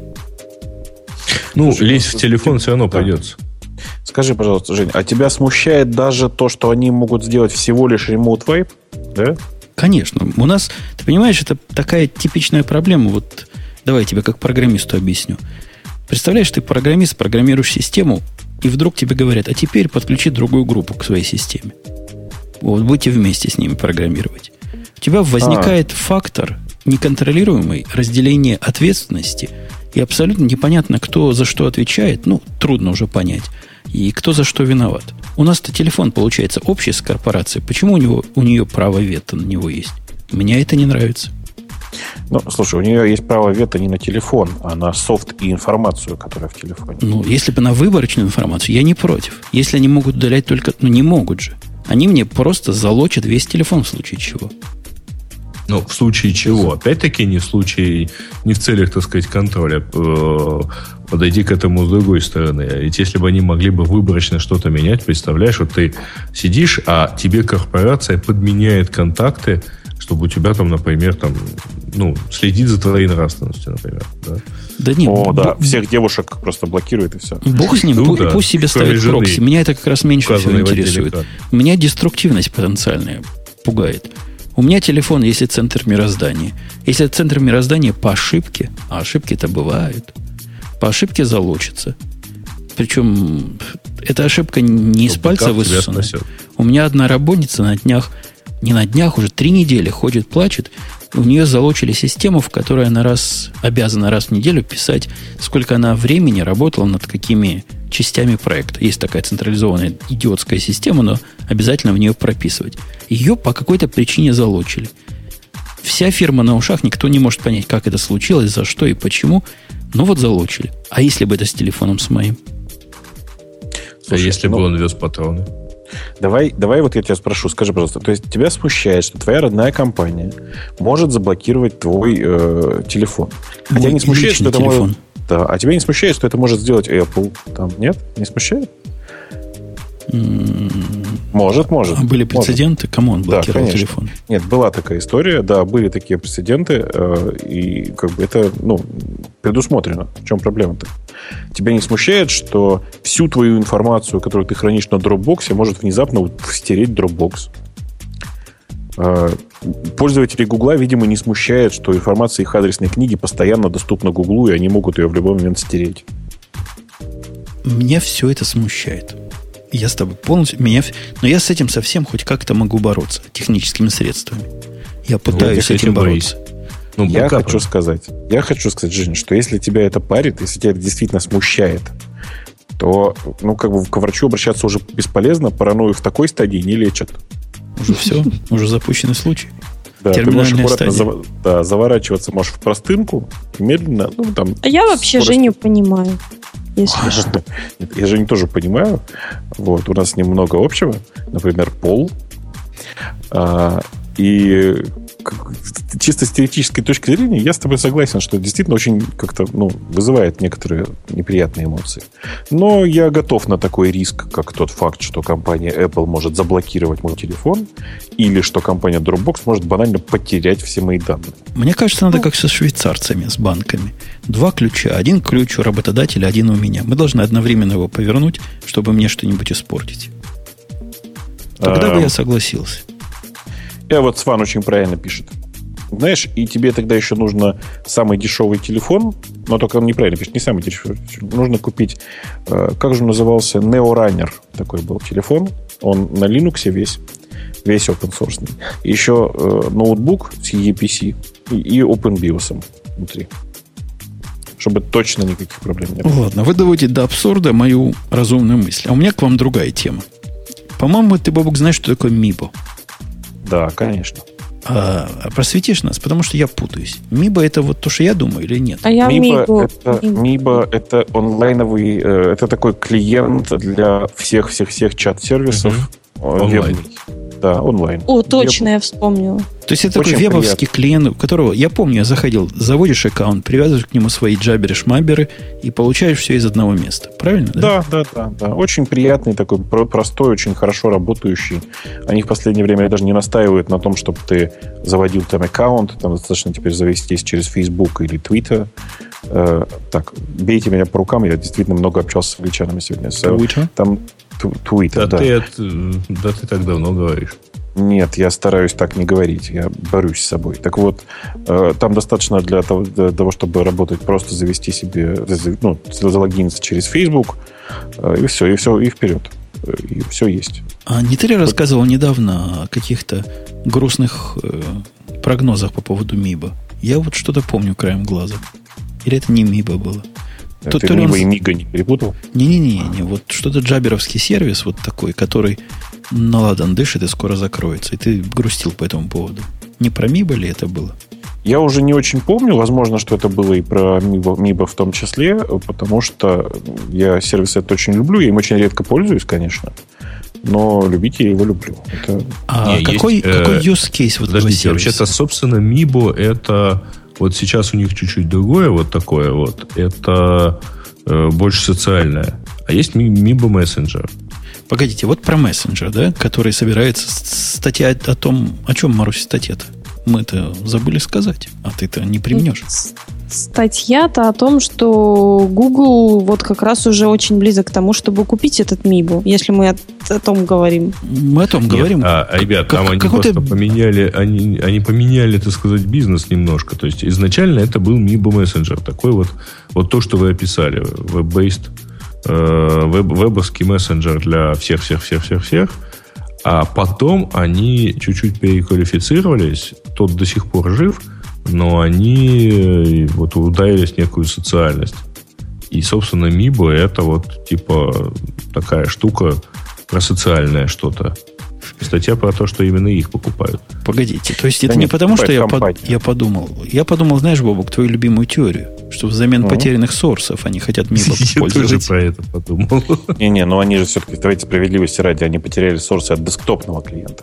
Speaker 2: Ну, Слушай, лезть в телефон все равно да. придется.
Speaker 4: Скажи, пожалуйста, Жень, а тебя смущает даже то, что они могут сделать всего лишь remote wipe? Да?
Speaker 1: Конечно. У нас, ты понимаешь, это такая типичная проблема. Вот давай я тебе как программисту объясню. Представляешь, ты программист, программируешь систему, и вдруг тебе говорят, а теперь подключи другую группу к своей системе. Вот будете вместе с ними программировать. У тебя возникает а. фактор неконтролируемый разделения ответственности, и абсолютно непонятно, кто за что отвечает. Ну, трудно уже понять. И кто за что виноват. У нас-то телефон, получается, общий с корпорацией. Почему у, него, у нее право вето на него есть? Мне это не нравится.
Speaker 4: Ну, слушай, у нее есть право вето не на телефон, а на софт и информацию, которая в телефоне.
Speaker 1: Ну, если бы на выборочную информацию, я не против. Если они могут удалять только... Ну, не могут же. Они мне просто залочат весь телефон в случае чего.
Speaker 2: Ну, в случае чего? Опять-таки не в случае, не в целях, так сказать, контроля. Подойди к этому с другой стороны. Ведь если бы они могли бы выборочно что-то менять, представляешь, вот ты сидишь, а тебе корпорация подменяет контакты, чтобы у тебя там, например, там, ну, следить за твоей нравственностью, например. Да,
Speaker 4: да нет. О, да, б... всех девушек просто блокирует и все.
Speaker 1: Бог с ним, ну, пусть, да. пусть себе ставит прокси. Меня это как раз меньше всего интересует. Меня деструктивность потенциальная пугает. У меня телефон, если центр мироздания. Если центр мироздания по ошибке, а ошибки-то бывают, по ошибке залочится. Причем эта ошибка не из пальца высосана. У меня одна работница на днях, не на днях, уже три недели ходит, плачет. У нее залочили систему, в которой она раз, обязана раз в неделю писать, сколько она времени работала над какими частями проекта. Есть такая централизованная идиотская система, но обязательно в нее прописывать. Ее по какой-то причине залочили. Вся фирма на ушах, никто не может понять, как это случилось, за что и почему. Но вот залочили. А если бы это с телефоном с моим?
Speaker 2: Слушай, а если ну, бы он вез патроны?
Speaker 4: Давай, давай вот я тебя спрошу, скажи, пожалуйста, то есть тебя смущает, что твоя родная компания может заблокировать твой э, телефон? А тебя не смущает, что это телефон. Может... Да, а тебя не смущает, что это может сделать Apple? Там, нет? Не смущает?
Speaker 1: Mm-hmm.
Speaker 4: Может, может.
Speaker 1: А были прецеденты? Может. Кому он блокировал да, телефон?
Speaker 4: Нет, была такая история, да, были такие прецеденты, э, и как бы это, ну, предусмотрено. В чем проблема-то? Тебя не смущает, что всю твою информацию, которую ты хранишь на Dropbox, может внезапно стереть Dropbox? Э, пользователей Гугла, видимо, не смущает, что информация их адресной книги постоянно доступна Гуглу, и они могут ее в любой момент стереть.
Speaker 1: Меня все это смущает. Я с тобой полностью... Меня... Но я с этим совсем хоть как-то могу бороться техническими средствами. Я пытаюсь с этим бороться.
Speaker 4: Ну, я хочу правда. сказать, я хочу сказать, Женя, что если тебя это парит, если тебя это действительно смущает, то, ну, как бы к врачу обращаться уже бесполезно, паранойю в такой стадии не лечат.
Speaker 1: Уже все, уже запущенный случай.
Speaker 4: Да, ты можешь аккуратно зав... да, заворачиваться можешь в простынку и медленно, ну, там...
Speaker 3: А я вообще скорость... Женю понимаю. Если
Speaker 4: что. Нет, я Женю тоже понимаю. Вот, у нас с ним много общего. Например, пол. А, и чисто с теоретической точки зрения я с тобой согласен, что это действительно очень как-то, ну, вызывает некоторые неприятные эмоции. Но я готов на такой риск, как тот факт, что компания Apple может заблокировать мой телефон, или что компания Dropbox может банально потерять все мои данные.
Speaker 1: Мне кажется, надо как со швейцарцами, с банками. Два ключа. Один ключ у работодателя, один у меня. Мы должны одновременно его повернуть, чтобы мне что-нибудь испортить. Тогда бы я согласился.
Speaker 4: Я вот Сван очень правильно пишет. Знаешь, и тебе тогда еще нужно самый дешевый телефон, но только он неправильно пишет, не самый дешевый. Нужно купить, как же он назывался, NeoRunner такой был телефон. Он на Linux весь, весь open source. Еще ноутбук с и и пи си и OpenBIOS внутри. Чтобы точно никаких проблем не было.
Speaker 1: Ладно, вы доводите до абсурда мою разумную мысль. А у меня к вам другая тема. По-моему, ты, Бобук, знаешь, что такое Мибо.
Speaker 4: Да, конечно.
Speaker 1: А, просветишь нас, потому что я путаюсь. Мибо это вот то, что я думаю, или нет?
Speaker 3: А я
Speaker 4: Мибо это, Мибо это онлайновый, это такой клиент для всех-всех-всех чат-сервисов.
Speaker 2: Угу. Онлайн.
Speaker 4: Да, онлайн.
Speaker 3: О, точно, Веб. Я вспомнила.
Speaker 1: То есть это очень такой вебовский приятно. Клиент, у которого, я помню, я заходил, заводишь аккаунт, привязываешь к нему свои джаберы-шмаберы и получаешь все из одного места. Правильно?
Speaker 4: Да, да, да, да, да. Очень приятный, такой простой, очень хорошо работающий. Они в последнее время даже не настаивают на том, чтобы ты заводил там аккаунт. Там достаточно теперь завестись через Facebook или Twitter. Э, так, бейте меня по рукам, я действительно много общался с англичанами сегодня.
Speaker 1: Twitter?
Speaker 4: Там Twitter,
Speaker 2: да.
Speaker 4: Да.
Speaker 2: Ты, да ты так давно говоришь.
Speaker 4: Нет, я стараюсь так не говорить. Я борюсь с собой. Так вот, э, там достаточно для того, для того, чтобы работать, просто завести себе, ну, залогиниться через Facebook, э, и все, и все, и вперед. И все есть.
Speaker 1: А не ты ли рассказывал недавно о каких-то грустных э, прогнозах по поводу Мибо? Я вот что-то помню краем глаза. Или это не Мибо было?
Speaker 4: Ты то, Мибо он... и Мига не перепутал?
Speaker 1: Не-не-не, не. Вот что-то джаберовский сервис вот такой, который на ладан дышит и скоро закроется. И ты грустил по этому поводу. Не про Мибо ли это было?
Speaker 4: Я уже не очень помню. Возможно, что это было и про Мибо, Мибо в том числе, потому что я сервис этот очень люблю. Я им очень редко пользуюсь, конечно. Но любить я его люблю. Это...
Speaker 1: А не, какой, есть, какой э... use case вот этого сервиса?
Speaker 2: Вообще-то, собственно, Мибо это... Вот сейчас у них чуть-чуть другое вот такое вот. Это э, больше социальное. А есть Мибо мессенджер.
Speaker 1: Погодите, вот про мессенджер, да, который собирается статья о том, о чем, Марусь, статья-то? Мы-то забыли сказать, а ты-то не применешь.
Speaker 3: Статья-то о том, что Google вот как раз уже очень близок к тому, чтобы купить этот Мибо, если мы о, о том говорим.
Speaker 1: Мы о том
Speaker 2: Нет,
Speaker 1: говорим.
Speaker 2: А, ребят,
Speaker 1: как,
Speaker 2: там они
Speaker 1: какой-то...
Speaker 2: просто поменяли, они, они поменяли, так сказать, бизнес немножко. То есть изначально это был Мибо мессенджер, такой вот, вот то, что вы описали, веб-based, э, веб, вебовский мессенджер для всех-всех-всех-всех-всех. А потом они чуть-чуть переквалифицировались, тот до сих пор жив, но они вот ударились в некую социальность. И, собственно, Мибо это вот типа такая штука про социальное что-то. Статья про то, что именно их покупают.
Speaker 1: Погодите, то есть это да не потому, что я, под, я подумал. Я подумал, знаешь, Бобок, твою любимую теорию, что взамен mm-hmm. потерянных сорсов они хотят Мибо пользоваться.
Speaker 2: Я тоже про это подумал.
Speaker 4: Не-не, но они же все-таки, давайте справедливости ради, они потеряли сорсы от десктопного клиента.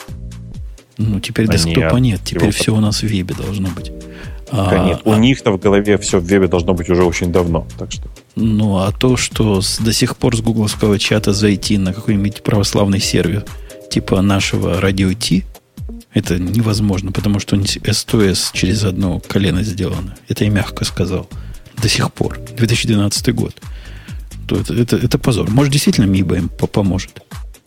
Speaker 1: Ну, теперь они десктопа нет. Теперь его... все у нас в вебе должно быть.
Speaker 4: А, нет, а... у них-то в голове все в вебе должно быть уже очень давно. Так что.
Speaker 1: Ну, а то, что с, до сих пор с гугловского чата зайти на какой-нибудь православный сервер типа нашего Radio T, это невозможно, потому что эс ту эс через одно колено сделано. Это я мягко сказал. До сих пор. две тысячи двенадцатый год. То это, это, это позор. Может, действительно Мибо им поможет?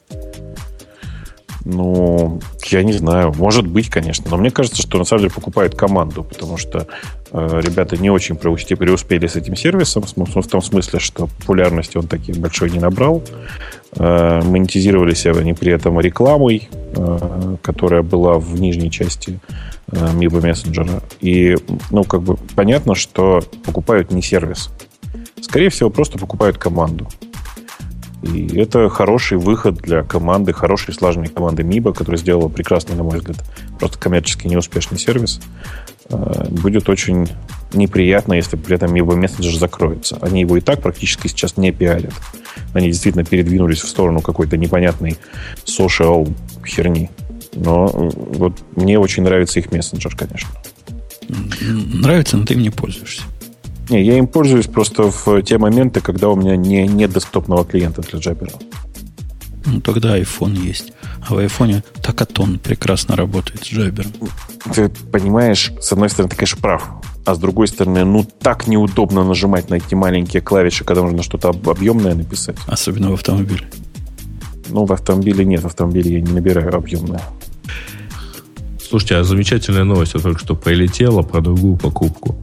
Speaker 4: Ну, я не знаю. Может быть, конечно. Но мне кажется, что на самом деле покупают команду, потому что э, ребята не очень преуспели с этим сервисом, в том смысле, что популярности он таких большой не набрал. Э, монетизировались они при этом рекламой, э, которая была в нижней части э, Мибо мессенджера. И, ну, как бы понятно, что покупают не сервис. Скорее всего, просто покупают команду. И это хороший выход для команды, хорошей слаженной команды Мибо, которая сделала прекрасный, на мой взгляд, просто коммерчески неуспешный сервис. Будет очень неприятно, если при этом Мибо мессенджер закроется. Они его и так практически сейчас не пиарят. Они действительно передвинулись в сторону какой-то непонятной social херни. Но вот мне очень нравится их мессенджер, конечно.
Speaker 1: Нравится, но ты им не пользуешься.
Speaker 4: Не, я им пользуюсь просто в те моменты, когда у меня не, нет десктопного клиента для Jabber.
Speaker 1: Ну, тогда iPhone есть. А в iPhone Такатон прекрасно работает с Jabber.
Speaker 4: Ты понимаешь, с одной стороны, ты, конечно, прав. А с другой стороны, ну, так неудобно нажимать на эти маленькие клавиши, когда нужно что-то объемное написать.
Speaker 1: Особенно в автомобиле.
Speaker 4: Ну, в автомобиле нет, в автомобиле я не набираю объемное.
Speaker 2: Слушайте, а замечательная новость, я только что прилетела про другую покупку.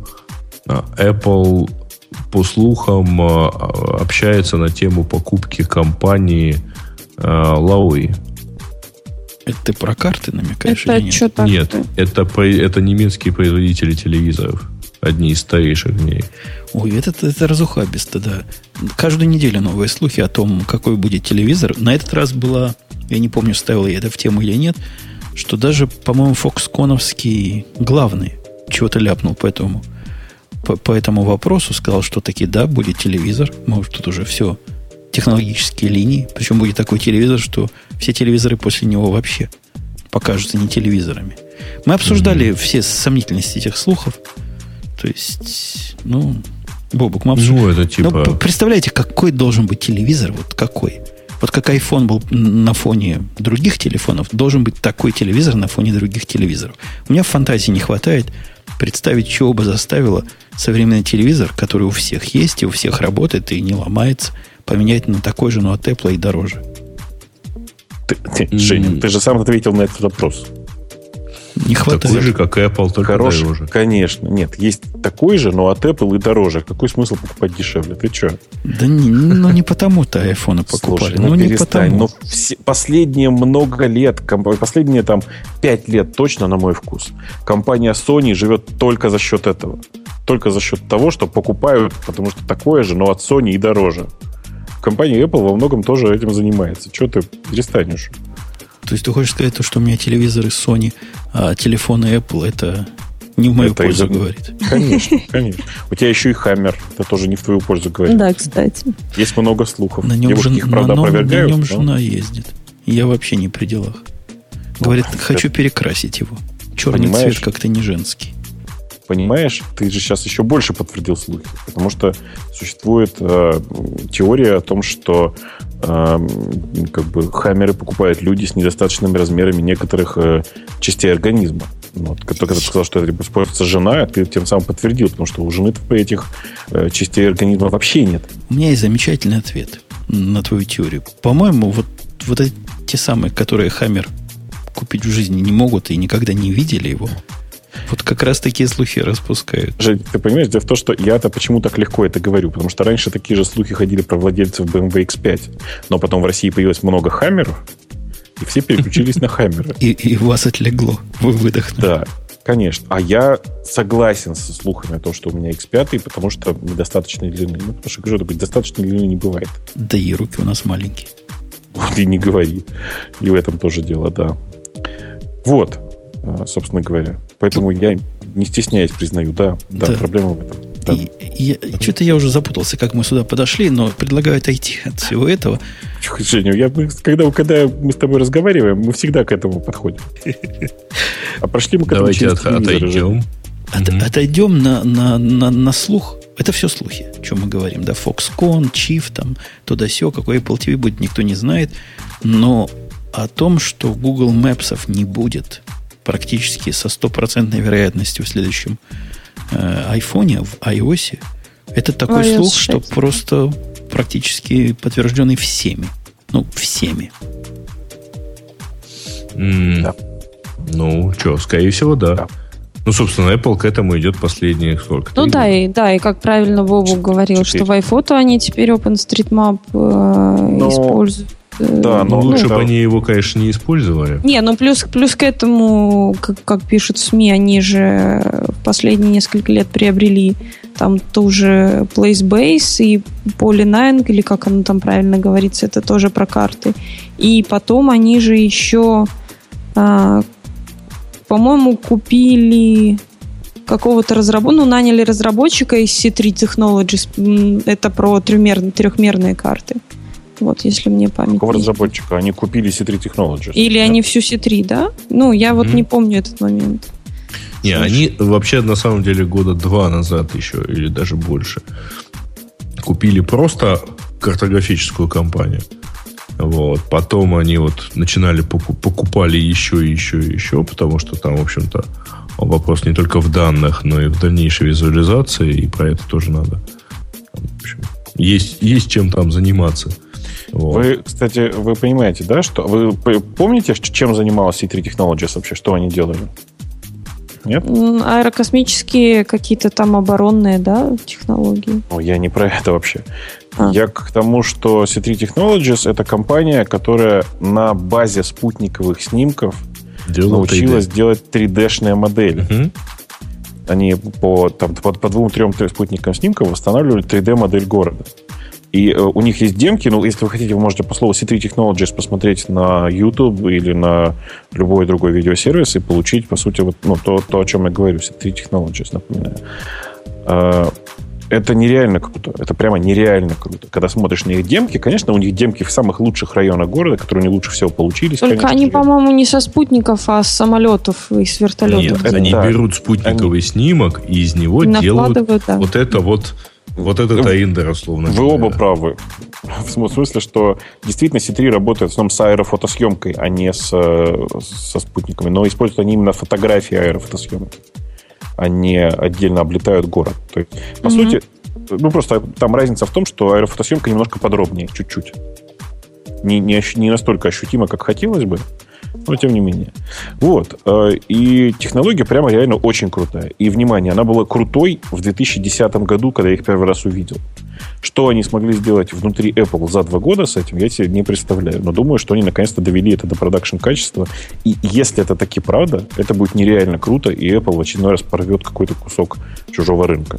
Speaker 2: Apple, по слухам, общается на тему покупки компании Huawei.
Speaker 1: Это ты про карты намекаешь?
Speaker 3: Это
Speaker 1: или нет?
Speaker 3: что так?
Speaker 2: Нет, это, это немецкие производители телевизоров. Одни из старейших в ней.
Speaker 1: Ой, это, это разухабисто, да. Каждую неделю новые слухи о том, какой будет телевизор. На этот раз была, я не помню, ставил я это в тему или нет, что даже, по-моему, Foxconn-овский главный чего-то ляпнул по этому, по, по этому вопросу. Сказал, что таки да, будет телевизор. Может, тут уже все технологические линии. Причем будет такой телевизор, что все телевизоры после него вообще покажутся не телевизорами. Мы обсуждали mm-hmm. все сомнительности этих слухов. То есть, ну, Бобук, мы обсуждали.
Speaker 2: Ну, это типа...
Speaker 1: Ну, представляете, какой должен быть телевизор? Вот какой? Вот как iPhone был на фоне других телефонов, должен быть такой телевизор на фоне других телевизоров. У меня фантазии не хватает представить, чего бы заставило современный телевизор, который у всех есть и у всех работает и не ломается, поменять на такой же, но от Apple и дороже.
Speaker 4: Ты, ты, Женя, ты же сам ответил на этот вопрос.
Speaker 1: Не хватает.
Speaker 2: Такой же, как Apple, только
Speaker 4: Хороший,
Speaker 2: дороже.
Speaker 4: Конечно. Нет, есть такой же, но от Apple и дороже. Какой смысл покупать дешевле? Ты что?
Speaker 1: Да не, ну не потому-то айфоны покупали.
Speaker 4: Слушай, ну,
Speaker 1: ну не
Speaker 4: перестань.
Speaker 1: потому.
Speaker 4: Но все, последние много лет, последние там пять лет точно, на мой вкус, компания Sony живет только за счет этого. Только за счет того, что покупают, потому что такое же, но от Sony и дороже. Компания Apple во многом тоже этим занимается. Чего ты перестанешь?
Speaker 1: То есть ты хочешь сказать, то, что у меня телевизоры Sony, а телефоны Apple, это не в мою это пользу из... говорит?
Speaker 4: Конечно, конечно. У тебя еще и Hammer, это тоже не в твою пользу говорит.
Speaker 3: Да, кстати.
Speaker 4: Есть много слухов.
Speaker 1: На нем,
Speaker 4: Девушки
Speaker 1: жен...
Speaker 4: их, правда,
Speaker 1: на
Speaker 4: опровергают.
Speaker 1: На нем
Speaker 4: но...
Speaker 1: жена ездит. Я вообще не при делах. Говорит, ну, хочу это... перекрасить его. Черный Понимаешь? Цвет как-то не женский.
Speaker 4: Понимаешь, ты же сейчас еще больше подтвердил слухи, потому что существует э, теория о том, что э, как бы хаммеры покупают люди с недостаточными размерами некоторых э, частей организма. Вот, когда ты сказал, что это используется жена, ты тем самым подтвердил, потому что у жены этих э, частей организма вообще нет.
Speaker 1: У меня есть замечательный ответ на твою теорию. По-моему, вот, вот эти те самые, которые хаммер купить в жизни не могут и никогда не видели его, вот как раз такие слухи распускают.
Speaker 4: Жень, ты понимаешь, дело в том, что я-то почему так легко это говорю, потому что раньше такие же слухи ходили про владельцев би эм дабл ю икс пять, но потом в России появилось много хаммеров, и все переключились на хаммеры.
Speaker 1: И, и вас отлегло, вы выдохнули.
Speaker 4: Да, конечно. А я согласен со слухами о том, что у меня икс пять, потому что недостаточной длины. Ну, потому что, говорю, достаточной длины не бывает.
Speaker 1: Да и руки у нас маленькие.
Speaker 4: Вот и не говори. И в этом тоже дело, да. Вот, собственно говоря. Поэтому я, не стесняясь, признаю, да, да, да. Проблема в этом. Да.
Speaker 1: И, и, и, что-то я уже запутался, как мы сюда подошли, но предлагаю отойти от всего этого.
Speaker 4: Женя, я, когда, когда мы с тобой разговариваем, мы всегда к этому подходим. А прошли мы к этому через телевизор.
Speaker 2: Давайте отойдем.
Speaker 1: От, mm-hmm. Отойдем на, на, на, на слух. Это все слухи, о чем мы говорим. Да, Foxconn, Chief, там, туда-сё, какой Apple ти ви будет, никто не знает. Но о том, что Google Maps не будет практически со стопроцентной вероятностью в следующем э, айфоне, в iOS, это такой
Speaker 3: iOS
Speaker 1: слух,
Speaker 3: шесть.
Speaker 1: что просто практически подтвержденный всеми. Ну, всеми.
Speaker 2: Mm.
Speaker 4: Да.
Speaker 2: Ну, что, скорее всего, да.
Speaker 4: да.
Speaker 2: Ну, собственно, Apple к этому идет последние сколько?
Speaker 3: Ну да, и, да, и как правильно Бобу говорил, что в iPhoto они теперь OpenStreetMap э,
Speaker 4: но...
Speaker 3: используют.
Speaker 4: Да, но
Speaker 2: ну, лучше
Speaker 4: это...
Speaker 2: бы они его, конечно, не использовали.
Speaker 3: Не, ну плюс, плюс к этому, как, как пишут СМИ, они же в последние несколько лет приобрели там ту же PlaceBase и Poly9, или как оно там правильно говорится, это тоже про карты. И потом они же еще, а, по-моему, купили какого-то разработчика, ну, наняли разработчика из си три Technologies, это про трехмерные, трехмерные карты. Вот, если мне память.
Speaker 4: Какого разработчика? Они купили си три Technologies.
Speaker 3: Или да? Они всю си три, да? Ну, я вот mm-hmm. не помню этот момент.
Speaker 2: Не, Слушай. Они вообще на самом деле года два назад еще, или даже больше, купили просто картографическую компанию. Вот. Потом они вот начинали покуп- покупали еще и еще и еще, потому что там, в общем-то, вопрос не только в данных, но и в дальнейшей визуализации, и про это тоже надо. В общем, есть, есть чем там заниматься. Вот.
Speaker 4: Вы, кстати, вы понимаете, да, что... Вы помните, чем занималась си три Technologies вообще? Что они делали? Нет?
Speaker 3: Аэрокосмические какие-то там оборонные, да, технологии.
Speaker 4: Ну, я не про это вообще.
Speaker 3: А.
Speaker 4: Я к тому, что си три Technologies — это компания, которая на базе спутниковых снимков
Speaker 2: Делал
Speaker 4: научилась
Speaker 2: три дэ.
Speaker 4: делать три дэ-шные модели.
Speaker 2: Угу.
Speaker 4: Они по, там, по, по двум-трем спутникам снимков восстанавливали три дэ-модель города. И э, у них есть демки, ну, если вы хотите, вы можете по слову си три Technologies посмотреть на YouTube или на любой другой видеосервис и получить, по сути, вот, ну, то, то, о чем я говорю, си три Technologies, напоминаю. Э, это нереально круто. Это прямо нереально круто. Когда смотришь на их демки, конечно, у них демки в самых лучших районах города, которые не лучше всего получились.
Speaker 3: Только
Speaker 4: конечно,
Speaker 3: они,
Speaker 4: же.
Speaker 3: по-моему, не со спутников, а с самолетов и с вертолетов.
Speaker 2: Нет, они
Speaker 4: да.
Speaker 2: берут спутниковый
Speaker 4: Они...
Speaker 2: снимок и из него
Speaker 3: И
Speaker 2: делают
Speaker 3: да.
Speaker 2: вот это вот, вот этот Аиндер, условно
Speaker 4: Вы
Speaker 2: говоря.
Speaker 4: оба правы. В смысле, что действительно си три работает в основном с аэрофотосъемкой, а не с, со спутниками. Но используют они именно фотографии аэрофотосъемки. Они отдельно облетают город. То есть, по mm-hmm. сути, ну просто там разница в том, что аэрофотосъемка немножко подробнее, чуть-чуть. Не, не, ощ- не настолько ощутимо, как хотелось бы, но тем не менее. Вот. И технология прямо реально очень крутая. И, внимание, она была крутой в две тысячи десятом году, когда я их первый раз увидел. Что они смогли сделать внутри Apple за два года с этим, я себе не представляю. Но думаю, что они наконец-то довели это до продакшн-качества. И если это таки правда, это будет нереально круто, и Apple в очередной раз порвет какой-то кусок чужого рынка.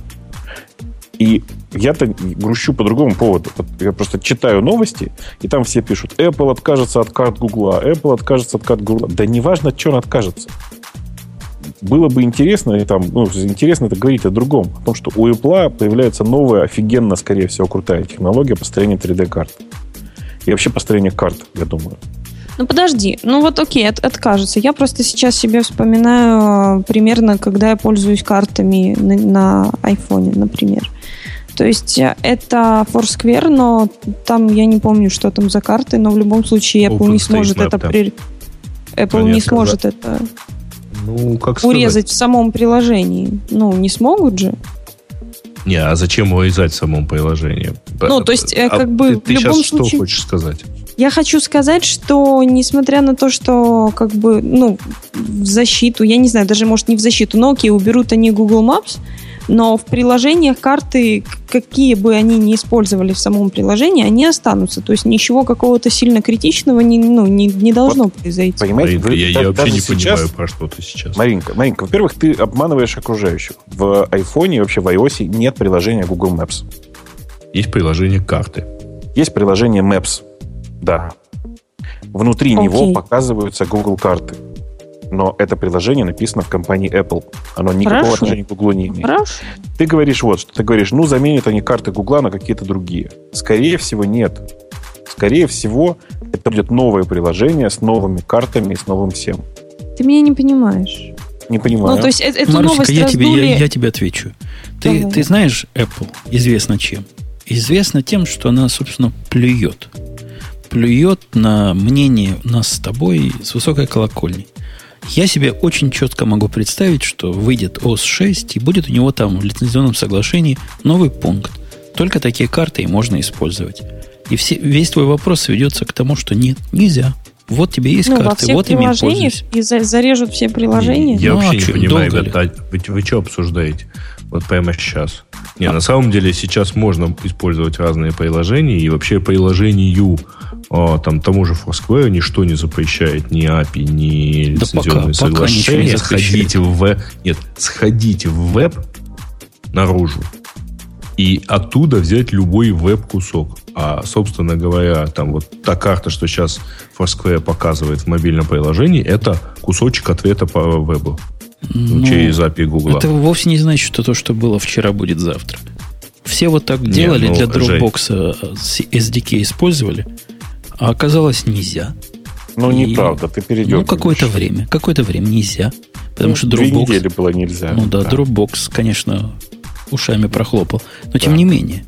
Speaker 4: И я-то грущу по другому поводу. Я просто читаю новости, и там все пишут: Apple откажется от карт Гугла, Apple откажется от карт Гугла. Да неважно, что он откажется. Было бы интересно, и там, ну, интересно это говорить о другом. О том, что у Apple появляется новая, офигенно, скорее всего, крутая технология построения три дэ-карт. И вообще построения карт, я думаю.
Speaker 3: Ну, подожди. Ну, вот окей, от, откажется. Я просто сейчас себе вспоминаю примерно, когда я пользуюсь картами на, на айфоне, например. То есть это Foursquare, но там я не помню, что там за карты, но в любом случае Apple не сможет это... При... Apple не сможет это
Speaker 2: ну, как
Speaker 3: урезать в самом приложении. Ну, не смогут же.
Speaker 2: Не, а зачем урезать в самом приложении?
Speaker 3: Ну, то есть,
Speaker 2: а
Speaker 3: как бы
Speaker 2: ты,
Speaker 3: в
Speaker 2: ты
Speaker 3: любом
Speaker 2: сейчас
Speaker 3: случае...
Speaker 2: что хочешь сказать?
Speaker 3: Я хочу сказать, что несмотря на то, что как бы, ну, в защиту, я не знаю, даже, может, не в защиту, но окей, уберут они Google Maps, но в приложениях карты, какие бы они ни использовали в самом приложении, они останутся. То есть ничего какого-то сильно критичного не, ну, не, не должно вот, произойти.
Speaker 4: Понимаете,
Speaker 2: Маринка,
Speaker 4: вы,
Speaker 2: я,
Speaker 4: да,
Speaker 2: я вообще не
Speaker 4: сейчас,
Speaker 2: понимаю, про что ты сейчас.
Speaker 4: Маринка, Маринка, во-первых, ты обманываешь окружающих. В iPhone и вообще в iOS нет приложения Google Maps.
Speaker 2: Есть приложение карты.
Speaker 4: Есть приложение Maps. Да. Внутри
Speaker 3: okay.
Speaker 4: него показываются Google карты. Но это приложение написано в компании Apple. Оно никакого
Speaker 3: Хорошо.
Speaker 4: отношения к Google не имеет.
Speaker 3: Хорошо.
Speaker 4: Ты говоришь вот, что ты говоришь, ну, заменят они карты Google на какие-то другие. Скорее всего, нет. Скорее всего, это будет новое приложение с новыми картами и с новым всем.
Speaker 3: Ты меня не понимаешь.
Speaker 4: Не понимаю.
Speaker 3: Ну, то есть, эту
Speaker 1: Марусика,
Speaker 3: новость
Speaker 1: я
Speaker 3: раздули...
Speaker 1: тебе, я, я тебе отвечу. Ты, ты знаешь, Apple известно чем? Известно тем, что она, собственно, плюет. Плюет на мнение нас с тобой с высокой колокольни. Я себе очень четко могу представить, что выйдет о эс шесть, и будет у него там в лицензионном соглашении новый пункт. Только такие карты и можно использовать. И все, весь твой вопрос сведется к тому, что нет, нельзя. Вот тебе есть
Speaker 3: ну,
Speaker 1: карты, вот ими пользуйся.
Speaker 3: И за, зарежут все приложения?
Speaker 2: Я
Speaker 1: ну,
Speaker 2: вообще
Speaker 1: а
Speaker 2: не
Speaker 1: что,
Speaker 2: понимаю,
Speaker 1: долго
Speaker 2: вы, вы, вы что обсуждаете? Вот прямо сейчас. Не, а? На самом деле сейчас можно использовать разные приложения, и вообще приложению о, там, тому же Foursquare ничто не запрещает, ни эй пи ай, ни
Speaker 1: да
Speaker 2: лицензионные
Speaker 1: пока,
Speaker 2: соглашения. Пока сходите в веб, нет, сходите в веб наружу и оттуда взять любой веб-кусок. А, собственно говоря, там вот та карта, что сейчас Foursquare показывает в мобильном приложении, это кусочек ответа по вебу. Ну, через эй пи ай Google.
Speaker 1: Это вовсе не значит, что то, что было вчера, будет завтра. Все вот так
Speaker 2: не,
Speaker 1: делали,
Speaker 2: ну,
Speaker 1: для Dropbox эс ди кей использовали, а оказалось нельзя.
Speaker 4: Ну,
Speaker 1: И,
Speaker 4: неправда, ты перейдешь.
Speaker 1: Ну, какое-то время. Какое-то время нельзя. Потому ну, что Dropbox...
Speaker 4: Две недели было нельзя.
Speaker 1: Ну да, да, Dropbox, конечно, ушами прохлопал. Но да. тем не менее.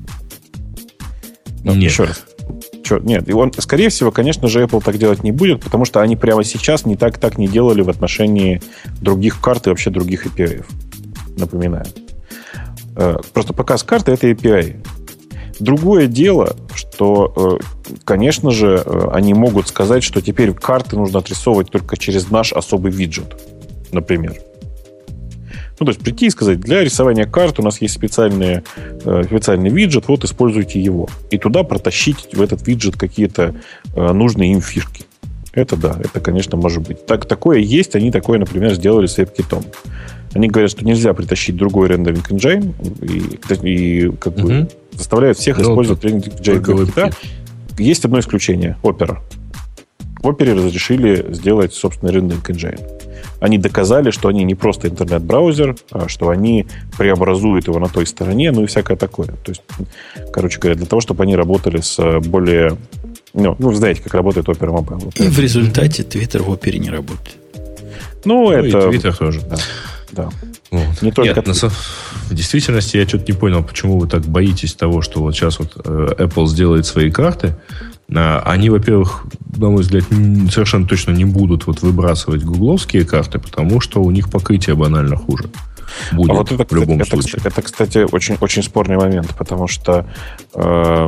Speaker 4: Ну,
Speaker 2: нет.
Speaker 4: Еще раз. Че, нет, и он, скорее всего, конечно же, Apple так делать не будет, потому что они прямо сейчас не так, так не делали в отношении других карт и вообще других эй пи ай. Напоминаю. Просто показ карты — это эй пи ай. Другое дело, что конечно же, они могут сказать, что теперь карты нужно отрисовывать только через наш особый виджет, например. Ну, то есть прийти и сказать, для рисования карт у нас есть специальный, э, специальный виджет, вот используйте его. И туда протащить в этот виджет какие-то э, нужные им фишки. Это да, это, конечно, может быть. Так, такое есть, они такое, например, сделали с WebKit. Они говорят, что нельзя притащить другой рендеринг engine и, и как бы uh-huh. заставляют всех ну, использовать рендеринг engine WebKit. Есть одно исключение – Opera. В Opera разрешили сделать собственный рендеринг engine. Они доказали, что они не просто интернет-браузер, а что они преобразуют его на той стороне, ну и всякое такое. То есть, короче говоря, для того, чтобы они работали с более... Ну, ну вы знаете, как работает Opera Mobile.
Speaker 1: И в результате Twitter в Opera не работает.
Speaker 4: Ну, ну это...
Speaker 2: И Twitter тоже.
Speaker 4: Да. да.
Speaker 2: Вот. Не только Нет, на, в действительности я что-то не понял, почему вы так боитесь того, что вот сейчас вот Apple сделает свои карты. Они, во-первых, на мой взгляд, совершенно точно не будут вот выбрасывать гугловские карты, потому что у них покрытие банально хуже. Будет
Speaker 4: а вот это,
Speaker 2: в любом
Speaker 4: это,
Speaker 2: случае.
Speaker 4: Это, это, кстати, очень, очень спорный момент, потому что э,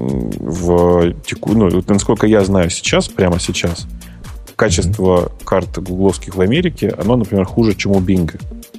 Speaker 4: в теку, ну, насколько я знаю сейчас, прямо сейчас, качество mm-hmm. карт гугловских в Америке, оно, например, хуже, чем у Bing.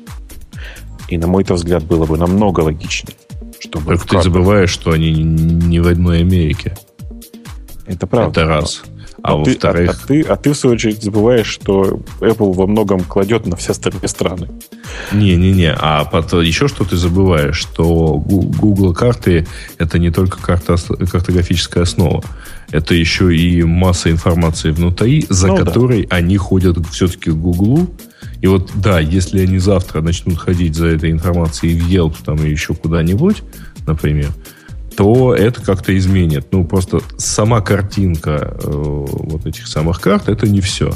Speaker 4: И, на мой-то взгляд, было бы намного логичнее. Чтобы
Speaker 2: Только ты забываешь, что они не в одной Америке.
Speaker 4: Это правда.
Speaker 2: Это раз. А,
Speaker 4: а,
Speaker 2: во-вторых...
Speaker 4: Ты, а, а, ты, а ты, в свою очередь, забываешь, что Apple во многом кладет на все остальные страны.
Speaker 2: Не-не-не. А потом еще что ты забываешь, что Google карты это не только карта, картографическая основа. Это еще и масса информации внутри, за ну, которой да. они ходят все-таки к Google. И вот, да, если они завтра начнут ходить за этой информацией в Yelp там, и еще куда-нибудь, например, то это как-то изменит. Ну, просто сама картинка э, вот этих самых карт, это не все.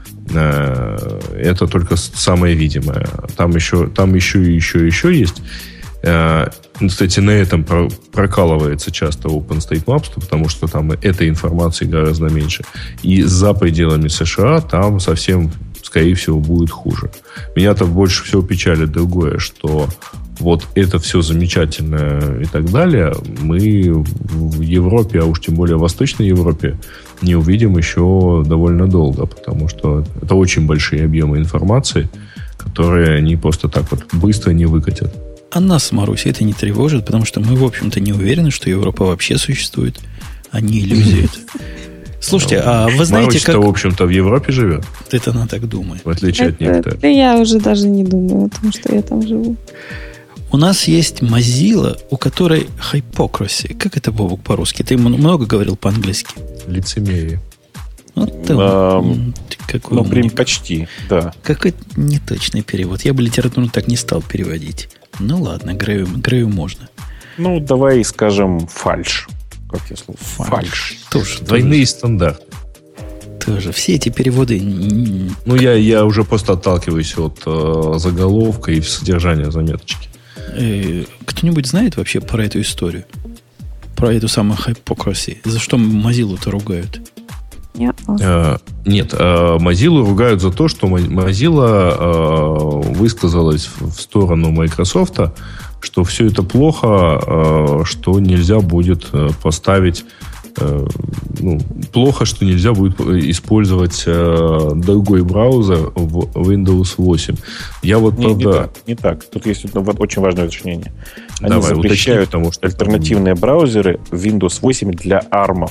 Speaker 2: Э, это только самое видимое. Там еще, там еще и еще, еще есть. Э, кстати, на этом про- прокалывается часто OpenStreetMaps, потому что там этой информации гораздо меньше. И за пределами США там совсем, скорее всего, будет хуже. Меня-то больше всего печалит другое, что вот это все замечательно и так далее, мы в Европе, а уж тем более в Восточной Европе, не увидим еще довольно долго, потому что это очень большие объемы информации, которые они просто так вот быстро не выкатят.
Speaker 1: А нас, Маруся, это не тревожит, потому что мы, в общем-то, не уверены, что Европа вообще существует, а не иллюзия. Слушайте, а вы знаете,
Speaker 2: как... в общем-то, в Европе живет.
Speaker 1: Это она так думает.
Speaker 2: В отличие
Speaker 3: это,
Speaker 2: от некоторых.
Speaker 3: Да я уже даже не думаю о том, что я там живу.
Speaker 1: У нас есть Mozilla, у которой hypocrisy. Как это, Бобок, по-русски? Ты много говорил по-английски?
Speaker 2: Лицемерие.
Speaker 1: Вот ты,
Speaker 4: а,
Speaker 1: какой
Speaker 4: ну, прям почти, да.
Speaker 1: Какой неточный перевод. Я бы литературу так не стал переводить. Ну ладно, Грею, Грею можно.
Speaker 4: Ну, давай скажем фальшь. Как я слово?
Speaker 1: Фальшь.
Speaker 4: Фальшь.
Speaker 1: Тоже,
Speaker 2: Двойные
Speaker 1: тоже,
Speaker 2: стандарты.
Speaker 1: Тоже. Все эти переводы...
Speaker 2: Ну, я, я уже просто отталкиваюсь от э, заголовка и содержания заметочки.
Speaker 1: Э, кто-нибудь знает вообще про эту историю? Про эту самую hypocrisy? За что Mozilla-то ругают?
Speaker 3: Yeah.
Speaker 2: Э, нет, э, Mozilla ругают за то, что Mozilla э, высказалась в сторону Microsoft, что все это плохо, э, что нельзя будет э, поставить... Э, ну, плохо, что нельзя будет использовать э, другой браузер в Windows восемь. Я вот,
Speaker 4: не,
Speaker 2: правда...
Speaker 4: не, так, не так. Тут есть очень важное уточнение. Они
Speaker 2: Давай,
Speaker 4: запрещают
Speaker 2: уточни, потому что
Speaker 4: альтернативные браузеры Windows восемь для армов.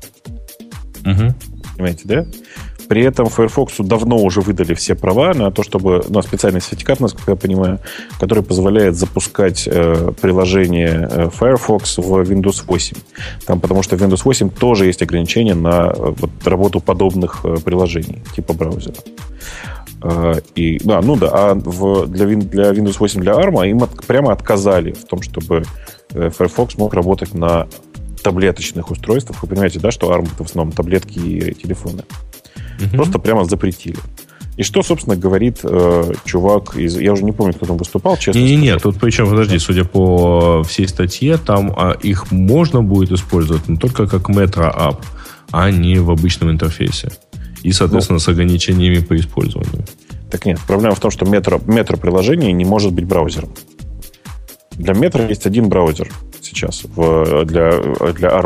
Speaker 2: Угу.
Speaker 4: Понимаете, да? При этом Firefox давно уже выдали все права на то, чтобы... Ну, специальный сертификат, насколько я понимаю, который позволяет запускать э, приложение э, Firefox в Windows восемь. Там, потому что в Windows восемь тоже есть ограничения на э, вот, работу подобных э, приложений, типа браузера. Э, и, да, ну да, а в, для, для Windows восемь для арм им от, прямо отказали в том, чтобы э, Firefox мог работать на таблеточных устройствах. Вы понимаете, да, что арм это в основном таблетки и телефоны. Uh-huh. Просто прямо запретили. И что, собственно, говорит э, чувак из... Я уже не помню, кто там выступал, честно.
Speaker 2: Не-не-не, тут причем, подожди, судя по всей статье, там а, их можно будет использовать, но только как Metro-App, а не в обычном интерфейсе. И, соответственно, ну, с ограничениями по использованию.
Speaker 4: Так нет, проблема в том, что Metro, Metro-приложение не может быть браузером. Для Metro есть один браузер сейчас в, для, для арм.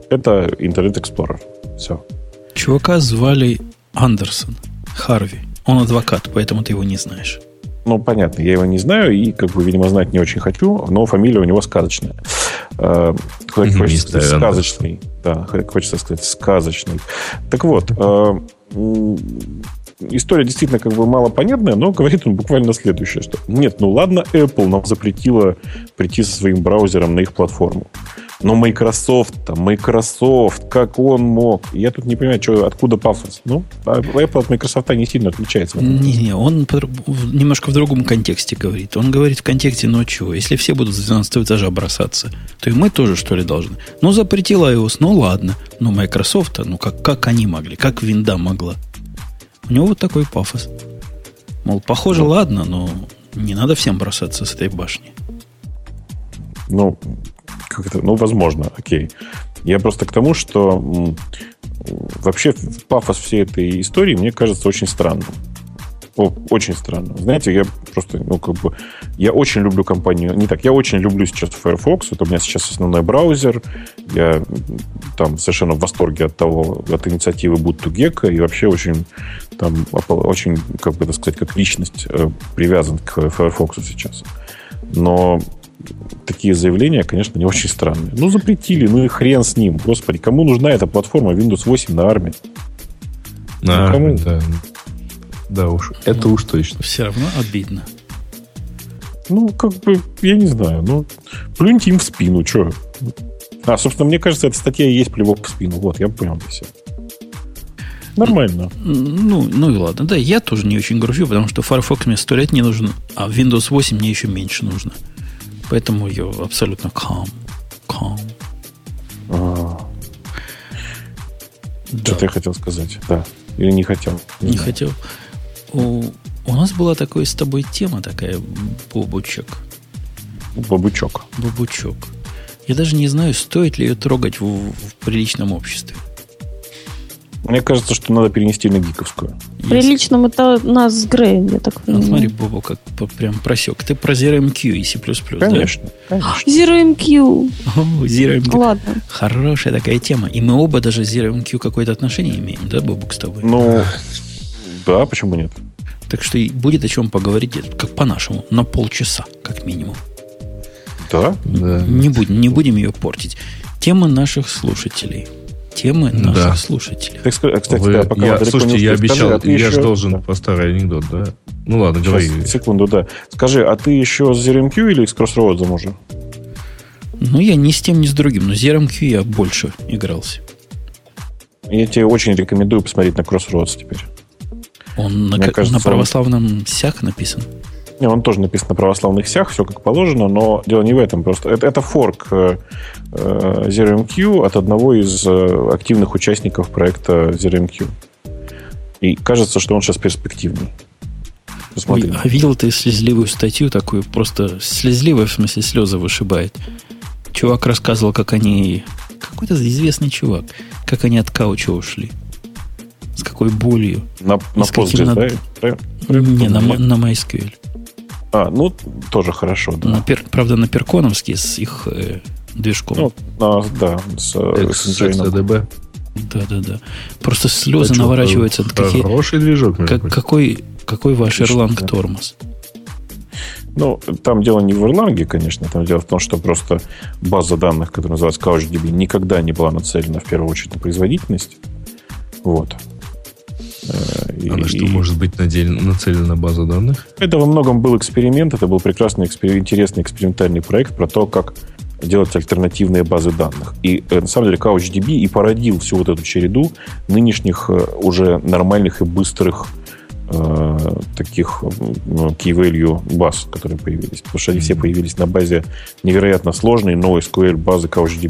Speaker 4: Это Internet Explorer. Все.
Speaker 1: Чувака звали Андерсон, Харви. Он адвокат, поэтому ты его не знаешь.
Speaker 4: Ну, понятно, я его не знаю и, как бы, видимо, знать не очень хочу, но фамилия у него сказочная. Э, хочется сказать, сказочный. Да, хочется сказать сказочный. Так вот, э, история действительно как бы малопонятная, но говорит он буквально следующее, что нет, ну ладно, Apple нам запретила прийти со своим браузером на их платформу. Но Microsoft-то, Microsoft, как он мог? Я тут не понимаю, что, откуда пафос. Ну, Apple от Microsoft не сильно отличается.
Speaker 1: Не-не, он немножко в другом контексте говорит. Он говорит в контексте, ну чего, если все будут с двенадцатого этажа бросаться, то и мы тоже, что ли, должны. Ну, запретила iOS, ну ладно. Но Microsoft, ну как, как они могли, как винда могла? У него вот такой пафос. Мол, похоже, ну, ладно, но не надо всем бросаться с этой башни.
Speaker 4: Ну, как это? Ну, возможно, окей. Я просто к тому, что м, вообще пафос всей этой истории мне кажется очень странным. О, очень странно. Знаете, я просто, ну, как бы, я очень люблю компанию. Не так, я очень люблю сейчас Firefox. Это у меня сейчас основной браузер. Я там совершенно в восторге от того, от инициативы Boot2Gecko. И вообще очень, там, очень, как бы так сказать, как личность привязан к Firefox сейчас. Но такие заявления, конечно, не очень странные. Ну, запретили, ну и хрен с ним. Господи, кому нужна эта платформа Windows восемь на армии?
Speaker 2: На
Speaker 4: ну, кому?
Speaker 2: Да. Да уж, это
Speaker 1: ну,
Speaker 2: уж точно.
Speaker 1: Все равно обидно.
Speaker 4: Ну, как бы, я не знаю. Ну, плюньте им в спину, что? А, собственно, мне кажется, эта статья и есть плевок в спину. Вот, я понял все. Нормально.
Speaker 1: Ну, ну и ладно. Да, я тоже не очень грущу, потому что Firefox мне сто лет не нужен, а Windows восемь мне еще меньше нужно. Поэтому я абсолютно calm. Calm.
Speaker 4: А.
Speaker 1: Да.
Speaker 4: Что-то я хотел сказать. Да. Или не хотел.
Speaker 1: Не, не хотел. У, у нас была такая с тобой тема такая, Бобучок.
Speaker 4: Бобучок.
Speaker 1: Бобучок. Я даже не знаю, стоит ли ее трогать в, в приличном обществе.
Speaker 4: Мне кажется, что надо перенести на гиковскую.
Speaker 3: В приличном это у нас с Греем, я так понимаю.
Speaker 1: Ну, смотри, Бобу, как прям просек. Ты про зеро эм кью и C++,
Speaker 4: конечно,
Speaker 1: да?
Speaker 4: конечно.
Speaker 3: зеро эм кью.
Speaker 1: О, зеро эм кью.
Speaker 3: Ладно.
Speaker 1: Хорошая такая тема. И мы оба даже с зеро эм кью какое-то отношение имеем, да, Бобук, с тобой?
Speaker 4: Ну, да, почему нет?
Speaker 1: Так что и будет о чем поговорить, как по-нашему, на полчаса, как минимум.
Speaker 4: Да?
Speaker 2: Да.
Speaker 1: Не будем, не будем ее портить. Тема наших слушателей. Темы наших
Speaker 2: да.
Speaker 1: слушателей.
Speaker 4: Так, кстати,
Speaker 2: Вы,
Speaker 4: да, пока
Speaker 2: я, слушайте, я обещал,
Speaker 4: скажи, а
Speaker 2: я
Speaker 4: еще...
Speaker 2: же должен да. по старый анекдот, да? Ну ладно,
Speaker 4: Сейчас,
Speaker 2: говори.
Speaker 4: Секунду, да. Скажи, а ты еще с зеро эм кью или с Crossroads уже?
Speaker 1: Ну, я ни с тем, ни с другим, но с зеро эм кью я больше игрался. Я
Speaker 4: тебе очень рекомендую посмотреть на Crossroads теперь.
Speaker 1: Он на, кажется, на православном он... сях написан?
Speaker 4: Не, он тоже написан на православных сях, все как положено, но дело не в этом. Просто это, это форк э, зеро эм кью от одного из э, активных участников проекта зеро эм кью. И кажется, что он сейчас перспективный. Посмотри.
Speaker 1: Ой, а видел ты слезливую статью такую? Просто слезливая, в смысле слезы вышибает. Чувак рассказывал, как они... Какой-то известный чувак. Как они от кауча ушли. С какой болью.
Speaker 4: На, на Postgres, да?
Speaker 1: Не, на, на MySQL.
Speaker 4: А, ну, тоже хорошо, да.
Speaker 1: На пер, правда, на перконовский с их э, движком.
Speaker 4: Ну, а, да, с, с
Speaker 2: Engine.
Speaker 1: Да-да-да. Просто слезы это наворачиваются.
Speaker 2: Какие, хороший движок.
Speaker 1: Как, какой, какой ваш Erlang да. тормоз?
Speaker 4: Ну, там дело не в Erlang, конечно. Там дело в том, что просто база данных, которая называется CouchDB, никогда не была нацелена в первую очередь на производительность. Вот.
Speaker 2: И, а на что и... может быть нацелена база данных?
Speaker 4: Это во многом был эксперимент. Это был прекрасный, экспер... интересный экспериментальный проект про то, как делать альтернативные базы данных. И на самом деле CouchDB и породил всю вот эту череду нынешних уже нормальных и быстрых э, таких ну, key-value баз, которые появились. Потому что они mm-hmm. все появились на базе невероятно сложной NoSQL базы CouchDB.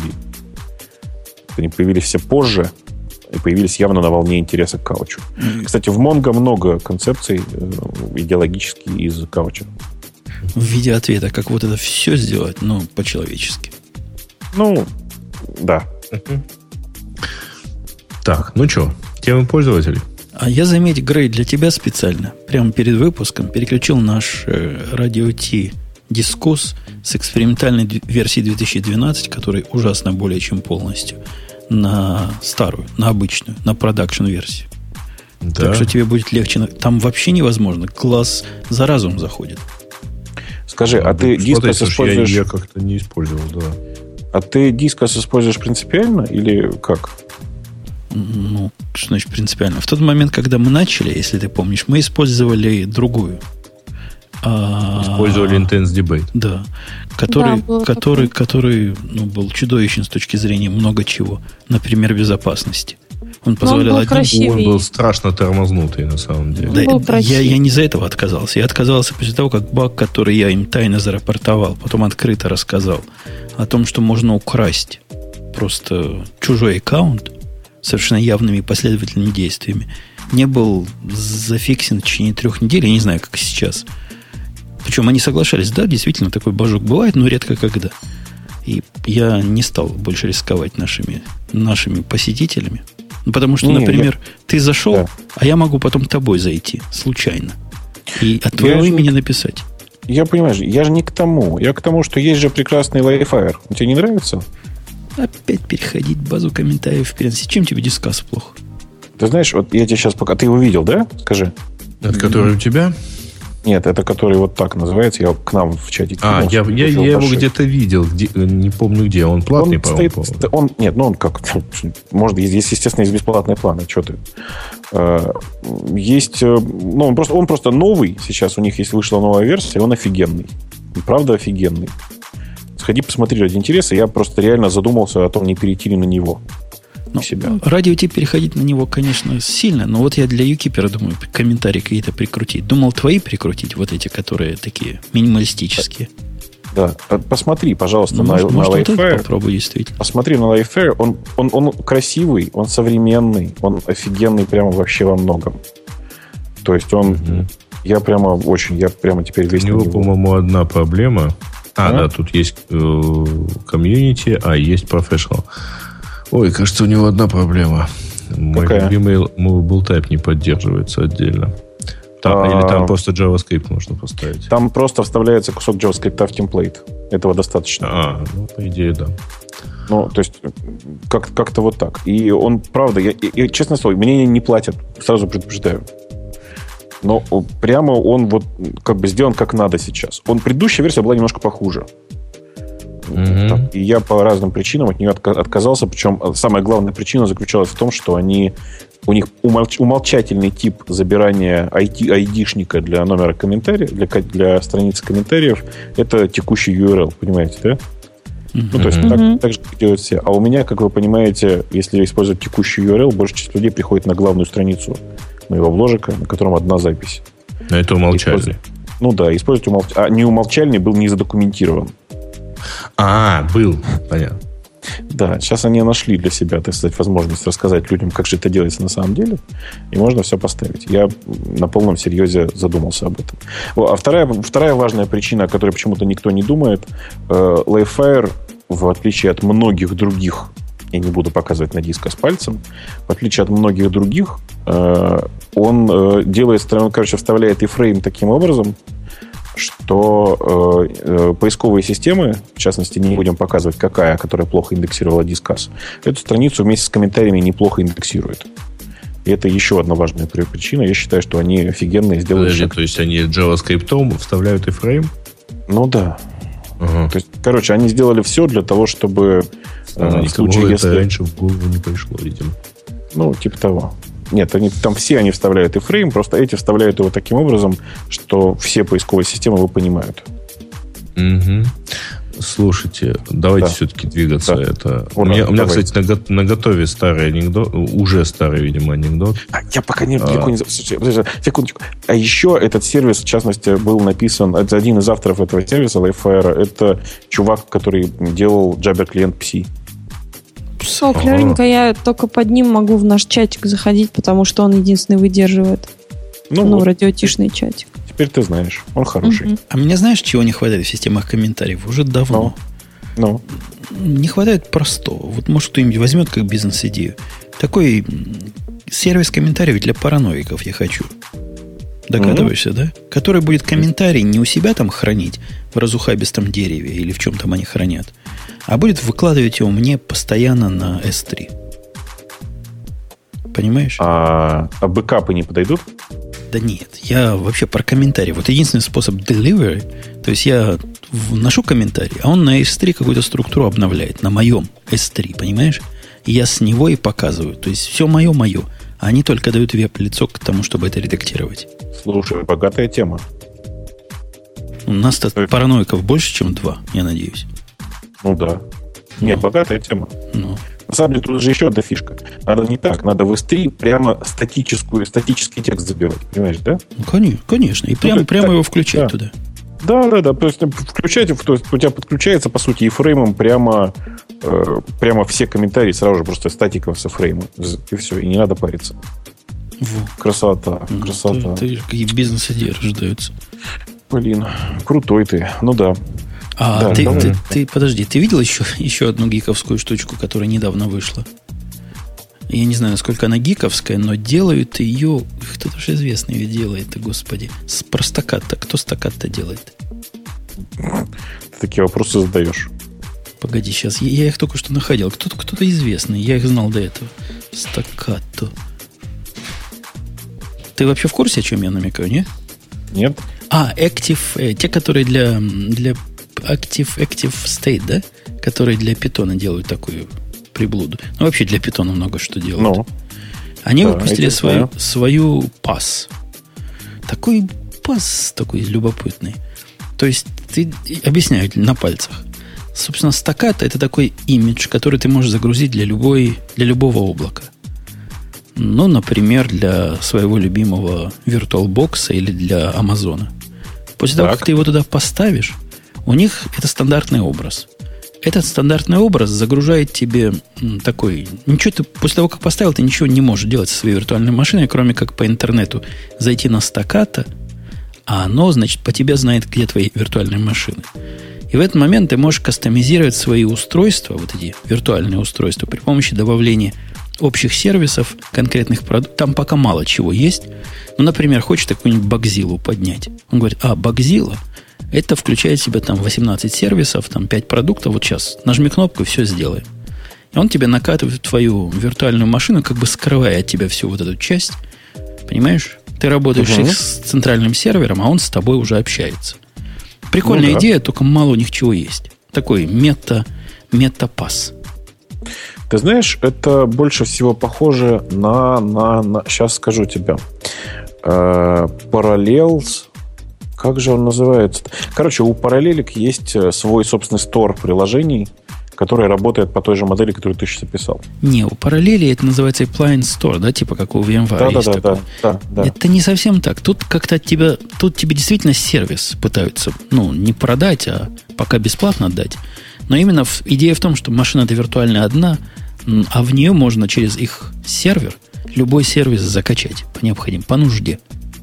Speaker 4: Они появились все позже и появились явно на волне интереса к каучу. Mm-hmm. Кстати, в Mongo много концепций э, идеологически из кауча.
Speaker 1: В виде ответа, как вот это все сделать, ну, по-человечески.
Speaker 4: Ну, да.
Speaker 2: Mm-hmm. Так, ну что, темы пользователей?
Speaker 1: А я, заметь, Грей, для тебя специально, прямо перед выпуском, переключил наш э, радио Ти дискус с экспериментальной версии две тысячи двенадцать, который ужасно более чем полностью, на старую, на обычную, на продакшн-версию.
Speaker 2: Да.
Speaker 1: Так что тебе будет легче. Там вообще невозможно. Глаз за разум заходит.
Speaker 4: Скажи, а, а ты дискос используешь...
Speaker 2: Я, я как-то не использовал, да.
Speaker 4: А ты дискос используешь принципиально или как?
Speaker 1: Ну, что значит принципиально? В тот момент, когда мы начали, если ты помнишь, мы использовали другую.
Speaker 2: Использовали Intense Debate.
Speaker 1: Да. Который, да, который, который ну, был чудовищен с точки зрения много чего. Например, безопасности. Он позволял
Speaker 3: он был
Speaker 1: один...
Speaker 2: Он был страшно тормознутый, на самом деле.
Speaker 1: Да, я, я не за этого отказался. Я отказался после того, как баг, который я им тайно зарапортовал, потом открыто рассказал о том, что можно украсть просто чужой аккаунт совершенно явными последовательными действиями, не был зафиксен в течение трех недель. Я не знаю, как сейчас. Причем они соглашались, да, действительно, такой божок бывает, но редко когда. И я не стал больше рисковать нашими, нашими посетителями. Ну, потому что, не, например, я... ты зашел, да. а я могу потом тобой зайти случайно. И от твоего я имени не... написать.
Speaker 4: Я понимаю, я же не к тому. Я к тому, что есть же прекрасный Livefire. Тебе не нравится?
Speaker 1: Опять переходить базу комментариев в принципе. Чем тебе дискас плохо?
Speaker 4: Ты знаешь, вот я тебе сейчас пока... Ты его видел, да? Скажи.
Speaker 2: Это который у тебя?
Speaker 4: Нет, это который вот так называется. Я к нам в чате.
Speaker 2: А, я, я, я его где-то видел. Где, не помню где. Он платный,
Speaker 4: он по-моему? Стоит, он, нет, ну он как... Может, здесь, естественно, есть бесплатные планы. Что ты? Есть... Ну, он просто, он просто новый. Сейчас у них есть вышла новая версия. Он офигенный. Правда офигенный. Сходи, посмотри ради интереса. Я просто реально задумался о том, не перейти ли на него.
Speaker 1: Ну, себя. Ради уйти переходить на него, конечно, сильно. Но вот я для Юкипера думаю, комментарии какие-то прикрутить. Думал, твои прикрутить, вот эти, которые такие минималистические.
Speaker 4: Да. Посмотри, пожалуйста,
Speaker 1: ну,
Speaker 4: на,
Speaker 1: может,
Speaker 4: на
Speaker 1: может,
Speaker 4: Livefire.
Speaker 1: Вот попробуй, действительно.
Speaker 4: Посмотри на Livefire. Он, он, он красивый, он современный, он офигенный прямо вообще во многом. То есть он... Угу. Я прямо очень... Я прямо теперь весь
Speaker 2: У него, по-моему, одна проблема. А, а? да, тут есть комьюнити, а есть professional. Ой, кажется, у него одна проблема.
Speaker 4: Какая?
Speaker 2: Мой любимый Movable Type не поддерживается отдельно. Там, а, или там просто JavaScript можно поставить?
Speaker 4: Там просто вставляется кусок JavaScript в темплейт. Этого достаточно.
Speaker 2: А, ну, по идее, да.
Speaker 4: Ну, то есть, как- как-то вот так. И он, правда, я, я, честно слово, мне не платят, сразу предупреждаю. Но прямо он вот как бы сделан как надо сейчас. Он, предыдущая версия была немножко похуже. Mm-hmm. Там, и я по разным причинам от нее отказался. Причем самая главная причина заключалась в том, что они, у них умолч, умолчательный тип забирания ай ди-шника для номера комментариев, для, для страницы комментариев, это текущий ю ар эл, понимаете, да? Mm-hmm. Ну, то есть mm-hmm. так, так же делают все. А у меня, как вы понимаете, если использовать текущий ю ар эл, большая часть людей приходит на главную страницу моего бложика, на котором одна запись.
Speaker 2: Но это умолчальный.
Speaker 4: Используй... Ну да, использовать умолчальный. А не умолчальный был не задокументирован.
Speaker 2: А, был, понятно.
Speaker 4: Да, сейчас они нашли для себя, так сказать, возможность рассказать людям, как же это делается на самом деле, и можно все поставить. Я на полном серьезе задумался об этом. А вторая, вторая важная причина, о которой почему-то никто не думает, Livefire, в отличие от многих других, я не буду показывать на диско с пальцем, в отличие от многих других, он делает, он, короче, вставляет iframe таким образом, что э, поисковые системы, в частности, не будем показывать, какая, которая плохо индексировала Disqus, эту страницу вместе с комментариями неплохо индексирует. И это еще одна важная причина. Я считаю, что они офигенные сделали.
Speaker 2: Подожди, то есть они JavaScript вставляют iframe?
Speaker 4: Ну да.
Speaker 2: Ага.
Speaker 4: То есть, короче, они сделали все для того, чтобы
Speaker 2: а, в случае, если... это раньше в голову не пришло, видимо.
Speaker 4: Ну, типа того. Нет, они, там все они вставляют iframe, просто эти вставляют его таким образом, что все поисковые системы его понимают.
Speaker 2: Угу. Слушайте, давайте да. все-таки двигаться. Да. Это... Ура, у меня, у меня кстати, на, на готове старый анекдот, уже старый, видимо, анекдот.
Speaker 4: А, я пока не... А... не... Слушайте, секундочку. А еще этот сервис, в частности, был написан... Это один из авторов этого сервиса, Livefire, это чувак, который делал Jabber клиент пи си.
Speaker 3: Все, клевенько, я только под ним могу в наш чатик заходить, потому что он единственный выдерживает. Ну, ну вот. Радиотишный чатик.
Speaker 4: Теперь ты знаешь, он хороший.
Speaker 1: Uh-huh. А мне знаешь, чего не хватает в системах комментариев? Уже давно.
Speaker 4: Ну.
Speaker 1: Не хватает простого. Вот может кто-нибудь возьмет как бизнес-идею. Такой сервис комментариев для параноиков я хочу. Догадываешься, uh-huh. да? Который будет комментарий не у себя там хранить, в разухабистом дереве или в чем там они хранят, а будет выкладывать его мне постоянно на эс три. Понимаешь?
Speaker 4: А, а бэкапы не подойдут?
Speaker 1: Да нет, я вообще про комментарии. Вот единственный способ delivery, то есть я вношу комментарий, а он на эс три какую-то структуру обновляет, на моем эс три, понимаешь? И я с него и показываю. То есть все мое-мое. А они только дают веб-лицо к тому, чтобы это редактировать.
Speaker 4: Слушай, богатая тема.
Speaker 1: У нас-то Ой. параноиков больше, чем два, я надеюсь.
Speaker 4: Ну да. Ну. Нет, богатая тема.
Speaker 1: Ну.
Speaker 4: На самом деле, тут же еще одна фишка. Надо не так. Надо в эс три прямо статическую, статический текст забивать. Понимаешь, да?
Speaker 1: Ну, конечно. И прямо, ну, прямо так, его включать да. туда.
Speaker 4: Да, да, да. То есть включать, то есть у тебя подключается, по сути, и фреймом прямо, э, прямо все комментарии сразу же просто статиком со фреймом. И все. И не надо париться.
Speaker 1: Во.
Speaker 4: Красота.
Speaker 1: Ну,
Speaker 4: красота.
Speaker 1: Ты, ты, какие бизнес-идеи рождаются.
Speaker 4: Блин, крутой ты. Ну да.
Speaker 1: А
Speaker 4: да,
Speaker 1: ты,
Speaker 4: давай.
Speaker 1: ты, ты, подожди, ты видел еще, еще одну гиковскую штучку, которая недавно вышла? Я не знаю, насколько она гиковская, но делают ее... Кто-то же известный ее делает, господи. С про стаккато. Кто стаккато делает?
Speaker 4: Ты такие вопросы задаешь.
Speaker 1: Погоди, сейчас. Я, я их только что находил. Кто-то, кто-то известный. Я их знал до этого. Стаккато. Ты вообще в курсе, о чем я намекаю, не?
Speaker 4: Нет.
Speaker 1: А, Active... Э, те, которые для... для Active, Active State, да? Которые для питона делают такую приблуду. Ну, вообще для питона много что делают. Ну, Они да, выпустили свою, свою пас. Такой пас такой любопытный. То есть, ты объясняю на пальцах. Собственно, стаккато это такой имидж, который ты можешь загрузить для, любой, для любого облака. Ну, например, для своего любимого VirtualBox или для Амазона. После так. того, как ты его туда поставишь, у них это стандартный образ. Этот стандартный образ загружает тебе такой... Ничего ты после того, как поставил, ты ничего не можешь делать со своей виртуальной машиной, кроме как по интернету зайти на стаккато, а оно, значит, по тебе знает, где твои виртуальные машины. И в этот момент ты можешь кастомизировать свои устройства, вот эти виртуальные устройства, при помощи добавления общих сервисов, конкретных продуктов. Там пока мало чего есть. Ну, например, хочешь какую-нибудь Bugzilla поднять. Он говорит, а, Bugzilla... Это включает в себя там восемнадцать сервисов, там пять продуктов. Вот сейчас нажми кнопку, и все сделаем. И он тебе накатывает твою виртуальную машину, как бы скрывая от тебя всю вот эту часть. Понимаешь? Ты работаешь uh-huh. с центральным сервером, а он с тобой уже общается. Прикольная ну, да. идея, только мало у них чего есть. Такой мета, мета-пас.
Speaker 4: Ты знаешь, это больше всего похоже на... на, на сейчас скажу тебе. Parallels... Как же он называется? Короче, у Параллелик есть свой собственный стор приложений, который работает по той же модели, которую ты сейчас описал.
Speaker 1: Не, у Параллели это называется Appliance Store, да, типа как у VMware
Speaker 4: да,
Speaker 1: есть
Speaker 4: да,
Speaker 1: такой.
Speaker 4: Да, да, да.
Speaker 1: Это не совсем так. Тут как-то от тебя, тут тебе действительно сервис пытаются, ну, не продать, а пока бесплатно отдать. Но именно в, идея в том, что машина-то виртуальная одна, а в нее можно через их сервер любой сервис закачать по необходимости, по нужде.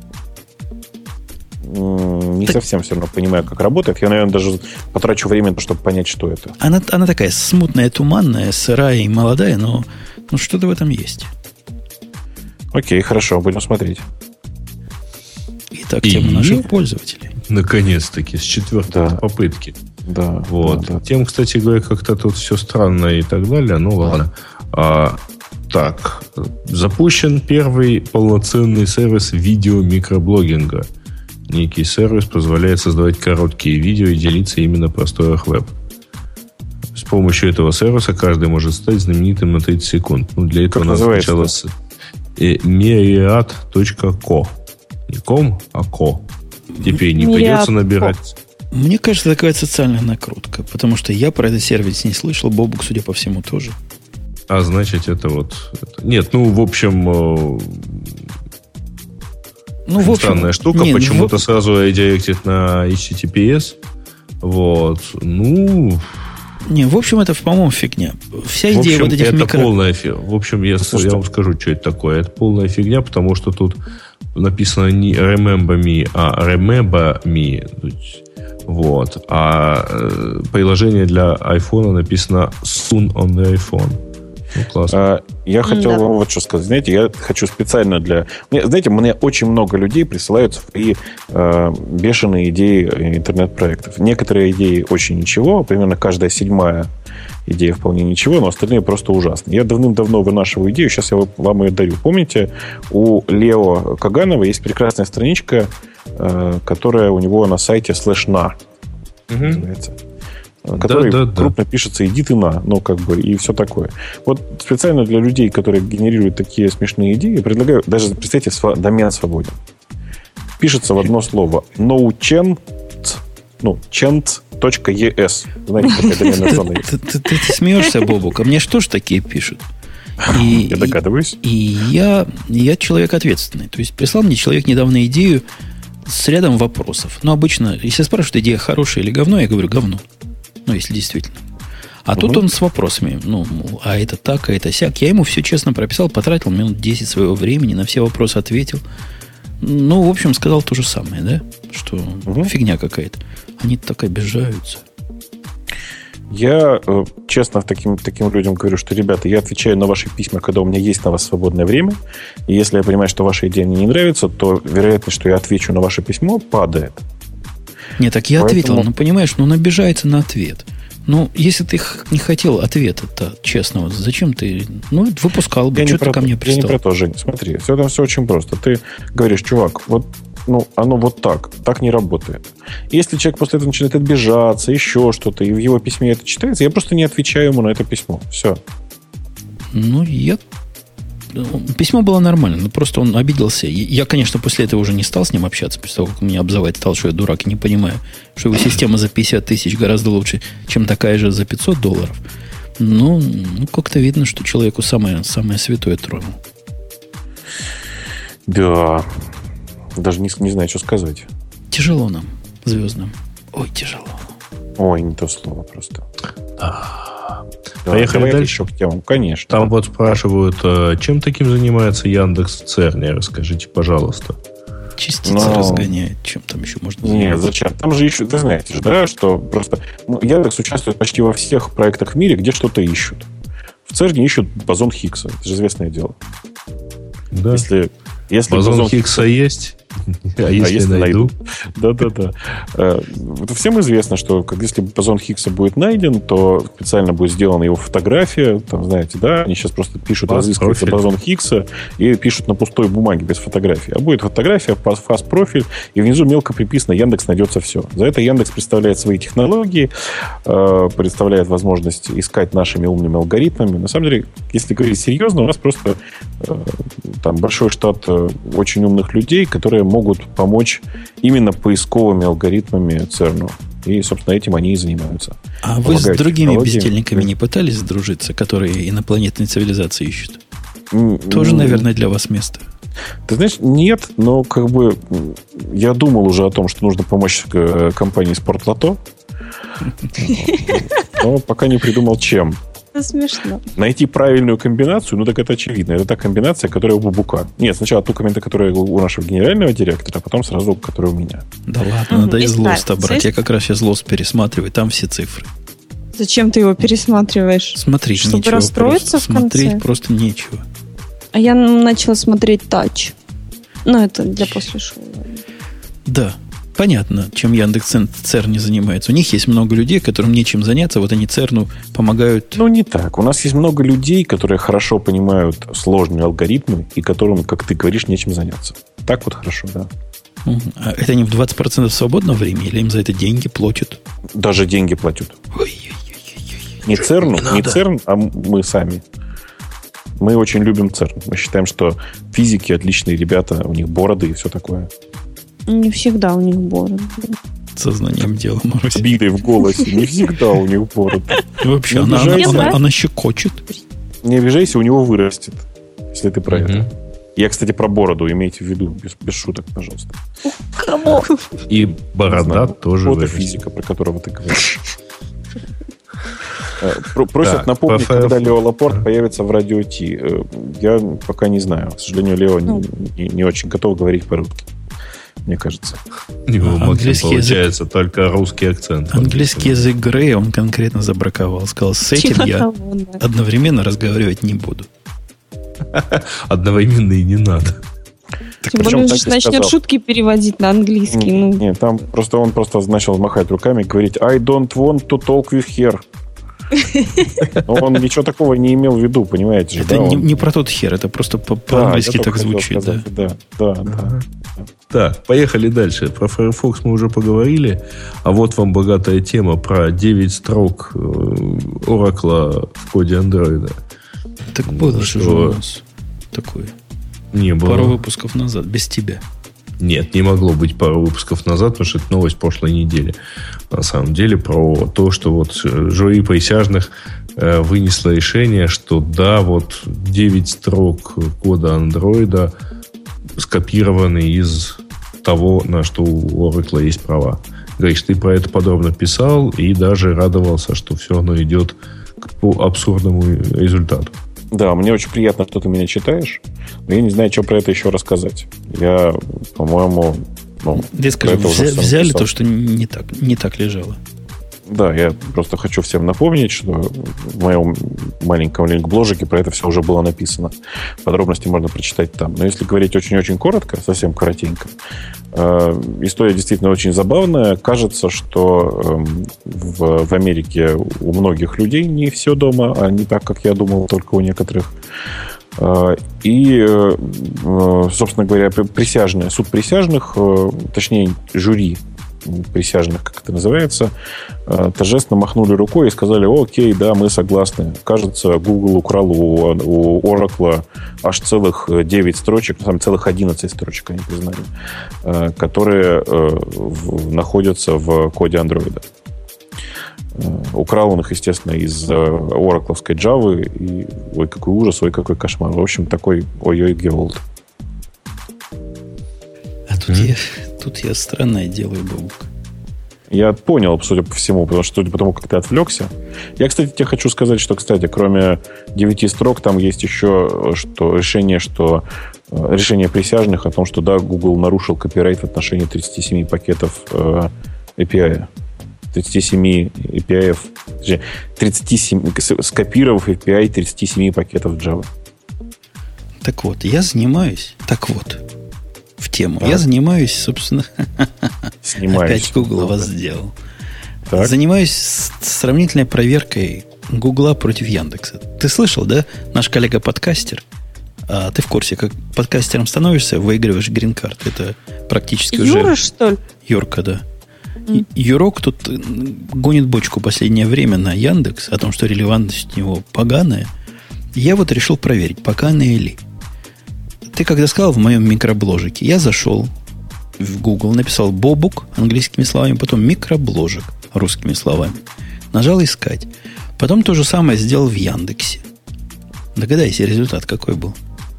Speaker 4: Не так, совсем все равно понимаю, как работает. Я, наверное, даже потрачу время, чтобы понять, что это.
Speaker 1: Она, она такая смутная, туманная, сырая и молодая, но ну, что-то в этом есть.
Speaker 4: Окей, хорошо, будем смотреть.
Speaker 1: Итак, тема и... наших пользователей.
Speaker 2: Наконец-таки, с четвертой да. попытки.
Speaker 4: Да.
Speaker 2: Вот.
Speaker 4: Да, да.
Speaker 2: Тем, кстати говоря, как-то тут все странно и так далее. Ну, ладно. А, так, запущен первый полноценный сервис видео-микроблогинга. Некий сервис позволяет создавать короткие видео и делиться ими на просторах веб. С помощью этого сервиса каждый может стать знаменитым на тридцать секунд. Ну, для этого надо сначала с myriad точка co. Не ком, а ко. Теперь не придется набирать.
Speaker 1: Мне кажется, такая социальная накрутка, потому что я про этот сервис не слышал, Бобук, судя по всему, тоже.
Speaker 2: А значит, это вот... Это... Нет, ну, в общем... Ну, в общем, странная штука, не, почему-то в... сразу редиректит на эйч ти ти пи эс. Вот. Ну...
Speaker 1: Не, в общем, это, по-моему, фигня. Вся идея
Speaker 2: в общем,
Speaker 1: вот этих
Speaker 2: это
Speaker 1: микро...
Speaker 2: полная фигня. В общем, я, я вам скажу, что это такое. Это полная фигня, потому что тут написано не remember me, а remember me. Вот. А э, приложение для iPhone написано soon on the iPhone. Ну, классно.
Speaker 4: А, я хотел да. вам вот что сказать. Знаете, я хочу специально для... Знаете, мне очень много людей присылают свои э, бешеные идеи интернет-проектов. Некоторые идеи очень ничего, примерно каждая седьмая идея вполне ничего, но остальные просто ужасные. Я давным-давно вынашиваю идею, сейчас я вам ее дарю. Помните, у Лео Каганова есть прекрасная страничка, которая у него на сайте слэш на угу. называется. Который да, да, крупно да. пишется «иди ты на», ну, как бы, и все такое. Вот специально для людей, которые генерируют такие смешные идеи, предлагаю, даже, представьте, домен свободен. Пишется в одно слово nochent, ну, chent.es. Знаете, какая доменная зона есть.
Speaker 1: Ты смеешься, Бобук, а мне что ж такие пишут?
Speaker 4: Я догадываюсь.
Speaker 1: И я человек ответственный. То есть прислал мне человек недавно идею с рядом вопросов. Но обычно, если спрашивают, идея хорошая или говно, я говорю говно. Ну, если действительно. А угу. тут он с вопросами. Ну, мол, а это так, а это сяк. Я ему все честно прописал, потратил минут десять своего времени, на все вопросы ответил. Ну, в общем, сказал то же самое, да? Что угу. фигня какая-то. Они так обижаются.
Speaker 4: Я э, честно таким, таким людям говорю, что, ребята, я отвечаю на ваши письма, когда у меня есть на вас свободное время. И если я понимаю, что ваша идея мне не нравится, то вероятность, что я отвечу на ваше письмо, падает.
Speaker 1: Нет, так я Поэтому... ответил, ну, понимаешь, ну, он обижается на ответ. Ну, если ты не хотел ответа-то честного, зачем ты, ну, выпускал бы, что ты ко мне пристал?
Speaker 4: Я не про то, Жень, смотри, все там все очень просто. Ты говоришь, чувак, вот, ну, оно вот так, так не работает. Если человек после этого начинает обижаться, еще что-то, и в его письме это читается, я просто не отвечаю ему на это письмо. Все.
Speaker 1: Ну, я... Письмо было нормально, но просто он обиделся. Я, конечно, после этого уже не стал с ним общаться, после того, как он меня обзывать стал, что я дурак и не понимаю, что его система за пятьдесят тысяч гораздо лучше, чем такая же за пятьсот долларов. Ну, ну как-то видно, что человеку самое, самое святое тронул.
Speaker 4: Да. Даже не, не знаю, что сказать.
Speaker 1: Тяжело нам, звездным. Ой, тяжело.
Speaker 4: Ой, не то слово просто.
Speaker 2: Да, Поехали дальше.
Speaker 4: Еще к темам, конечно.
Speaker 2: Там вот спрашивают, чем таким занимается Яндекс.Церни? Расскажите, пожалуйста.
Speaker 1: Частицы Но... разгоняет. Чем там еще можно
Speaker 4: заниматься? Нет, зачем? Там же еще, вы знаете же, да, что просто ну, Яндекс участвует почти во всех проектах в мире, где что-то ищут. В Церни ищут бозон Хиггса. Это же известное дело.
Speaker 2: Да.
Speaker 4: Если, если
Speaker 2: бозон, бозон Хиггса есть... А если, а если найду?
Speaker 4: Да-да-да. Всем известно, что если бозон Хиггса будет найден, то специально будет сделана его фотография. Там, знаете, да, они сейчас просто пишут, разыскивается бозон Хиггса и пишут на пустой бумаге без фотографии. А будет фотография, фаст-профиль, и внизу мелко приписано «Яндекс найдется все». За это Яндекс представляет свои технологии, представляет возможность искать нашими умными алгоритмами. На самом деле, если говорить серьезно, у нас просто там большой штат очень умных людей, которые могут помочь именно поисковыми алгоритмами Церну. И, собственно, этим они и занимаются.
Speaker 1: А вы с другими бездельниками не пытались сдружиться, которые инопланетные цивилизации ищут? Mm-hmm. Тоже, наверное, для вас место.
Speaker 4: Ты знаешь, нет, но как бы я думал уже о том, что нужно помочь компании Спортлото, но пока не придумал, чем.
Speaker 3: Это смешно.
Speaker 4: Найти правильную комбинацию, ну так это очевидно. Это та комбинация, которая у Бубука. Нет, сначала ту комбинацию, которая у нашего генерального директора, а потом сразу, которая у меня.
Speaker 1: Да ладно, надо из лоста брать. Я как раз сейчас лост пересматриваю, там все цифры.
Speaker 3: Зачем ты его пересматриваешь?
Speaker 1: Смотреть
Speaker 3: Чтобы
Speaker 1: нечего.
Speaker 3: расстроиться в конце?
Speaker 1: Смотреть просто нечего.
Speaker 3: А я начала смотреть Touch. Ну, это для после шоу.
Speaker 1: Да. Понятно, чем Яндекс.Церни занимается. У них есть много людей, которым нечем заняться. Вот они Церну помогают.
Speaker 4: Ну, не так. У нас есть много людей, которые хорошо понимают сложные алгоритмы и которым, как ты говоришь, нечем заняться. Так вот хорошо, да.
Speaker 1: А это они в двадцать процентов свободного времени или им за это деньги платят?
Speaker 4: Даже деньги платят. Ой-ой-ой. Не Церну, не Церн, а мы сами. Мы очень любим Церн. Мы считаем, что физики отличные ребята, у них бороды и все такое.
Speaker 3: Не всегда у них бороды.
Speaker 1: Сознанием дела, Маруся.
Speaker 4: Битой в голосе. Не всегда у них бороды.
Speaker 1: Вообще, она, она, она, она щекочет.
Speaker 4: Не обижайся, у него вырастет. Если ты про mm-hmm. это. Я, кстати, про бороду. Имейте в виду. Без, без шуток, пожалуйста.
Speaker 3: Кому?
Speaker 2: И борода тоже
Speaker 4: вот вырастет. Физика, про которого ты говоришь. Просят так, напомнить, когда Лео Лапорт появится в Радио Ти. Я пока не знаю. К сожалению, Лео ну. не, не очень готов говорить по-русски. Мне кажется.
Speaker 2: У него а, английский получается язык, только русский акцент.
Speaker 1: Английский язык Грея он конкретно забраковал. Сказал, с этим Чего я того, да. одновременно разговаривать не буду.
Speaker 2: Одновременно и не надо.
Speaker 3: Тем более он же начнет шутки переводить на английский.
Speaker 4: Нет, ну. нет, там просто он просто начал махать руками и говорить I don't want to talk with her. Но он ничего такого не имел в виду, понимаете?
Speaker 1: Это
Speaker 4: да,
Speaker 1: не,
Speaker 4: он...
Speaker 1: не про тот хер, это просто по-
Speaker 4: Да,
Speaker 1: по-английски
Speaker 4: я
Speaker 1: так
Speaker 4: только хотел
Speaker 1: звучит.
Speaker 4: сказать,
Speaker 1: Да.
Speaker 4: Да, да, да.
Speaker 2: Так, поехали дальше. Про Firefox мы уже поговорили. А вот вам богатая тема про девять строк э, Oracle в коде Android.
Speaker 1: Так было же
Speaker 2: Что?
Speaker 1: у нас такое.
Speaker 2: Не было.
Speaker 1: Пару выпусков назад, без тебя.
Speaker 2: Нет, не могло быть пару выпусков назад, потому что это новость прошлой недели. На самом деле про то, что вот жюри присяжных э, вынесло решение, что да, вот девять строк кода андроида скопированы из того, на что у Oracle есть права. Гриш, ты про это подробно писал и даже радовался, что все равно идет к абсурдному результату.
Speaker 4: Да, мне очень приятно, что ты меня читаешь, но я не знаю, что про это еще рассказать. Я, по-моему... Ну,
Speaker 1: Ты скажи, взя- взяли то, что не так, не так лежало.
Speaker 4: Да, я просто хочу всем напомнить, что в моем маленьком линк-бложике про это все уже было написано. Подробности можно прочитать там. Но если говорить очень-очень коротко, совсем коротенько, э, история действительно очень забавная. Кажется, что э, в, в Америке у многих людей не все дома, а не так, как я думал, только у некоторых. Э, и, э, собственно говоря, присяжные, суд присяжных, э, точнее, жюри присяжных, как это называется, торжественно махнули рукой и сказали: окей, да, мы согласны. Кажется, Google украл у, у Oracle аж целых девять строчек, на самом деле целых одиннадцать строчек, они признали, которые в, находятся в коде Android. Украл он их, естественно, из оракловской Java. И ой, какой ужас, ой, какой кошмар. В общем, такой ой-ой, Геволд.
Speaker 1: А тут, mm-hmm. я, тут я странное делаю, Бабук.
Speaker 4: Я понял, судя по всему, потому что, судя по тому, как ты отвлекся. Я, кстати, тебе хочу сказать, что, кстати, кроме девяти строк, там есть еще что, решение, что решение присяжных о том, что, да, Google нарушил копирайт в отношении тридцати семи пакетов э, эй пи ай. тридцати семи эй пи ай, тридцати семи, скопировав эй пи ай тридцати семи пакетов Java.
Speaker 1: Так вот, я занимаюсь... Так вот, в тему.
Speaker 4: Так.
Speaker 1: Я занимаюсь, собственно...
Speaker 4: Снимаюсь.
Speaker 1: Опять Google вас сделал.
Speaker 4: Так.
Speaker 1: Занимаюсь сравнительной проверкой Гугла против Яндекса. Ты слышал, да? Наш коллега-подкастер. А ты в курсе, как подкастером становишься, выигрываешь грин-карт. Это практически
Speaker 3: Юра,
Speaker 1: уже...
Speaker 3: Юра, что ли?
Speaker 1: Юрка, да. Mm. Юрок тут гонит бочку последнее время на Яндекс о том, что релевантность у него поганая. Я вот решил проверить, поганая ли. Ты когда сказал в моем микробложике, я зашел в Google, написал Бобук английскими словами, потом микробложик русскими словами. Нажал искать. Потом то же самое сделал в Яндексе. Догадайся, результат какой был?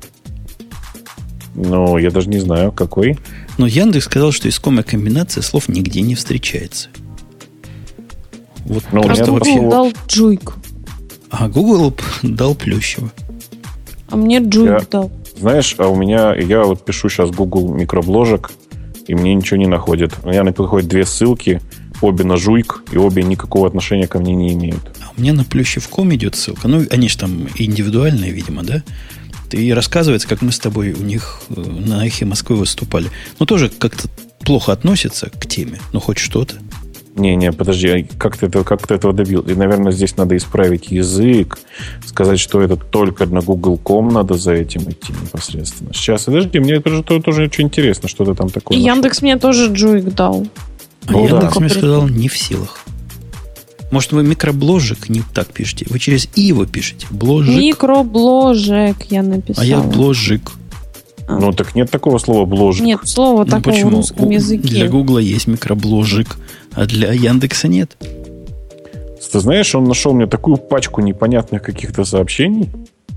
Speaker 4: Ну, я даже не знаю, какой.
Speaker 1: Но Яндекс сказал, что искомая комбинация слов нигде не встречается. Вот
Speaker 4: Но
Speaker 1: просто
Speaker 3: Google
Speaker 1: вообще...
Speaker 3: дал джуйку.
Speaker 1: А Google дал Плющева.
Speaker 3: А мне джуйк
Speaker 4: Я...
Speaker 3: дал.
Speaker 4: Знаешь, а у меня... Я вот пишу сейчас Google микробложек, и мне ничего не находит. У меня находят две ссылки, обе на жуйк, и обе никакого отношения ко мне не имеют.
Speaker 1: А у меня на плющев точка ком идет ссылка. Ну, они же там индивидуальные, видимо, да? И рассказывается, как мы с тобой у них на Эхе Москвы выступали. Ну, тоже как-то плохо относятся к теме. Ну, хоть что-то.
Speaker 4: Не-не, подожди, как ты, этого, как ты этого добился? И, наверное, здесь надо исправить язык, сказать, что это только на Google точка ком надо за этим идти непосредственно. Сейчас, подожди, мне тоже, тоже очень интересно, что ты там такое
Speaker 3: И
Speaker 4: нашел.
Speaker 3: Яндекс мне тоже джуйк дал.
Speaker 1: А
Speaker 4: Ну,
Speaker 1: Яндекс
Speaker 4: да.
Speaker 1: мне сказал, не в силах. Может, вы микробложек не так пишете? Вы через «и» его пишете. Бложик.
Speaker 3: Микробложек я написала.
Speaker 1: А я бложик.
Speaker 4: Ну, так нет такого слова «бложик».
Speaker 3: Нет слова
Speaker 1: Ну,
Speaker 3: такого
Speaker 1: почему?
Speaker 3: в русском
Speaker 1: У-
Speaker 3: языке.
Speaker 1: Для Гугла есть микробложик, а для Яндекса нет.
Speaker 4: Ты знаешь, он нашел мне такую пачку непонятных каких-то сообщений.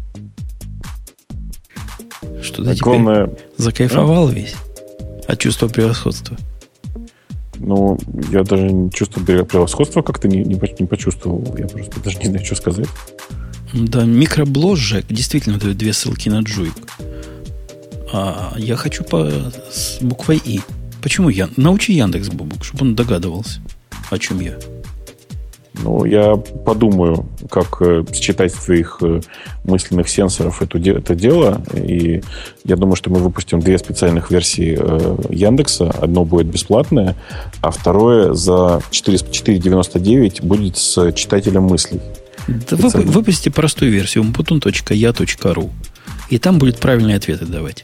Speaker 1: Что ты теперь
Speaker 4: Огромное...
Speaker 1: закайфовал весь от чувства превосходства.
Speaker 4: Ну, я даже не чувство превосходства как-то не, не, не почувствовал. Я просто даже не знаю, что сказать.
Speaker 1: Да, микробложек действительно дает две ссылки на джуйк. А я хочу по, с буквой «и». Почему я? Научи Яндекс, Бобук, чтобы он догадывался, о чем я.
Speaker 4: Ну, я подумаю, как считать с твоих мысленных сенсоров это, это дело. И я думаю, что мы выпустим две специальных версии Яндекса. Одно будет бесплатное, а второе за четыре девяносто девять будет с читателем мыслей.
Speaker 1: Да вы, выпустите простую версию умпутун точка я точка ру. И там будет правильные ответы давать.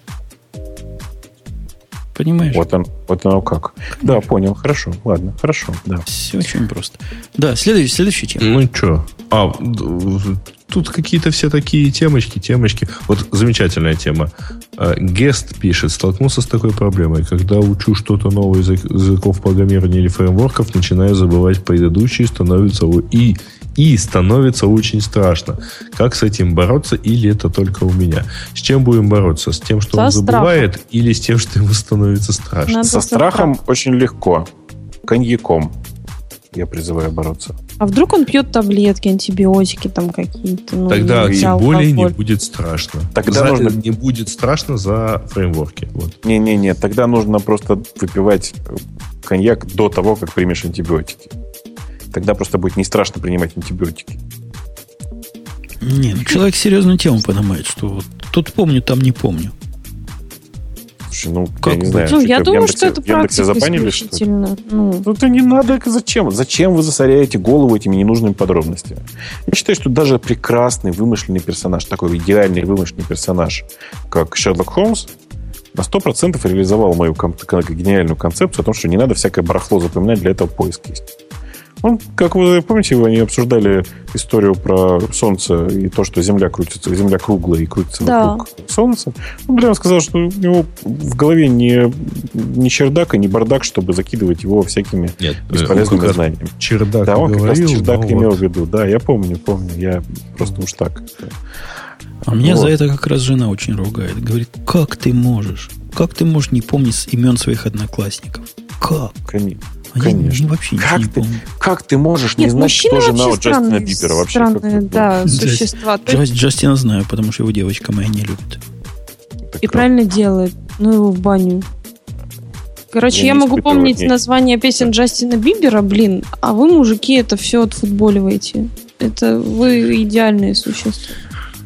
Speaker 1: Понимаешь?
Speaker 4: Вот, он, вот оно как. Конечно. Да, понял. Хорошо. Ладно, хорошо. Да.
Speaker 1: Все очень просто. Да, следующая, следующая тема.
Speaker 2: Ну что? А, тут какие-то все такие темочки, темочки. Вот замечательная тема. Гест пишет, столкнулся с такой проблемой. Когда учу что-то новое из языков программирования или фреймворков, начинаю забывать предыдущие, становится и, и становится очень страшно. Как с этим бороться, или это только у меня? С чем будем бороться? С тем, что со он забывает, страхом. Или с тем, что ему становится страшно?
Speaker 4: Надо со страхом страх. Очень легко. Коньяком. Я призываю бороться.
Speaker 3: А вдруг он пьет таблетки, антибиотики там какие-то? Ну,
Speaker 2: тогда тем более не будет страшно.
Speaker 4: Тогда
Speaker 2: за,
Speaker 4: нужно...
Speaker 2: Не будет страшно за фреймворки. Вот.
Speaker 4: Не-не-не, тогда нужно просто выпивать коньяк до того, как примешь антибиотики. Тогда просто будет не страшно принимать антибиотики.
Speaker 1: Не, ну человек серьезную тему понимает, что вот тут помню, там не помню.
Speaker 4: Слушай, ну, как я не знаю.
Speaker 3: Ну,
Speaker 4: что,
Speaker 3: я думаю,
Speaker 4: Яндексе,
Speaker 3: что это практика
Speaker 4: запанили,
Speaker 3: исключительно. Ну.
Speaker 4: ну, это не надо. Зачем? Зачем вы засоряете голову этими ненужными подробностями? Я считаю, что даже прекрасный вымышленный персонаж, такой идеальный вымышленный персонаж, как Шерлок Холмс, на сто процентов реализовал мою гениальную концепцию о том, что не надо всякое барахло запоминать, для этого поиск есть. Он, как вы помните, они обсуждали историю про Солнце и то, что Земля крутится, Земля круглая и крутится да. вокруг Солнца. Он прямо сказал, что у него в голове не, не чердак, и не бардак, чтобы закидывать его всякими Нет, бесполезными знаниями.
Speaker 2: Чердак
Speaker 4: да, он
Speaker 2: говорил,
Speaker 4: как раз чердак имел
Speaker 2: вот.
Speaker 4: в виду. Да, я помню, помню. Я просто уж так.
Speaker 1: А меня вот. За это как раз жена очень ругает. Говорит, как ты можешь? Как ты можешь не помнить имен своих одноклассников? Как?
Speaker 4: Конечно.
Speaker 1: Конечно. Вообще
Speaker 4: как,
Speaker 1: не
Speaker 4: ты,
Speaker 1: помню.
Speaker 4: как ты можешь не
Speaker 3: Нет,
Speaker 4: знать, кто жена у Джастина
Speaker 3: странные,
Speaker 4: Бибера? Вообще,
Speaker 3: странные,
Speaker 4: как
Speaker 3: да, да, существа.
Speaker 1: Джаст, Джастина знаю, потому что его девочка моя не любит.
Speaker 3: Так и как? Правильно делает. Ну его в баню. Короче, я, я могу помнить нет. название песен Джастина Бибера, блин, а вы, мужики, это все отфутболиваете. Это вы идеальные существа.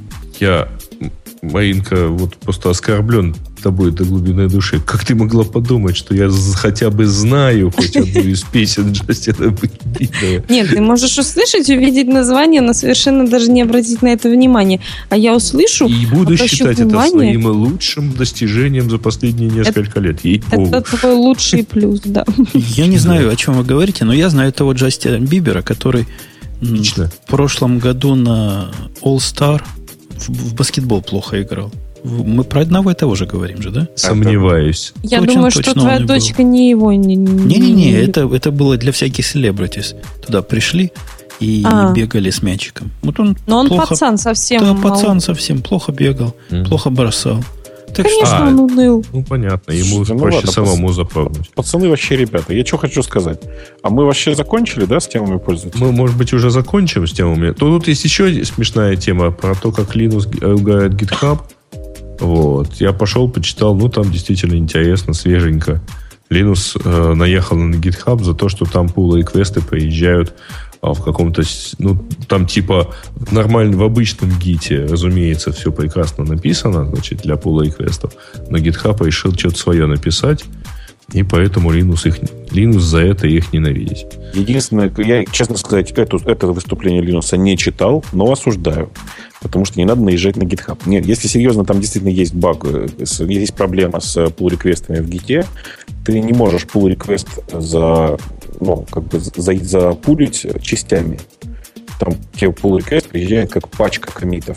Speaker 2: Я, Маринка, вот просто оскорблен тобой до глубины души. Как ты могла подумать, что я хотя бы знаю хоть одну из песен Джастина Бибера?
Speaker 3: Нет, ты можешь услышать, увидеть название, но совершенно даже не обратить на это внимание. А я услышу,
Speaker 2: и буду считать
Speaker 3: внимание.
Speaker 2: Это своим лучшим достижением за последние несколько
Speaker 3: это,
Speaker 2: лет. Ей-богу.
Speaker 3: Это твой лучший плюс, да.
Speaker 1: Я не знаю, о чем вы говорите, но я знаю того Джастина Бибера, который Лично. в прошлом году на All-Star в баскетбол плохо играл. Мы про одного и того же говорим же, да?
Speaker 2: Сомневаюсь.
Speaker 3: Я точно, думаю, что твоя дочка был. не его.
Speaker 1: Не-не-не, это, это было для всяких селебритис. Туда пришли и а. бегали с мячиком. Вот он
Speaker 3: Но он
Speaker 1: плохо,
Speaker 3: пацан совсем.
Speaker 1: Да,
Speaker 3: мал.
Speaker 1: пацан совсем плохо бегал, mm. плохо бросал.
Speaker 3: Так Конечно, что... он уныл.
Speaker 2: Ну, понятно. Ему ну, проще ладно, самому запомнить.
Speaker 4: Пацаны вообще ребята. Я что хочу сказать. А мы вообще закончили, да, с темами пользователей?
Speaker 2: Мы, может быть, уже закончим с темами. То тут есть еще смешная тема про то, как Linux ругает GitHub. Вот. Я пошел, почитал. Ну, там действительно интересно, свеженько. Linux э, наехал на GitHub за то, что там pull-реквесты приезжают а в каком-то, ну, там типа нормально в обычном гите, разумеется, все прекрасно написано, значит, для pull-реквестов, но GitHub решил что-то свое написать, и поэтому Linux, их, Linux за это их ненавидит.
Speaker 4: Единственное, я, честно сказать, эту, это выступление Linux не читал, но осуждаю, потому что не надо наезжать на GitHub. Нет, если серьезно, там действительно есть баг, есть проблема с pull-реквестами в гите, ты не можешь pull-реквест за, ну, как бы за, запулить частями. Там тебе pull-реквест приезжает как пачка коммитов.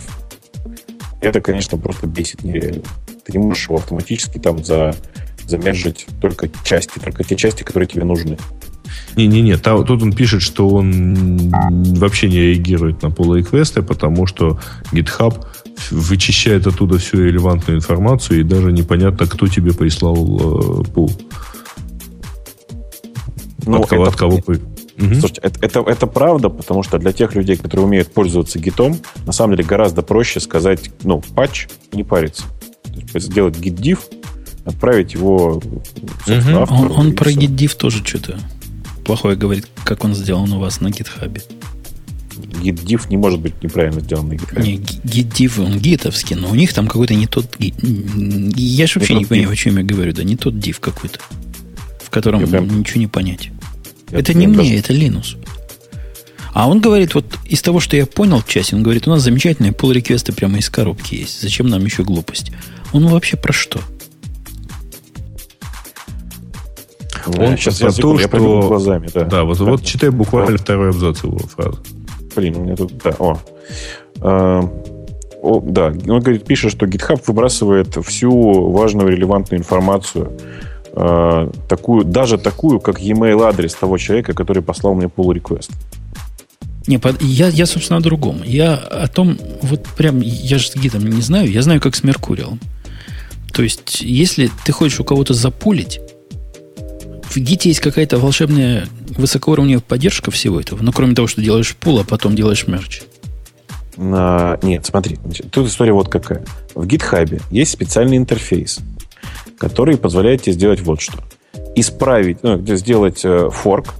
Speaker 4: Это, конечно, просто бесит нереально. Ты не можешь его автоматически там за, замержить только части, только те части, которые тебе нужны.
Speaker 2: Не-не-не, тут он пишет, что он вообще не реагирует на pull-реквесты, потому что GitHub вычищает оттуда всю релевантную информацию, и даже непонятно, кто тебе прислал э, pull.
Speaker 4: Ну,
Speaker 2: от кого,
Speaker 4: это,
Speaker 2: от кого угу.
Speaker 4: Слушайте, это, это, это правда, потому что для тех людей, которые умеют пользоваться гитом, на самом деле гораздо проще сказать, ну, патч, не париться. То есть сделать git-diff, отправить его,
Speaker 1: собственно, угу. автору. Он, он про git-diff тоже что-то плохое говорит, как он сделан у вас на GitHub.
Speaker 4: git-diff не может быть неправильно сделан на GitHub.
Speaker 1: Не, git-diff, он гитовский, но у них там какой-то не тот... Я же вообще не, не понимаю, о чем я говорю. Да не тот diff какой-то, в котором прям, ничего не понять. Это не мне, даже... это Linux. А он говорит, вот из того, что я понял в часе, он говорит, у нас замечательные pull-реквесты прямо из коробки есть. Зачем нам еще глупость? Он вообще про что?
Speaker 2: Он сейчас про то, я что... глазами, да. Да, вот, вот читай буквально второй абзац его фразы.
Speaker 4: Блин, у меня тут... Да, о. А, о, да, он говорит, пишет, что GitHub выбрасывает всю важную релевантную информацию, а, такую, даже такую, как e-mail адрес того человека, который послал мне pull request.
Speaker 1: Не, я, я, собственно, о другом. Я о том, вот прям, я же с гитом не знаю, я знаю, как с Меркуриалом. То есть, если ты хочешь у кого-то запулить, в гите есть какая-то волшебная высокоуровневая поддержка всего этого, ну, кроме того, что делаешь пул, а потом делаешь мерч.
Speaker 4: А, нет, смотри, тут история вот какая. В GitHub есть специальный интерфейс, который позволяет тебе сделать вот что. Исправить, ну, сделать э, форк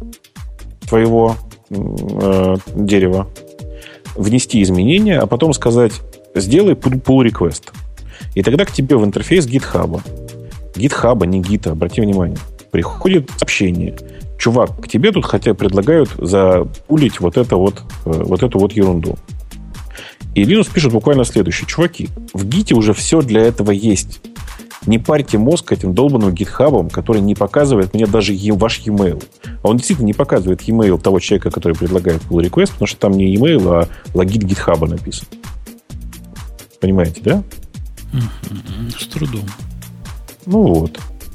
Speaker 4: твоего э, дерева, внести изменения, а потом сказать, сделай pull request. И тогда к тебе в интерфейс GitHub, GitHub, не гита, обрати внимание, приходит сообщение. Чувак, к тебе тут хотя предлагают запулить вот, это вот, вот эту вот ерунду. И Linux пишет буквально следующее. Чуваки, в гите уже все для этого есть. Не парьте мозг этим долбанным гитхабом, который не показывает мне даже e- ваш e-mail. А он действительно не показывает e-mail того человека, который предлагает pull request, потому что там не e-mail, а логин гитхаба написан. Понимаете, да?
Speaker 1: С трудом.
Speaker 4: Ну вот.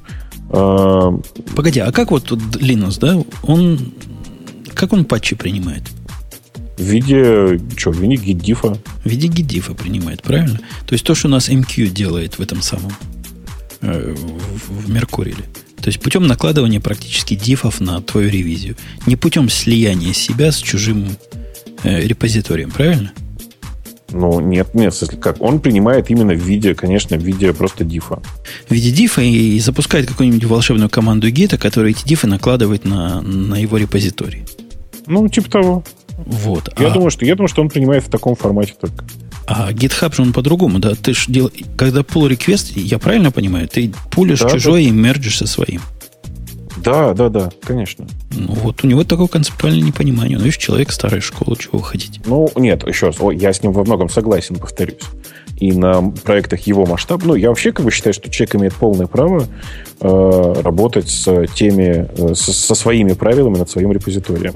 Speaker 1: Погоди, а как вот тут Linux, да? Он как он патчи принимает?
Speaker 4: В виде, что, в виде гитдифа.
Speaker 1: В виде гитдифа принимает, правильно? То есть то, что у нас эм кью делает в этом самом э, в, в Меркуриале. То есть путем накладывания практически дифов на твою ревизию. Не путем слияния себя с чужим э, репозиторием, правильно?
Speaker 4: Ну, нет, нет, если как. Он принимает именно в виде, конечно, в виде просто дифа.
Speaker 1: В виде дифа и запускает какую-нибудь волшебную команду гита, которая эти дифы накладывает на, на его репозиторий.
Speaker 4: Ну, типа того.
Speaker 1: Вот.
Speaker 4: Я,
Speaker 1: а,
Speaker 4: думаю, что, я думаю, что он принимает в таком формате только.
Speaker 1: А GitHub же он по-другому, да? Ты ж дел... Когда pull request, я правильно понимаю, ты пулишь да, чужой да. и мерджишь со своим.
Speaker 4: Да, да, да, конечно.
Speaker 1: Ну, вот у него такое концептуальное непонимание. Ну, видишь, человек старой школы, чего вы хотите?
Speaker 4: Ну, нет, еще раз, я с ним во многом согласен, повторюсь. И на проектах его масштаба, ну, я вообще как бы считаю, что человек имеет полное право э, работать с теми, э, со, со своими правилами над своим репозиторием.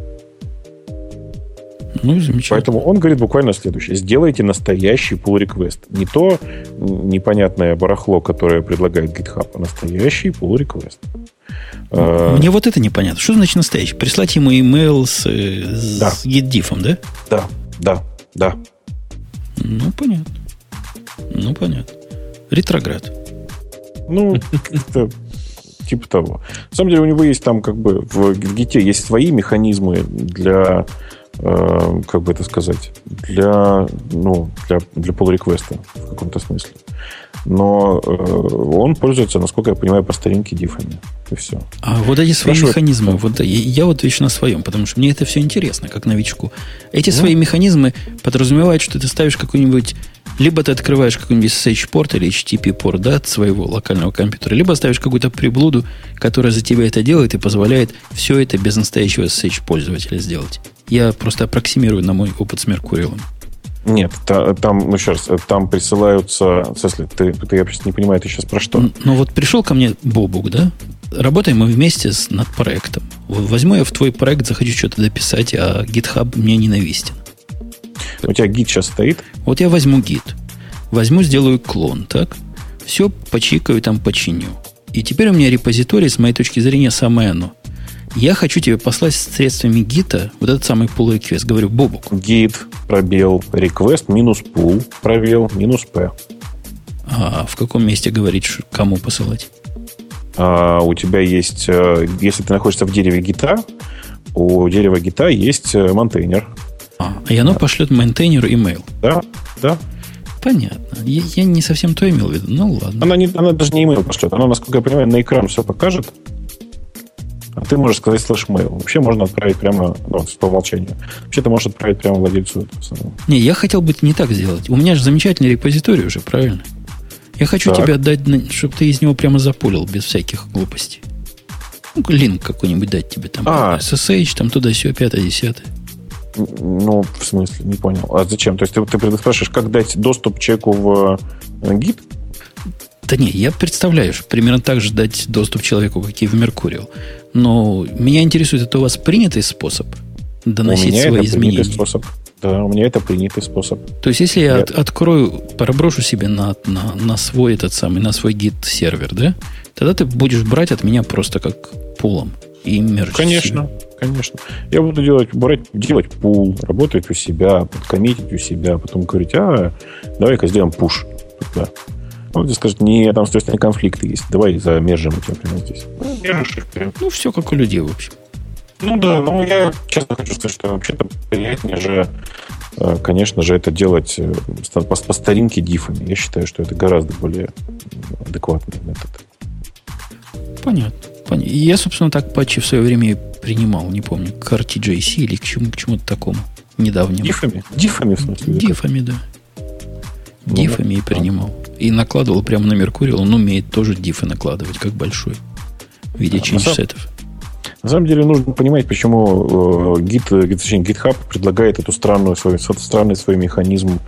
Speaker 1: Ну, замечательно.
Speaker 4: Поэтому он говорит буквально следующее. Сделайте настоящий pull request. Не то непонятное барахло, которое предлагает GitHub, а настоящий pull request.
Speaker 1: Мне вот это непонятно. Что значит настоящий? Прислать ему имейл с, с да. гитдифом, да?
Speaker 4: Да, да, да.
Speaker 1: Ну, понятно. Ну, понятно. Ретроград.
Speaker 4: Ну, это типа того. На самом деле у него есть там как бы в гите есть свои механизмы для э, как бы это сказать, для, ну, для, для pull-реквеста в каком-то смысле. Но э, он пользуется, насколько я понимаю, по старинке дифами. И все.
Speaker 1: А вот эти свои Спрашивает, механизмы, да. вот, я, я вот вечно на своем, потому что мне это все интересно, как новичку. Эти ну. свои механизмы подразумевают, что ты ставишь какой-нибудь... Либо ты открываешь какой-нибудь эс эс эйч-порт или эйч ти ти пи-порт, да, от своего локального компьютера, либо ставишь какую-то приблуду, которая за тебя это делает и позволяет все это без настоящего эс эс эйч-пользователя сделать. Я просто аппроксимирую на мой опыт с Меркуриалом.
Speaker 4: Нет, та, там, ну, еще раз, там присылаются... В смысле, ты, ты я просто не понимаю, ты сейчас про что?
Speaker 1: Ну, ну вот пришел ко мне Бобук, да? Работаем мы вместе с, над проектом. Возьму я в твой проект, захочу что-то дописать, а GitHub мне ненавистен.
Speaker 4: У тебя гид сейчас стоит?
Speaker 1: Вот я возьму гид. Возьму, сделаю клон, так? Все почикаю, там починю. И теперь у меня репозиторий, с моей точки зрения, самое оно. Я хочу тебе послать с средствами гита вот этот самый pull request. Говорю, Бобук.
Speaker 4: Гит, пробел, request, минус pull, пробел, минус p.
Speaker 1: А в каком месте говорить, кому посылать?
Speaker 4: А, у тебя есть, если ты находишься в дереве гита, у дерева гита есть монтейнер.
Speaker 1: А, и оно пошлет мейнтейнеру имейл.
Speaker 4: Да, да.
Speaker 1: Понятно. Я, я не совсем то имел в виду. Ну, ладно.
Speaker 4: Она, не, она даже не имейл пошлет. Она, насколько я понимаю, на экран все покажет. А ты можешь сказать слэш mail. Вообще можно отправить прямо, ну, по умолчанию. Вообще ты можешь отправить прямо владельцу этого самого.
Speaker 1: Не, я хотел бы не так сделать. У меня же замечательный репозиторий уже, правильно? Я хочу
Speaker 4: Так.
Speaker 1: тебе отдать, чтобы ты из него прямо запулил без всяких глупостей. Ну, линк какой-нибудь дать тебе там.
Speaker 4: А.
Speaker 1: эс эс эйч, там туда-сюда, пятое, десятое.
Speaker 4: Ну, в смысле, не понял. А зачем? То есть ты, ты спрашиваешь, как дать доступ человеку в э, гид?
Speaker 1: Да не, я представляю, что примерно так же дать доступ человеку, как и в Mercurial. Но меня интересует, это у вас принятый способ доносить
Speaker 4: у меня
Speaker 1: свои
Speaker 4: это
Speaker 1: изменения?
Speaker 4: принятый способ. Да, у меня это принятый способ.
Speaker 1: То есть, если я
Speaker 4: Нет.
Speaker 1: от- открою, проброшу себе на, на, на свой этот самый, на свой гид-сервер, да? Тогда ты будешь брать от меня просто как пулом и мерч.
Speaker 4: Конечно, конечно. Я буду делать, брать, делать пул, работать у себя, подкоммитить у себя, потом говорить, а, давай-ка сделаем пуш туда. Он тебе скажет, нет, там, то есть, конфликты есть. Давай замержим у тебя прямо здесь. Мержишь их прямо.
Speaker 1: Ну, все как у людей, в общем.
Speaker 4: Ну да, ну я честно хочу сказать, что вообще-то приятнее же, э, конечно же, это делать э, по, по старинке дифами. Я считаю, что это гораздо более адекватный метод.
Speaker 1: Понятно. Понятно. И я, собственно, так патчи в свое время и принимал, не помню, к ар ти джей си или к, чему, к чему-то такому недавнему.
Speaker 4: Дифами? Дифами, в смысле?
Speaker 1: Дифами, да.
Speaker 4: Ну,
Speaker 1: Дифами и принимал. И накладывал прямо на Mercurial. Он умеет тоже дифы накладывать, как большой. В виде
Speaker 4: Да,
Speaker 1: change-сетов.
Speaker 4: На самом деле нужно понимать, почему э, Git, Git, точнее, GitHub предлагает эту странную свой, странный свой механизм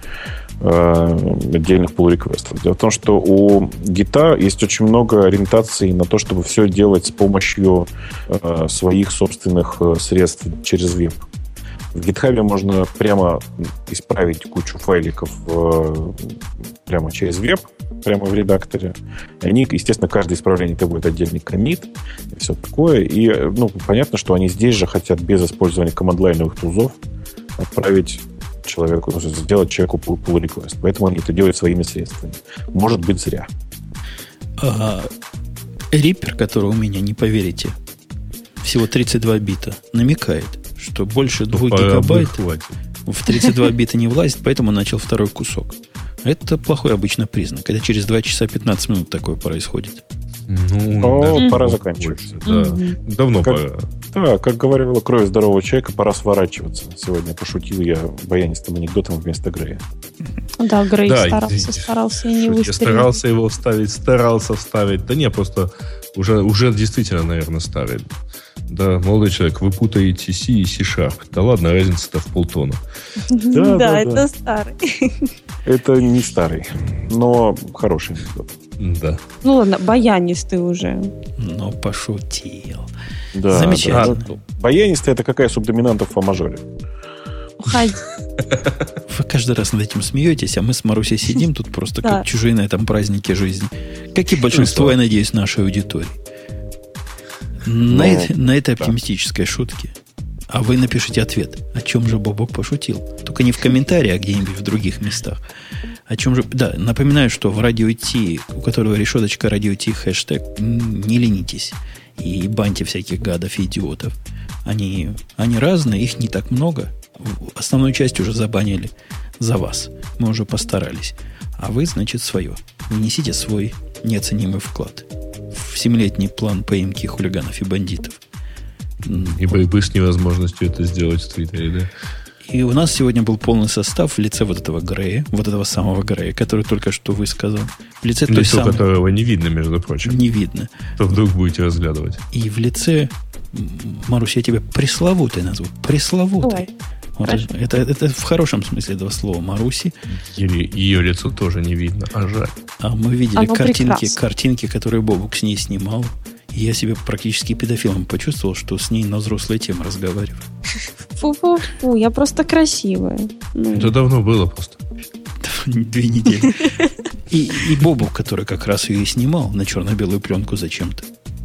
Speaker 4: э, отдельных pull-реквестов. Дело в том, что у Git есть очень много ориентаций на то, чтобы все делать с помощью э, своих собственных э, средств через веб. В GitHub можно прямо исправить кучу файликов э, прямо через веб, прямо в редакторе. И они, естественно, каждое исправление требует отдельный коммит и все такое. И, ну, понятно, что они здесь же хотят без использования команд-лайновых тулзов отправить человеку, ну, сделать человеку pull request. Поэтому они это делают своими средствами. Может быть, зря.
Speaker 1: А, Reaper, который у меня, не поверите, всего тридцать два бита, намекает, что больше двух гигабайт в тридцать два бита не влазит, поэтому начал второй кусок. Это плохой обычно признак. Это через два часа пятнадцать минут такое происходит.
Speaker 2: Ну,
Speaker 4: О,
Speaker 2: да,
Speaker 4: пора
Speaker 2: ну,
Speaker 4: заканчивать.
Speaker 2: Да.
Speaker 3: Мгм.
Speaker 2: Давно
Speaker 4: Как-
Speaker 2: пора.
Speaker 4: Да, как говорила кровь здорового человека, пора сворачиваться. Сегодня пошутил я баянистым анекдотом вместо Грея.
Speaker 3: Да, Грей
Speaker 2: Да,
Speaker 3: старался,
Speaker 2: извините.
Speaker 3: старался и не
Speaker 2: Я
Speaker 3: выстрелил.
Speaker 2: старался его вставить, старался вставить. Да не, просто уже, уже действительно, наверное, старый. Да, молодой человек, вы путаете C и C-Sharp. Да ладно, разница-то в полтона.
Speaker 4: Да,
Speaker 3: Да,
Speaker 4: да,
Speaker 3: это
Speaker 4: да.
Speaker 3: старый.
Speaker 4: Это не старый, но хороший анекдот.
Speaker 2: Да.
Speaker 3: Ну ладно, баянистый уже.
Speaker 1: Но пошутил.
Speaker 4: Да,
Speaker 1: Замечательно.
Speaker 4: да. Баянистый — это какая субдоминанта в фа-мажоре?
Speaker 3: Уходи.
Speaker 1: Вы каждый раз над этим смеетесь, а мы с Марусей сидим тут просто
Speaker 3: Да.
Speaker 1: как чужие на этом празднике жизни. Как и большинство, я надеюсь, нашей аудитории. На,
Speaker 4: Ну,
Speaker 1: этой- на этой
Speaker 4: да.
Speaker 1: оптимистической шутке. А вы напишите ответ. О чем же Бобок пошутил? Только не в комментарии, а где-нибудь в других местах. О чем же... Да, напоминаю, что в Радио Ти, у которого решеточка Радио Ти хэштег, м, не ленитесь. И баньте всяких гадов и идиотов. Они, они разные, их не так много. В- Основную часть уже забанили за вас. Мы уже постарались. А вы, значит, свое. Внесите свой неоценимый вклад в семилетний план поимки хулиганов и бандитов. М,
Speaker 2: И борьбы с невозможностью это сделать в Твиттере, да?
Speaker 1: И у нас сегодня был полный состав в лице вот этого Грея, вот этого самого Грея, который только что высказал. В лице той
Speaker 2: Лицо
Speaker 1: самой...
Speaker 2: которого не видно, между прочим.
Speaker 1: Не видно.
Speaker 2: То вдруг будете разглядывать.
Speaker 1: И в лице... м, Марусь, я тебя пресловутой назову. Пресловутой.
Speaker 3: Ой,
Speaker 1: Вот
Speaker 3: хорошо.
Speaker 1: это, это, это в хорошем смысле этого слова Маруси.
Speaker 2: Или ее лицо тоже не видно, а жаль.
Speaker 1: А мы видели
Speaker 3: Оно
Speaker 1: картинки,
Speaker 3: прекрасно.
Speaker 1: картинки, которые Бобук с ней снимал. И я себя практически педофилом почувствовал, что с ней на взрослые темы разговариваю.
Speaker 3: Фу-фу-фу, я просто красивая. Ну,
Speaker 2: Это давно было просто.
Speaker 1: Две недели. И, и Бобук, который как раз ее и снимал на черно-белую пленку зачем-то.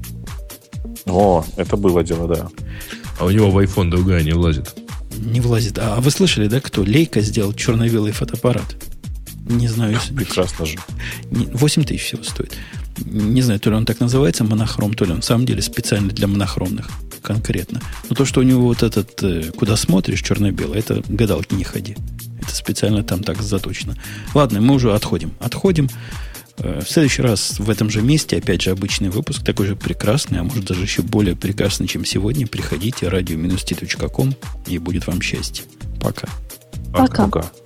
Speaker 4: О, это было дело, да.
Speaker 2: А у него в iPhone другая не влазит.
Speaker 1: Не влазит. А вы слышали, да, кто? Лейка сделал черно-белый фотоаппарат. Не знаю. если-
Speaker 4: Прекрасно же.
Speaker 1: не- восемь тысяч всего стоит. Не знаю, то ли он так называется, монохром, то ли он на самом деле специально для монохромных конкретно. Но то, что у него вот этот, э, куда смотришь, черно-белый, это гадалки не ходи. Это специально там так заточено. Ладно, мы уже отходим. Отходим. В следующий раз в этом же месте, опять же, обычный выпуск, такой же прекрасный, а может даже еще более прекрасный, чем сегодня. Приходите, радио-ти точка ком, и будет вам счастье. Пока.
Speaker 3: Пока.
Speaker 4: Пока.